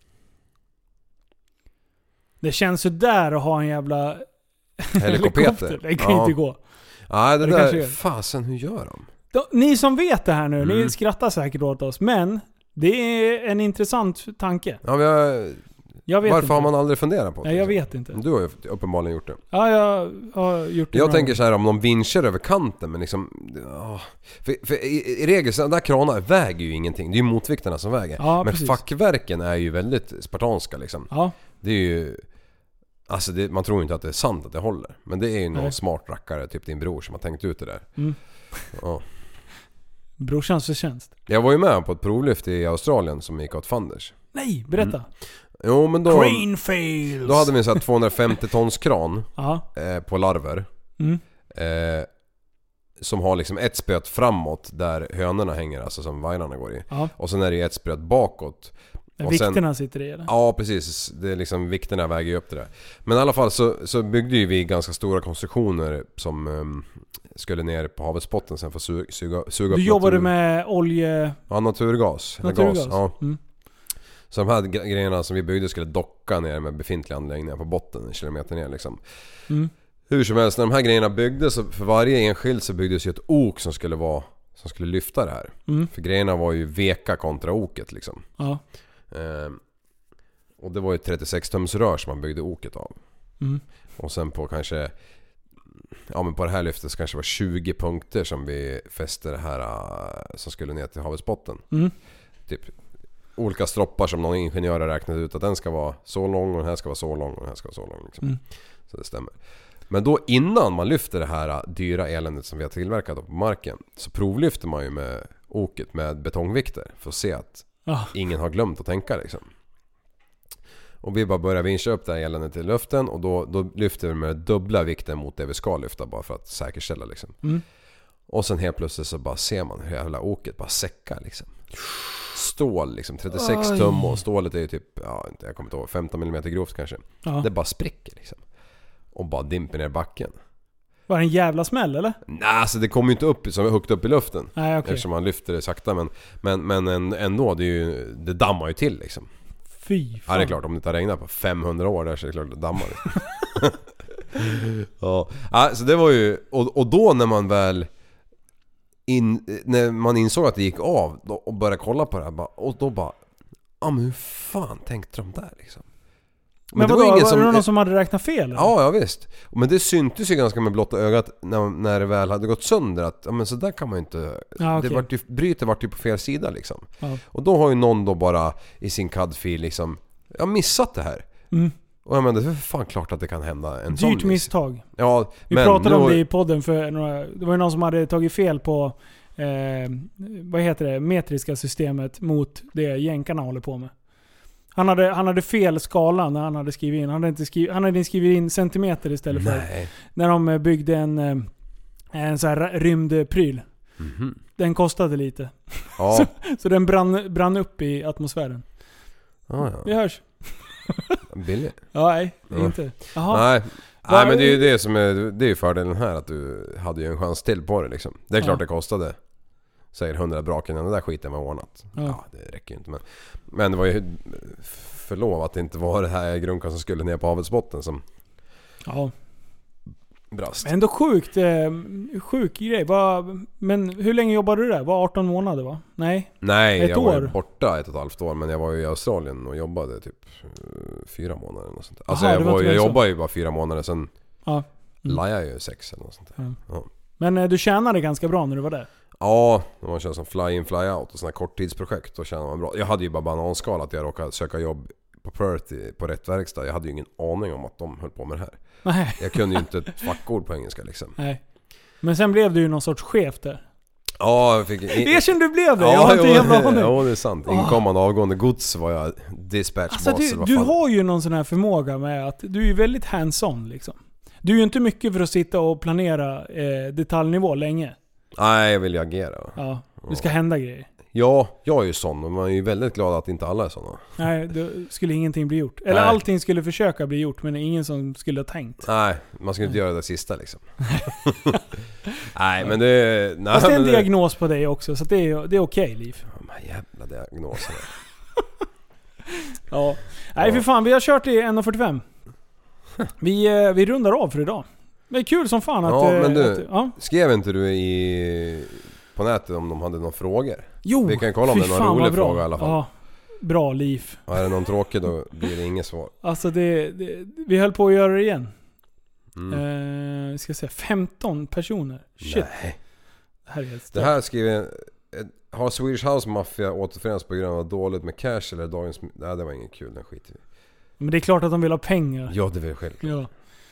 Det känns ju där att ha en jävla helikopter. Det kan inte gå. Nej, det där... Fasen, hur gör de? Ni som vet det här nu, ni skrattar säkert åt oss. Men det är en intressant tanke. Ja, jag vet varför inte. Har man aldrig funderat på det? Nej, jag vet inte. Du har ju uppenbarligen gjort det. Ja, jag har gjort det. Jag tänker så här, om de vinschar över kanten, men liksom... Ja, för i regel, så där kranar väger ju ingenting. Det är ju motvikterna som väger. Ja, men precis. fackverken är ju väldigt spartanska liksom. Ja. Det är ju... Alltså man tror ju inte att det är sant att det håller. Men det är ju någon smart rackare, typ din bror, som har tänkt ut det där. Ja. Brorsans förtjänst. Jag var ju med på ett provlyft i Australien som gick åt fanders. Nej, berätta. Jo, men då... Crane fails. Då hade vi en sån här 250 tons kran på larver. Som har liksom ett spöt framåt där hönorna hänger, alltså som vajrarna går i. Och sen är det ett spöt bakåt. Och vikterna sitter i eller? Ja, precis. Det är liksom, vikterna väger ju upp det där. Men i alla fall så byggde ju vi ganska stora konstruktioner som skulle ner på havsbotten sen för att suga upp. Du jobbade med olje... Ja, naturgas. Naturgas. Ja. Så de här grejerna som vi byggde skulle docka ner med befintliga anläggningar på botten en kilometer ner liksom. Hur som helst, när de här grejerna byggdes, så för varje enskild så byggdes ju ett ok som skulle lyfta det här. För grejerna var ju veka kontra oket liksom. Ja. Och det var ju 36 tums rör som man byggde oket av. Och sen på kanske... Ja, men på det här lyftet så kanske det var 20 punkter som vi fäste det här som skulle ner till havsbotten. Typ olika stroppar som någon ingenjör har räknat ut att den ska vara så lång och den här ska vara så lång och den här ska vara så lång liksom. Så det stämmer. Men då innan man lyfter det här dyra eländet som vi har tillverkat på marken, så provlyfter man ju med oket med betongvikter för att se att ingen har glömt att tänka liksom. Och vi bara börjar vincha upp det här eländet till luften, och då lyfter vi med dubbla vikten mot det vi ska lyfta, bara för att säkerställa liksom. Och sen helt plötsligt så bara ser man hur jävla oket bara säckar liksom. Stål liksom, 36 tum, och stålet är ju typ, jag kommer inte ihåg, 15 mm grovt kanske. Det bara spricker liksom. Och bara dimper ner backen. Var det en jävla smäll eller? Nej, alltså det kommer ju inte upp som högt upp i luften. Nej, okay. Eftersom man lyfter det sakta, men ändå, det dammar ju till liksom. Fy fan. Ja, det är klart, om det inte regnat på 500 år där så är det klart att det dammar. Ja, så det var ju, och då när man väl när man insåg att det gick av och började kolla på det här, och då bara, men hur fan tänkte de där liksom? Men det var det någon som hade räknat fel? Eller? Ja, visst. Men det syntes ju ganska med blotta ögat när det väl hade gått sönder, att men så där kan man ju inte. Okay. Bryter vart ju på fel sida liksom. Och då har ju någon då bara i sin CAD-fil liksom, missat det här. Och jag menar, det är fan klart att det kan hända en sån. Dyrt misstag. Ja, vi pratade om det i podden för det var ju någon som hade tagit fel på vad heter det, metriska systemet mot det jänkarna håller på med. Han hade fel skala när han hade skrivit in. Han hade skrivit in centimeter istället för när de byggde en så här rymdpryl. Den kostade lite. Ja. så den brann upp i atmosfären. Vi hörs. Billigt. Nej, inte. Jaha. Nej, men det är ju det som det är ju fördelen här, att du hade ju en chans till på det liksom. Det är klart det kostade säger 100 braken, den där skiten var ordnat. Ja, det räcker ju inte, men det var ju förlov att det inte var det här grunkan som skulle ner på havsbotten som brast. Ändå sjuk grej. Men hur länge jobbade du där? Var 18 månader va? Nej, jag var borta 1,5 år, men jag var ju i Australien och jobbade typ 4 månader eller något sånt. Alltså jag jobbade ju bara 4 månader, sen lajade jag ju 6 eller något sånt där. Ja. Men du tjänade ganska bra när du var där? Ja, när man kör som fly-in, fly-out och sådana korttidsprojekt, då tjänar man bra. Jag hade ju bara bananskal att jag råkade söka jobb på Perth på rätt verkstad. Jag hade ju ingen aning om att de höll på med det här. Nej. Jag kunde ju inte ett fackord på engelska liksom. Nej. Men sen blev du ju någon sorts chef där. Ja, jag fick... Erkänn du blev det, jag har inte jävla aning. Ja, det är sant. Inkommande avgående gods var jag dispatch boss. Du har ju någon sån här förmåga med att du är ju väldigt hands-on liksom. Du är ju inte mycket för att sitta och planera detaljnivå länge. Nej, jag vill ju agera. Ja, det ska hända grejer. Ja, jag är ju sån och man är ju väldigt glad att inte alla är såna. Nej, då skulle ingenting bli gjort. Eller allting skulle försöka bli gjort, men ingen som skulle ha tänkt. Nej, man skulle inte göra det sista liksom. Nej, men det... Nej, fast det är en diagnos på dig också, så det är okej, Liv. De här jävla diagnoserna. Ja. Nej, för fan, vi har kört i 1.45. Vi rundar av för idag. Det är kul som fan att... Ja, men du, ja. skrev inte du på nätet om de hade några frågor? Jo, vi kan kolla om det är någon rolig fråga i alla fall. Ja, bra, Liv. Ja, är det någon tråkig då blir det inget svar. Alltså vi höll på att göra det igen. Ska jag säga 15 personer. Shit. Nej. Det här är helt stört. Det här skriver... Har Swedish House Mafia återförenats på grund av dåligt med cash eller dagens... Nej, det var inget kul, den skiter vi. Men det är klart att de vill ha pengar. Ja, det vill självklart. Ja.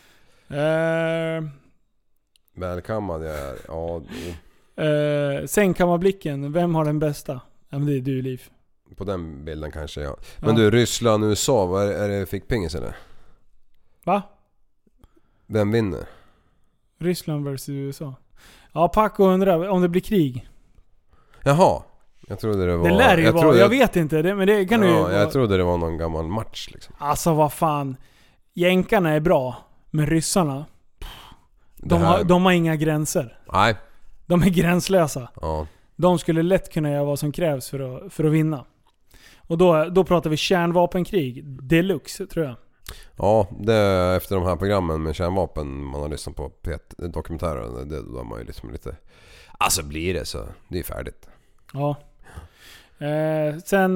Välkammad jag är. Ja, Sängkammarblicken, vem har den bästa? Ja, men det är du, Liv. på den bilden kanske, ja. Men du, Ryssland, USA, vad är det fickpingis eller? Va? Vem vinner? Ryssland versus USA. Ja, Paco undrar om det blir krig. Jaha. Jag trodde det var... Det lär ju vara, jag vet inte det, men det kan ju vara... Jag trodde det var någon gammal match liksom. Alltså vad fan. Jänkarna är bra, men ryssarna de har inga gränser. Nej. De är gränslösa. Ja. De skulle lätt kunna göra vad som krävs för att vinna. Och då pratar vi kärnvapenkrig deluxe, tror jag. Ja, det är efter de här programmen med kärnvapen man har lyssnat på dokumentärer, då är man ju liksom lite... Alltså blir det så, det är färdigt. Ja. Sen...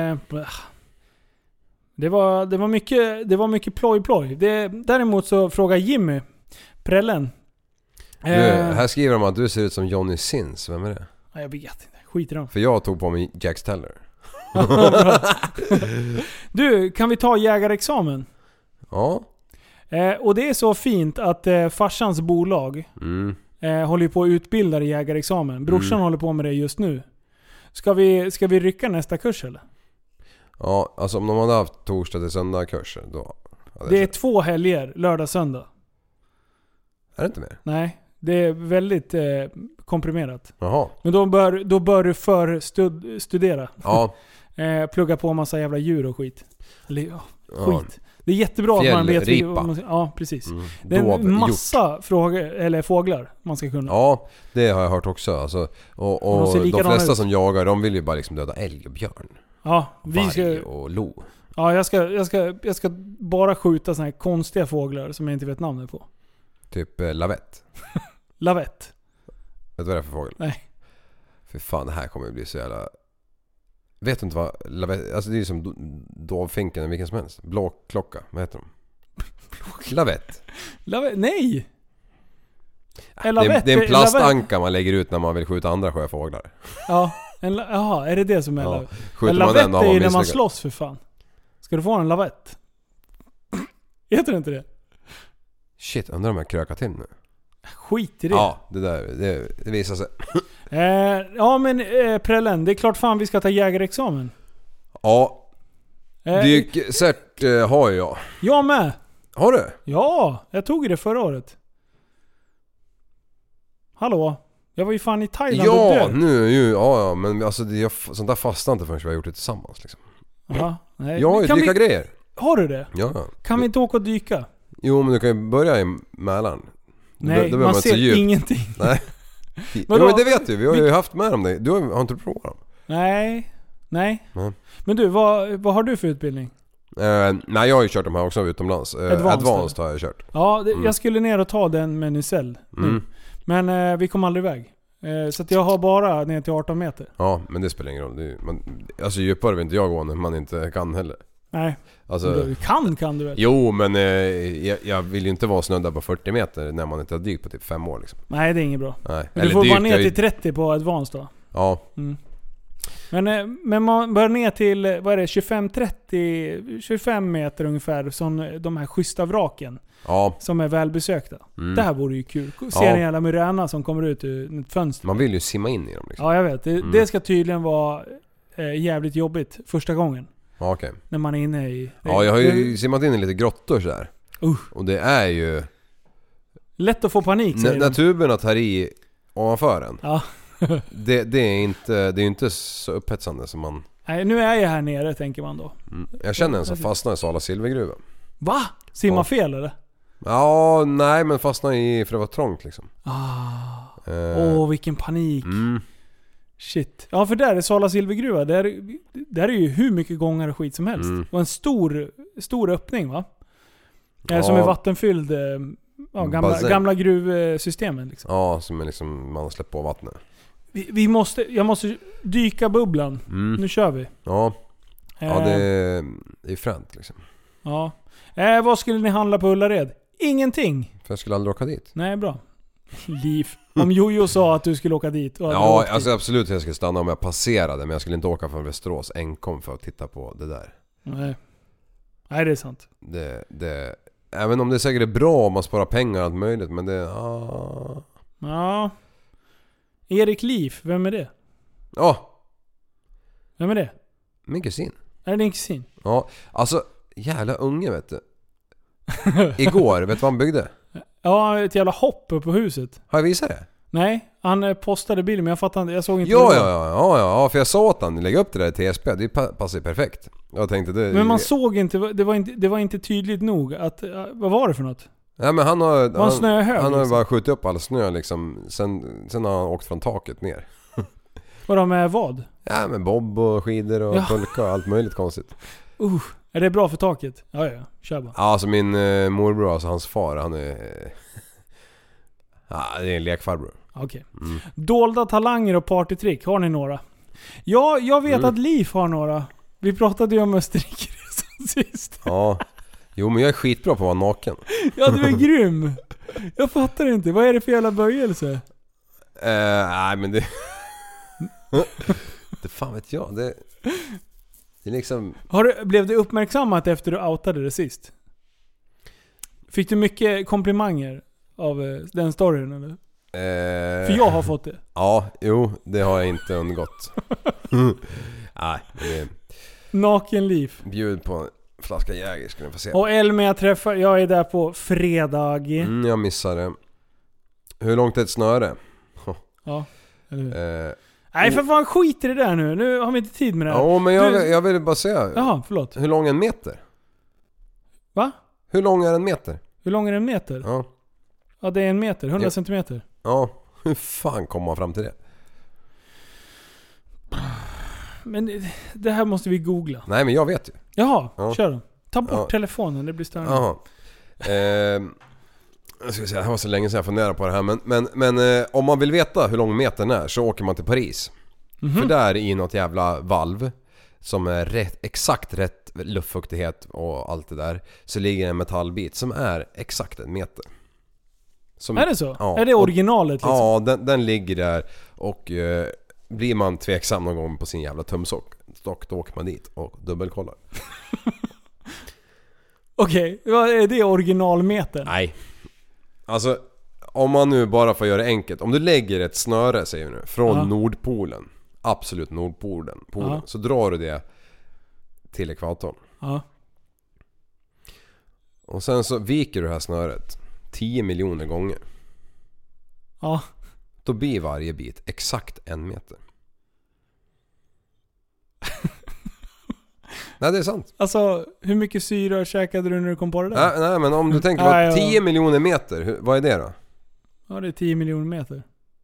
Det var mycket ploj. Däremot så frågar Jimmy Prellen. Här skriver de att du ser ut som Johnny Sins. Vem är det? Jag vet inte. Skit i dem. För jag tog på mig Jax Teller. Du, kan vi ta jägarexamen? Ja. Och det är så fint att farsans bolag håller på att utbilda i jägarexamen. Brorsan håller på med det just nu. Ska vi rycka nästa kurs eller? Ja, alltså om de hade haft torsdag till söndag kurser då... Det är 2 helger, lördag, söndag. Är det inte mer? Nej, det är väldigt komprimerat. Jaha. Men då bör du studera. Ja. Plugga på en massa jävla djur och skit. Eller, skit. Det är jättebra att man vet... Ja, precis. Det är en massa fåglar man ska kunna. Ja, det har jag hört också. Alltså, och de flesta som jagar, de vill ju bara liksom döda älg och björn. Ja, varg och lo. Ja, jag ska bara skjuta såna här konstiga fåglar som jag inte vet namnet på. Typ lavett. Lavett. Vet du vad det är för fågel? Nej. För fan, det här kommer ju bli så jävla... Vet du inte vad lavett... Alltså det är ju som dovfinken eller vilken som helst. Blåklocka, vad heter de? Lavett. Nej! Det är en plastanka man lägger ut när man vill skjuta andra sjöfåglar. Ja. Jaha, är det som är lavett? Skjuter lavett man den, är ju när man slåss för fan. Ska du få en lavett? Heter det inte det? Shit, undrar om jag krökar till nu. Skit i det. Ja, det visar sig. Ja men Prellen, det är klart fan vi ska ta jägarexamen. Ja. Dykcert har jag. Jag med. Har du? Ja, jag tog det förra året. Hallå? Jag var ju fan i Thailand och död. Ja, men alltså sånt där fastnar inte förrän vi har gjort det tillsammans liksom. Aha, nej. Jag har ju dyka grejer. Har du det? Ja. Kan vi inte åka och dyka? Jo, men du kan ju börja i Mälaren. Nej, man ser ingenting. Nej. Jo, det vet du. Vi har ju haft med dem det. Du har inte provat dem. Nej. Men du, vad har du för utbildning? Nej, jag har ju kört de här också utomlands. Advanced har jag kört. Ja, jag skulle ner och ta den med Nysell. Men vi kom aldrig iväg. Så att jag har bara ner till 18 meter. Ja, men det spelar ingen roll. Alltså djupare vill inte jag gå när man inte kan heller. Nej. Alltså, du kan du väl? Jo, men jag vill ju inte vara snödda på 40 meter när man inte har dykt på typ 5 år liksom. Nej, det är inget bra. Nej. Men du får bara ner till 30 på Advanced då. Ja. Men man bör ner till, vad är det, 25 meter ungefär, som de här schyssta vraken. Ja. Som är välbesökta. Det här vore ju kul. Se en jävla muräna som kommer ut ur ett fönster. Man vill ju simma in i dem liksom. Ja, jag vet. Det ska tydligen vara jävligt jobbigt första gången. Ja, okej. När man är inne i... Ja, jag har ju simmat in i lite grottor så där. Och det är ju... Lätt att få panik, när tuberna tar i ovanför en. Ja. det är inte så upphetsande som man... Nej, nu är jag här nere, tänker man då. Jag känner en som fastnar i Sala silvergruva. Va? Simma fel eller? Ja, nej, men fastnar i, för det var trångt liksom. Vilken panik. Shit. Ja, för där är Sala silvergruva. Där är ju hur mycket gångar och skit som helst. Och en stor öppning, va? Som är vattenfylld. Gamla gruvsystemen liksom. Ja, som är liksom man släpper på vattnet. Jag måste dyka bubblan. Nu kör vi. Ja, det är fränt liksom. Ja. Vad skulle ni handla på Ullared? Ingenting. För jag skulle aldrig åka dit. Nej, bra. Liv. Om Jojo sa att du skulle åka dit. Ja, alltså absolut jag skulle stanna om jag passerade. Men jag skulle inte åka från Västerås enkom för att titta på det där. Nej, det är sant. Även om det säkert är bra om man sparar pengar och allt möjligt. Men det... Ja. Erik Liv, vem är det? Ja. Vem är det? Min kusin. Är det din kusin? Ja, alltså jävla unge vet du. Igår, vet du vad han byggde? Ja, ett jävla hopp upp på huset. Har jag visat det? Nej, han postade bilden men jag fattar inte, jag såg inte. Ja, för jag sa åt han lägga upp det där i TSP, det passar ju perfekt. Jag tänkte det. Men man såg inte, det var inte tydligt nog att, vad var det för något? Ja, men han har liksom. bara skjutit upp all snö liksom. Sen har han åkt från taket ner. Vadå med vad? Ja, med bob och skidor och pulka och allt möjligt konstigt. Är det bra för taket? Ja, kör bara. Ja, alltså min morbror, alltså hans far, han är... det är en lekfarbror. Okej. Dolda talanger och partytrick, har ni några? Ja, jag vet att Liv har några. Vi pratade ju om Österrike-resan sist. Ja. Jo, men jag är skitbra på att vara naken. Ja, du är grym. Jag fattar inte. Vad är det för jävla böjelse? Nej, men det... det fan vet jag. Det är liksom... Blev det uppmärksammat efter du outade det sist? Fick du mycket komplimanger av den storyn, eller? För jag har fått det. Ja, jo, det har jag inte undgått. Nej, det... Nakenliv. Bjud på en flaska Jäger ska ni få se. Och Elmia träffar, jag är där på fredag. Jag missade. Hur långt är ett snöre? Ja, eller hur? Nej, för fan, skit i det där nu. Nu har vi inte tid med det här. Ja, men jag vill bara säga. Jaha, förlåt. Hur lång är en meter? Va? Hur lång är en meter? Hur lång är en meter? Ja. Ja, det är en meter. 100 centimeter. Ja, hur fan kommer man fram till det? Men det här måste vi googla. Nej, men jag vet ju. Jaha, kör då. Ta bort telefonen, det blir större. Jaha. Jag ska säga, det var så länge sedan jag funderade på det här. Men om man vill veta hur lång metern är så åker man till Paris. För där i något jävla valv som är exakt rätt luftfuktighet och allt det där, så ligger en metallbit som är exakt en meter. Är det så? Ja, är det originalet liksom? Ja, den ligger där och blir man tveksam någon gång på sin jävla tumstock, då åker man dit och dubbelkollar. Okej, är det originalmetern? Nej. Alltså, om man nu bara får göra det enkelt. Om du lägger ett snöre, säger vi nu, från Nordpolen, absolut Nordpolen, så drar du det till ekvatorn. Ja. Och sen så viker du det här snöret 10 miljoner gånger. Ja. Då blir varje bit exakt 1 meter. Nej, det är sant. Alltså, hur mycket syra käkade du när du kom på det där? Nej, men om du tänker på 10 miljoner meter, vad är det då? Ja, det är 10 miljoner meter.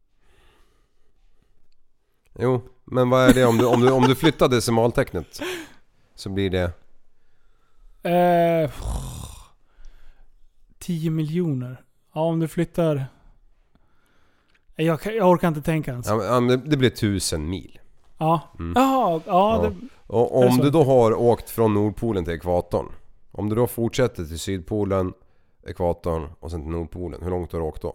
Jo, men vad är det om du flyttar decimaltecknet? Så blir det... 10 miljoner. Ja, om du flyttar... Jag orkar inte tänka ens. Ja, det blir 1000 mil. Ja. Ja. Och om du då har åkt från Nordpolen till ekvatorn, om du då fortsätter till Sydpolen, ekvatorn och sen till Nordpolen, hur långt har du åkt då?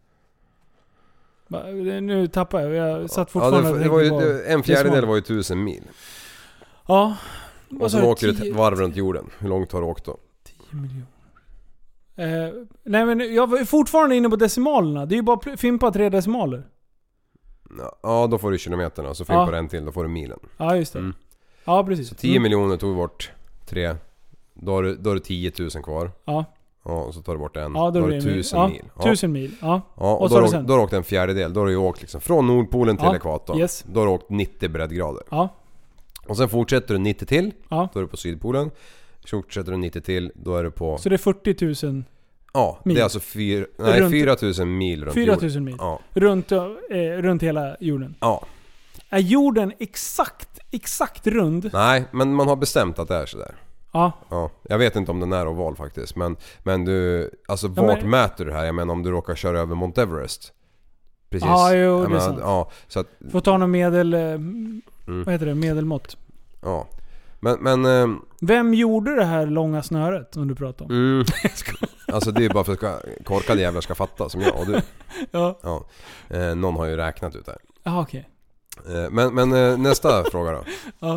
Nu tappar jag satt fortfarande... det var ju, en fjärdedel var ju 1000 mil. Ja. Och så åker du ett varv runt jorden. Hur långt har du åkt då? 10 miljoner. Nej, men jag var fortfarande inne på decimalerna. Det är ju bara fimpa 3 decimaler. Ja, då får du kilometerna. Så fimpar en till, då får du milen. Ja, just det. Ja, precis. Så 10 miljoner tog vi bort 3. Då har du 10 000 kvar. Ja. Ja, och så tar du bort en. Ja, då är det 1000 mil. Ja, 1000 mil. Ja. Och då har du åkt en fjärdedel. Då har du ju åkt liksom från Nordpolen till ekvatorn. Yes. Då har du åkt 90 breddgrader. Ja. Och sen fortsätter du 90 till. Ja. Då är du på Sydpolen. Så fortsätter du 90 till. Då är du på... Så det är 40 000 Ja, mil. det är alltså 4000 mil runt 4000 jorden. mil. Ja. Runt hela jorden. Ja. Är jorden exakt rund? Nej, men man har bestämt att det är sådär. Ja. Ja. Jag vet inte om den är oval faktiskt. Men du... Alltså vart mäter du det här? Jag menar om du råkar köra över Mount Everest. Precis. Ja, jo, det är sant. Ja, så att... Får ta någon vad heter det? Medelmått. Ja. Men vem gjorde det här långa snöret som du pratar om? alltså det är bara för att korkade jävlar ska fatta som jag och du. Ja. Någon har ju räknat ut det här. Ja, okej. Men nästa fråga då. Ja.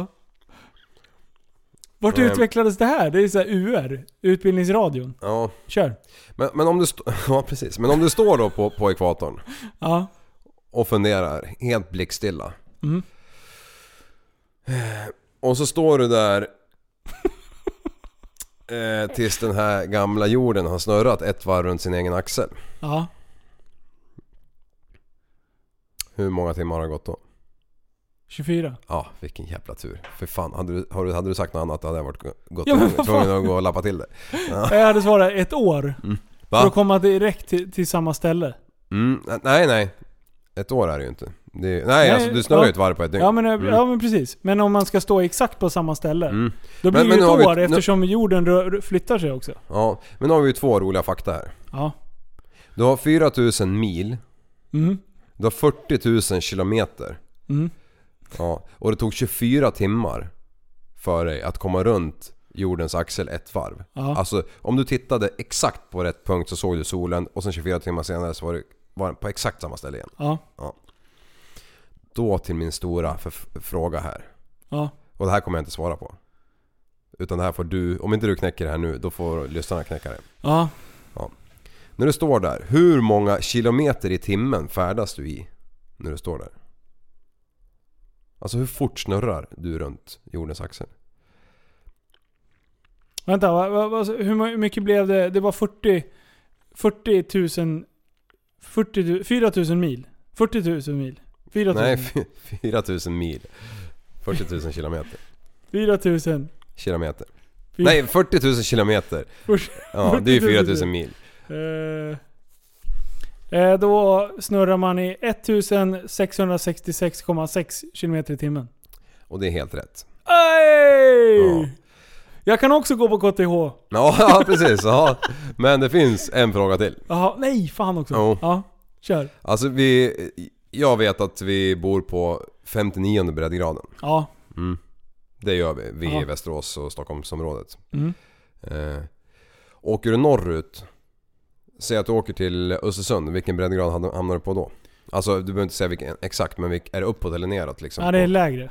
Vart utvecklades det här? Det är så här UR, Utbildningsradion. Ja. Kör. Men om du ja, precis. Men om du står då på ekvatorn. Ja. Och funderar helt blickstilla. Mm. Och så står du där tills den här gamla jorden har snurrat ett varv runt sin egen axel. Ja. Hur många timmar har det gått då? 24. Ja, vilken jävla tur. För fan, hade du sagt något annat hade jag varit gott tvungen att gå och lappa till det. Ja. Jag hade svarat 1 år. För att komma direkt till samma ställe. Nej. 1 år är det ju inte. Nej, alltså du snurrar ju ett varv på ett dygn. Ja men precis. Men om man ska stå exakt på samma ställe. Då blir det ju ett år eftersom jorden flyttar sig också. Ja, men nu har vi ju 2 roliga fakta här. Ja. Du har 4000 mil. Mm. Du har 40 000 kilometer. Mm. Ja, och det tog 24 timmar för dig att komma runt jordens axel ett varv. Ja. Alltså om du tittade exakt på rätt punkt så såg du solen och sen 24 timmar senare så var den på exakt samma ställe igen. Ja. Då till min stora fråga här. Ja. Och det här kommer jag inte svara på. Utan det här får du, om inte du knäcker det här nu, då får lyssnarna knäcka det. Ja. När du står där, hur många kilometer i timmen färdas du i när du står där? Alltså hur fort snurrar du runt jordens axel? Vänta, hur mycket blev det? Det var 4 000 mil. 40 000 mil. 4 000. Nej, 4 000 mil. 40 000 kilometer. 4 000 kilometer. Nej, 40 000 kilometer. Ja, det är 4 000 mil. Då snurrar man i 1666,6 kilometer i timmen. Och det är helt rätt. Ja. Jag kan också gå på KTH. Ja, precis. Ja. Men det finns en fråga till. Jaha, nej, fan också. Ja, kör. Alltså jag vet att vi bor på 59:e breddgraden. Ja. Det gör vi i Västerås och Stockholmsområdet. Åker du norrut, säg att du åker till Östersund, vilken breddgrad hamnar du på då? Alltså du behöver inte säga vilken exakt, men är det uppåt eller neråt liksom? Ja, det är lägre.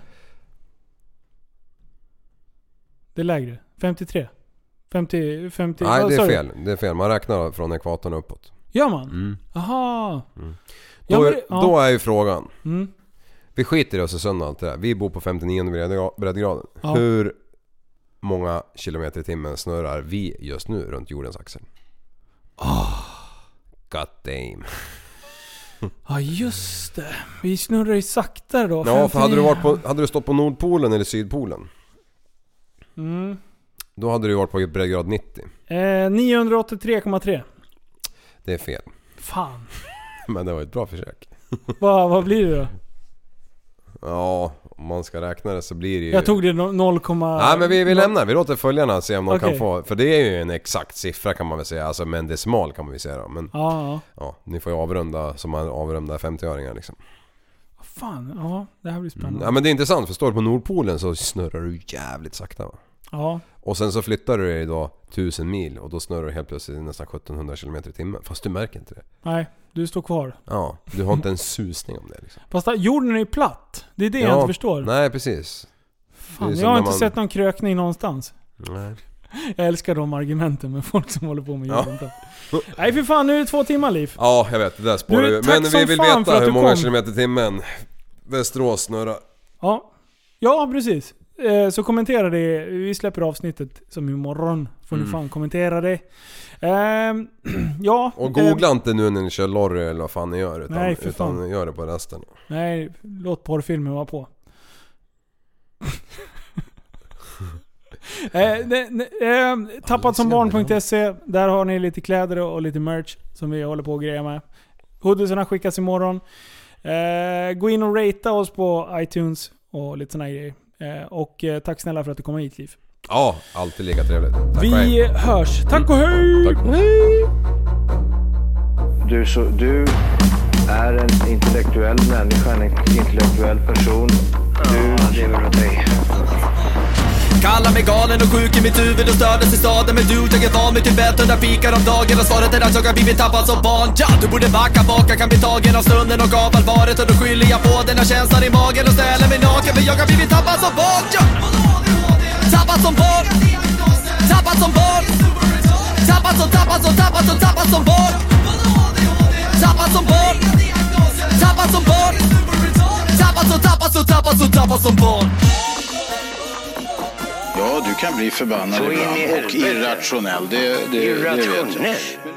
Det är lägre. 53. 50. Nej, det är fel. Det är fel. Man räknar från ekvatorn uppåt. Gör man? Aha. Då är ju frågan. Vi skiter i Östersund och allt det där. Vi bor på 59:e breddgraden. Ja. Hur många kilometer i timmen snurrar vi just nu runt jordens axel? God damn. Ja, just det. Vi snurrar ju saktare då. Ja, för hade du stått på Nordpolen eller Sydpolen? Då hade du varit på breddgrad 90. 983,3. Det är fel. Fan. Men det var ett bra försök. Vad blir det då? Ja, om man ska räkna det så blir det ju... Jag tog det 0, Nej, men vi lämnar. Vi låter följarna se om de kan få... För det är ju en exakt siffra kan man väl säga. Alltså med en decimal kan man väl säga då. Men ja, ni får ju avrunda som man avrundar 50-öringar liksom. Fan, ja, det här blir spännande. Ja, men det är intressant, för står du på Nordpolen så snurrar du jävligt sakta, va? Ja. Och sen så flyttar du dig då 1000 mil och då snurrar du helt plötsligt nästan 1700 km i timmen. Fast du märker inte det. Nej, du står kvar. Ja, du har inte en susning om det liksom. Fast jorden är ju platt. Det är det jag inte förstår. Nej, precis. Fan, jag har inte sett någon krökning någonstans. Nej. Jag älskar de argumenten med folk som håller på med jorden platt. Nej, för fan, nu är det 2 timmar, Liv. Ja, jag vet, det där spårar ju. Men vi vill veta hur många kilometer i timmen Västerås snurrar. Ja, precis. Så kommentera det. Vi släpper avsnittet som imorgon. Får ni fan kommentera det. Ja. Och googla inte nu när ni kör lorry eller vad fan ni gör. Utan, nej, för fan. utan gör det på resten. Nej, låt porrfilmen vara på. Tappatsombarn.se. Där har ni lite kläder och lite merch som vi håller på att greja med. Hoodiesarna skickas imorgon. Gå in och ratea oss på iTunes och lite såna grejer. Och tack snälla för att du kom hit, Liv. Ja, alltid lika trevligt. Tack vi hörs. Tack och hej! Tack och hej! Du är en intellektuell människa, en intellektuell person. Du lever åt dig. Kallar mig galen och sjuk i mitt huvud och stördes i staden. Men du, jag är van vid Tibet under fikar om dagen. Och svaret är att jag har blivit tappad som barn. Ja, du borde backa bak, jag kan bli tagen av stunden och av allvaret. Och då skyller jag på den här känslan i magen och ställer mig naken. För jag har blivit tappad som barn. Ja. Tappad som barn. Tappad som barn. Tappad som barn. Tappad som barn. Tappad som barn. Tappad som barn. Ja, du kan bli förbannad ibland och irrationell. Det vet jag.